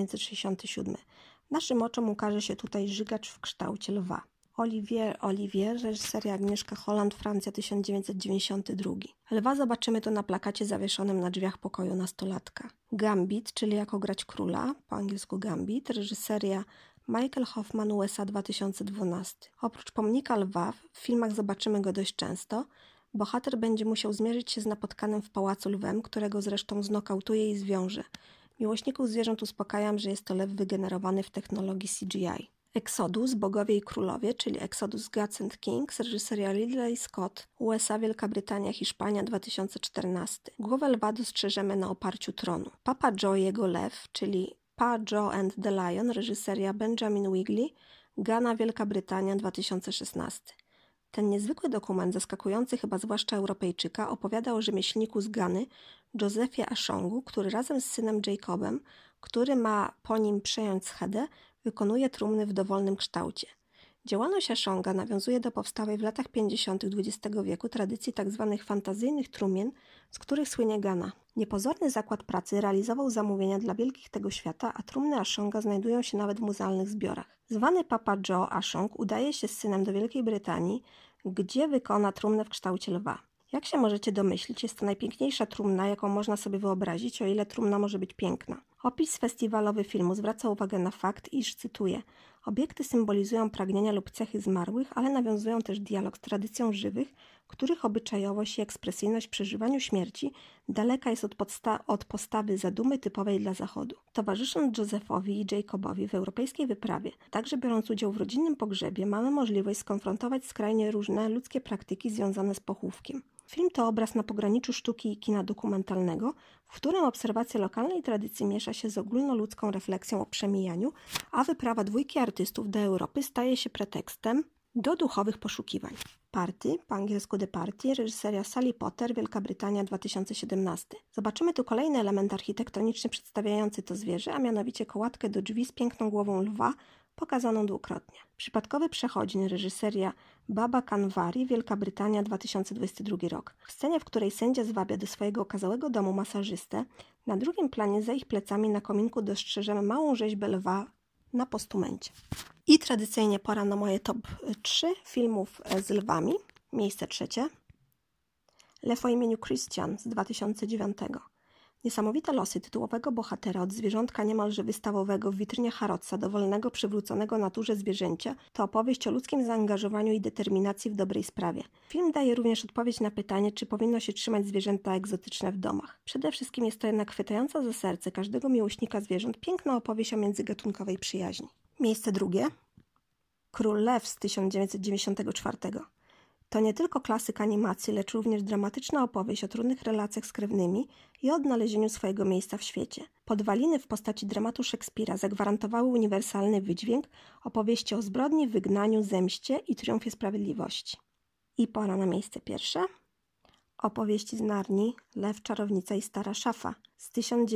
1967. Naszym oczom ukaże się tutaj żygacz w kształcie lwa. Olivier, reżyseria Agnieszka Holland, Francja 1992. Lwa zobaczymy tu na plakacie zawieszonym na drzwiach pokoju nastolatka. Gambit, czyli Jako grać króla, po angielsku Gambit, reżyseria Michael Hoffman, USA 2012. Oprócz pomnika lwa, w filmach zobaczymy go dość często. Bohater będzie musiał zmierzyć się z napotkanym w pałacu lwem, którego zresztą znokautuje i zwiąże. Miłośników zwierząt uspokajam, że jest to lew wygenerowany w technologii CGI. Exodus, Bogowie i Królowie, czyli Exodus Gods and Kings, reżyseria Ridley Scott, USA, Wielka Brytania, Hiszpania 2014. Głowę lwa dostrzeżemy na oparciu tronu. Papa Joe i jego lew, czyli Pa Joe and the Lion, reżyseria Benjamin Wigley, Ghana, Wielka Brytania 2016. Ten niezwykły dokument, zaskakujący chyba zwłaszcza Europejczyka, opowiada o rzemieślniku z Gany, Josephie Ashongu, który razem z synem Jacobem, który ma po nim przejąć schedę, wykonuje trumny w dowolnym kształcie. Działalność Ashonga nawiązuje do powstałej w latach 50. XX wieku tradycji tzw. fantazyjnych trumien, z których słynie Ghana. Niepozorny zakład pracy realizował zamówienia dla wielkich tego świata, a trumny Ashonga znajdują się nawet w muzealnych zbiorach. Zwany Papa Joe Ashong udaje się z synem do Wielkiej Brytanii, gdzie wykona trumnę w kształcie lwa. Jak się możecie domyślić, jest to najpiękniejsza trumna, jaką można sobie wyobrazić, o ile trumna może być piękna. Opis festiwalowy filmu zwraca uwagę na fakt, iż, cytuję, obiekty symbolizują pragnienia lub cechy zmarłych, ale nawiązują też dialog z tradycją żywych, których obyczajowość i ekspresyjność w przeżywaniu śmierci daleka jest od postawy zadumy typowej dla Zachodu. Towarzysząc Josephowi i Jacobowi w europejskiej wyprawie, także biorąc udział w rodzinnym pogrzebie, mamy możliwość skonfrontować skrajnie różne ludzkie praktyki związane z pochówkiem. Film to obraz na pograniczu sztuki i kina dokumentalnego, w którym obserwacja lokalnej tradycji miesza się z ogólnoludzką refleksją o przemijaniu, a wyprawa dwójki artystów do Europy staje się pretekstem Do duchowych poszukiwań. Party, po angielsku The Party, reżyseria Sally Potter, Wielka Brytania, 2017. Zobaczymy tu kolejny element architektoniczny przedstawiający to zwierzę, a mianowicie kołatkę do drzwi z piękną głową lwa, pokazaną dwukrotnie. Przypadkowy przechodzień, reżyseria Baba Kanwari, Wielka Brytania, 2022 rok. W scenie, w której sędzia zwabia do swojego okazałego domu masażystę, na drugim planie za ich plecami na kominku dostrzeżemy małą rzeźbę lwa na postumencie. I tradycyjnie pora na moje top 3 filmów z lwami. Miejsce 3. Lew o imieniu Christian z 2009. Niesamowite losy tytułowego bohatera od zwierzątka niemalże wystawowego w witrynie Harrodsa do wolnego, przywróconego naturze zwierzęcia to opowieść o ludzkim zaangażowaniu i determinacji w dobrej sprawie. Film daje również odpowiedź na pytanie, czy powinno się trzymać zwierzęta egzotyczne w domach. Przede wszystkim jest to jednak chwytająca za serce każdego miłośnika zwierząt piękna opowieść o międzygatunkowej przyjaźni. Miejsce 2. Król Lew z 1994. To nie tylko klasyk animacji, lecz również dramatyczna opowieść o trudnych relacjach z krewnymi i o odnalezieniu swojego miejsca w świecie. Podwaliny w postaci dramatu Szekspira zagwarantowały uniwersalny wydźwięk opowieści o zbrodni, wygnaniu, zemście i triumfie sprawiedliwości. I pora na miejsce 1. Opowieści z Narni, Lew, Czarownica i Stara Szafa z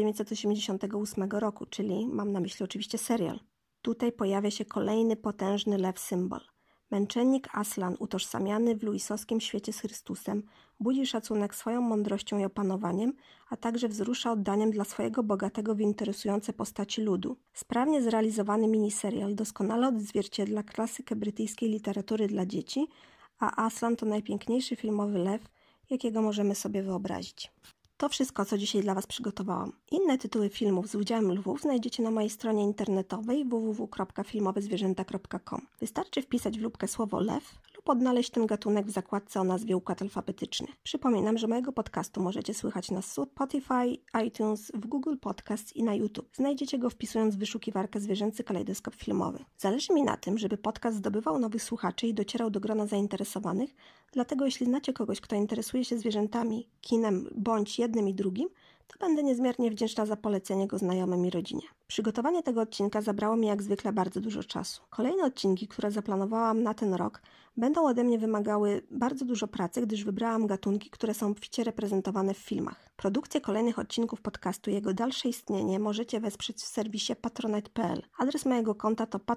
1988 roku, czyli mam na myśli oczywiście serial. Tutaj pojawia się kolejny potężny lew symbol. Męczennik Aslan, utożsamiany w luisowskim świecie z Chrystusem, budzi szacunek swoją mądrością i opanowaniem, a także wzrusza oddaniem dla swojego bogatego w interesujące postaci ludu. Sprawnie zrealizowany miniserial doskonale odzwierciedla klasykę brytyjskiej literatury dla dzieci, a Aslan to najpiękniejszy filmowy lew, jakiego możemy sobie wyobrazić. To wszystko, co dzisiaj dla Was przygotowałam. Inne tytuły filmów z udziałem lwów znajdziecie na mojej stronie internetowej www.filmowezwierzęta.com. Wystarczy wpisać w lupkę słowo lew lub odnaleźć ten gatunek w zakładce o nazwie Układ Alfabetyczny. Przypominam, że mojego podcastu możecie słychać na Spotify, iTunes, w Google Podcasts i na YouTube. Znajdziecie go wpisując w wyszukiwarkę Zwierzęcy Kalejdoskop Filmowy. Zależy mi na tym, żeby podcast zdobywał nowych słuchaczy i docierał do grona zainteresowanych, dlatego jeśli znacie kogoś, kto interesuje się zwierzętami, kinem bądź jednym i drugim, to będę niezmiernie wdzięczna za polecenie go znajomym i rodzinie. Przygotowanie tego odcinka zabrało mi jak zwykle bardzo dużo czasu. Kolejne odcinki, które zaplanowałam na ten rok, będą ode mnie wymagały bardzo dużo pracy, gdyż wybrałam gatunki, które są obficie reprezentowane w filmach. Produkcję kolejnych odcinków podcastu i jego dalsze istnienie możecie wesprzeć w serwisie patronite.pl. Adres mojego konta to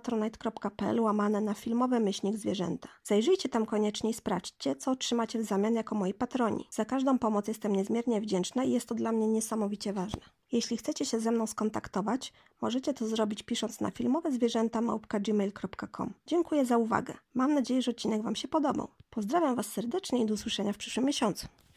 patronite.pl/filmowe-zwierzęta. Zajrzyjcie tam koniecznie i sprawdźcie, co otrzymacie w zamian jako moi patroni. Za każdą pomoc jestem niezmiernie wdzięczna i jest to dla mnie niesamowicie ważne. Jeśli chcecie się ze mną skontaktować, możecie to zrobić pisząc na filmowezwierzęta@gmail.com. Dziękuję za uwagę. Mam nadzieję, że odcinek Wam się podobał. Pozdrawiam Was serdecznie i do usłyszenia w przyszłym miesiącu.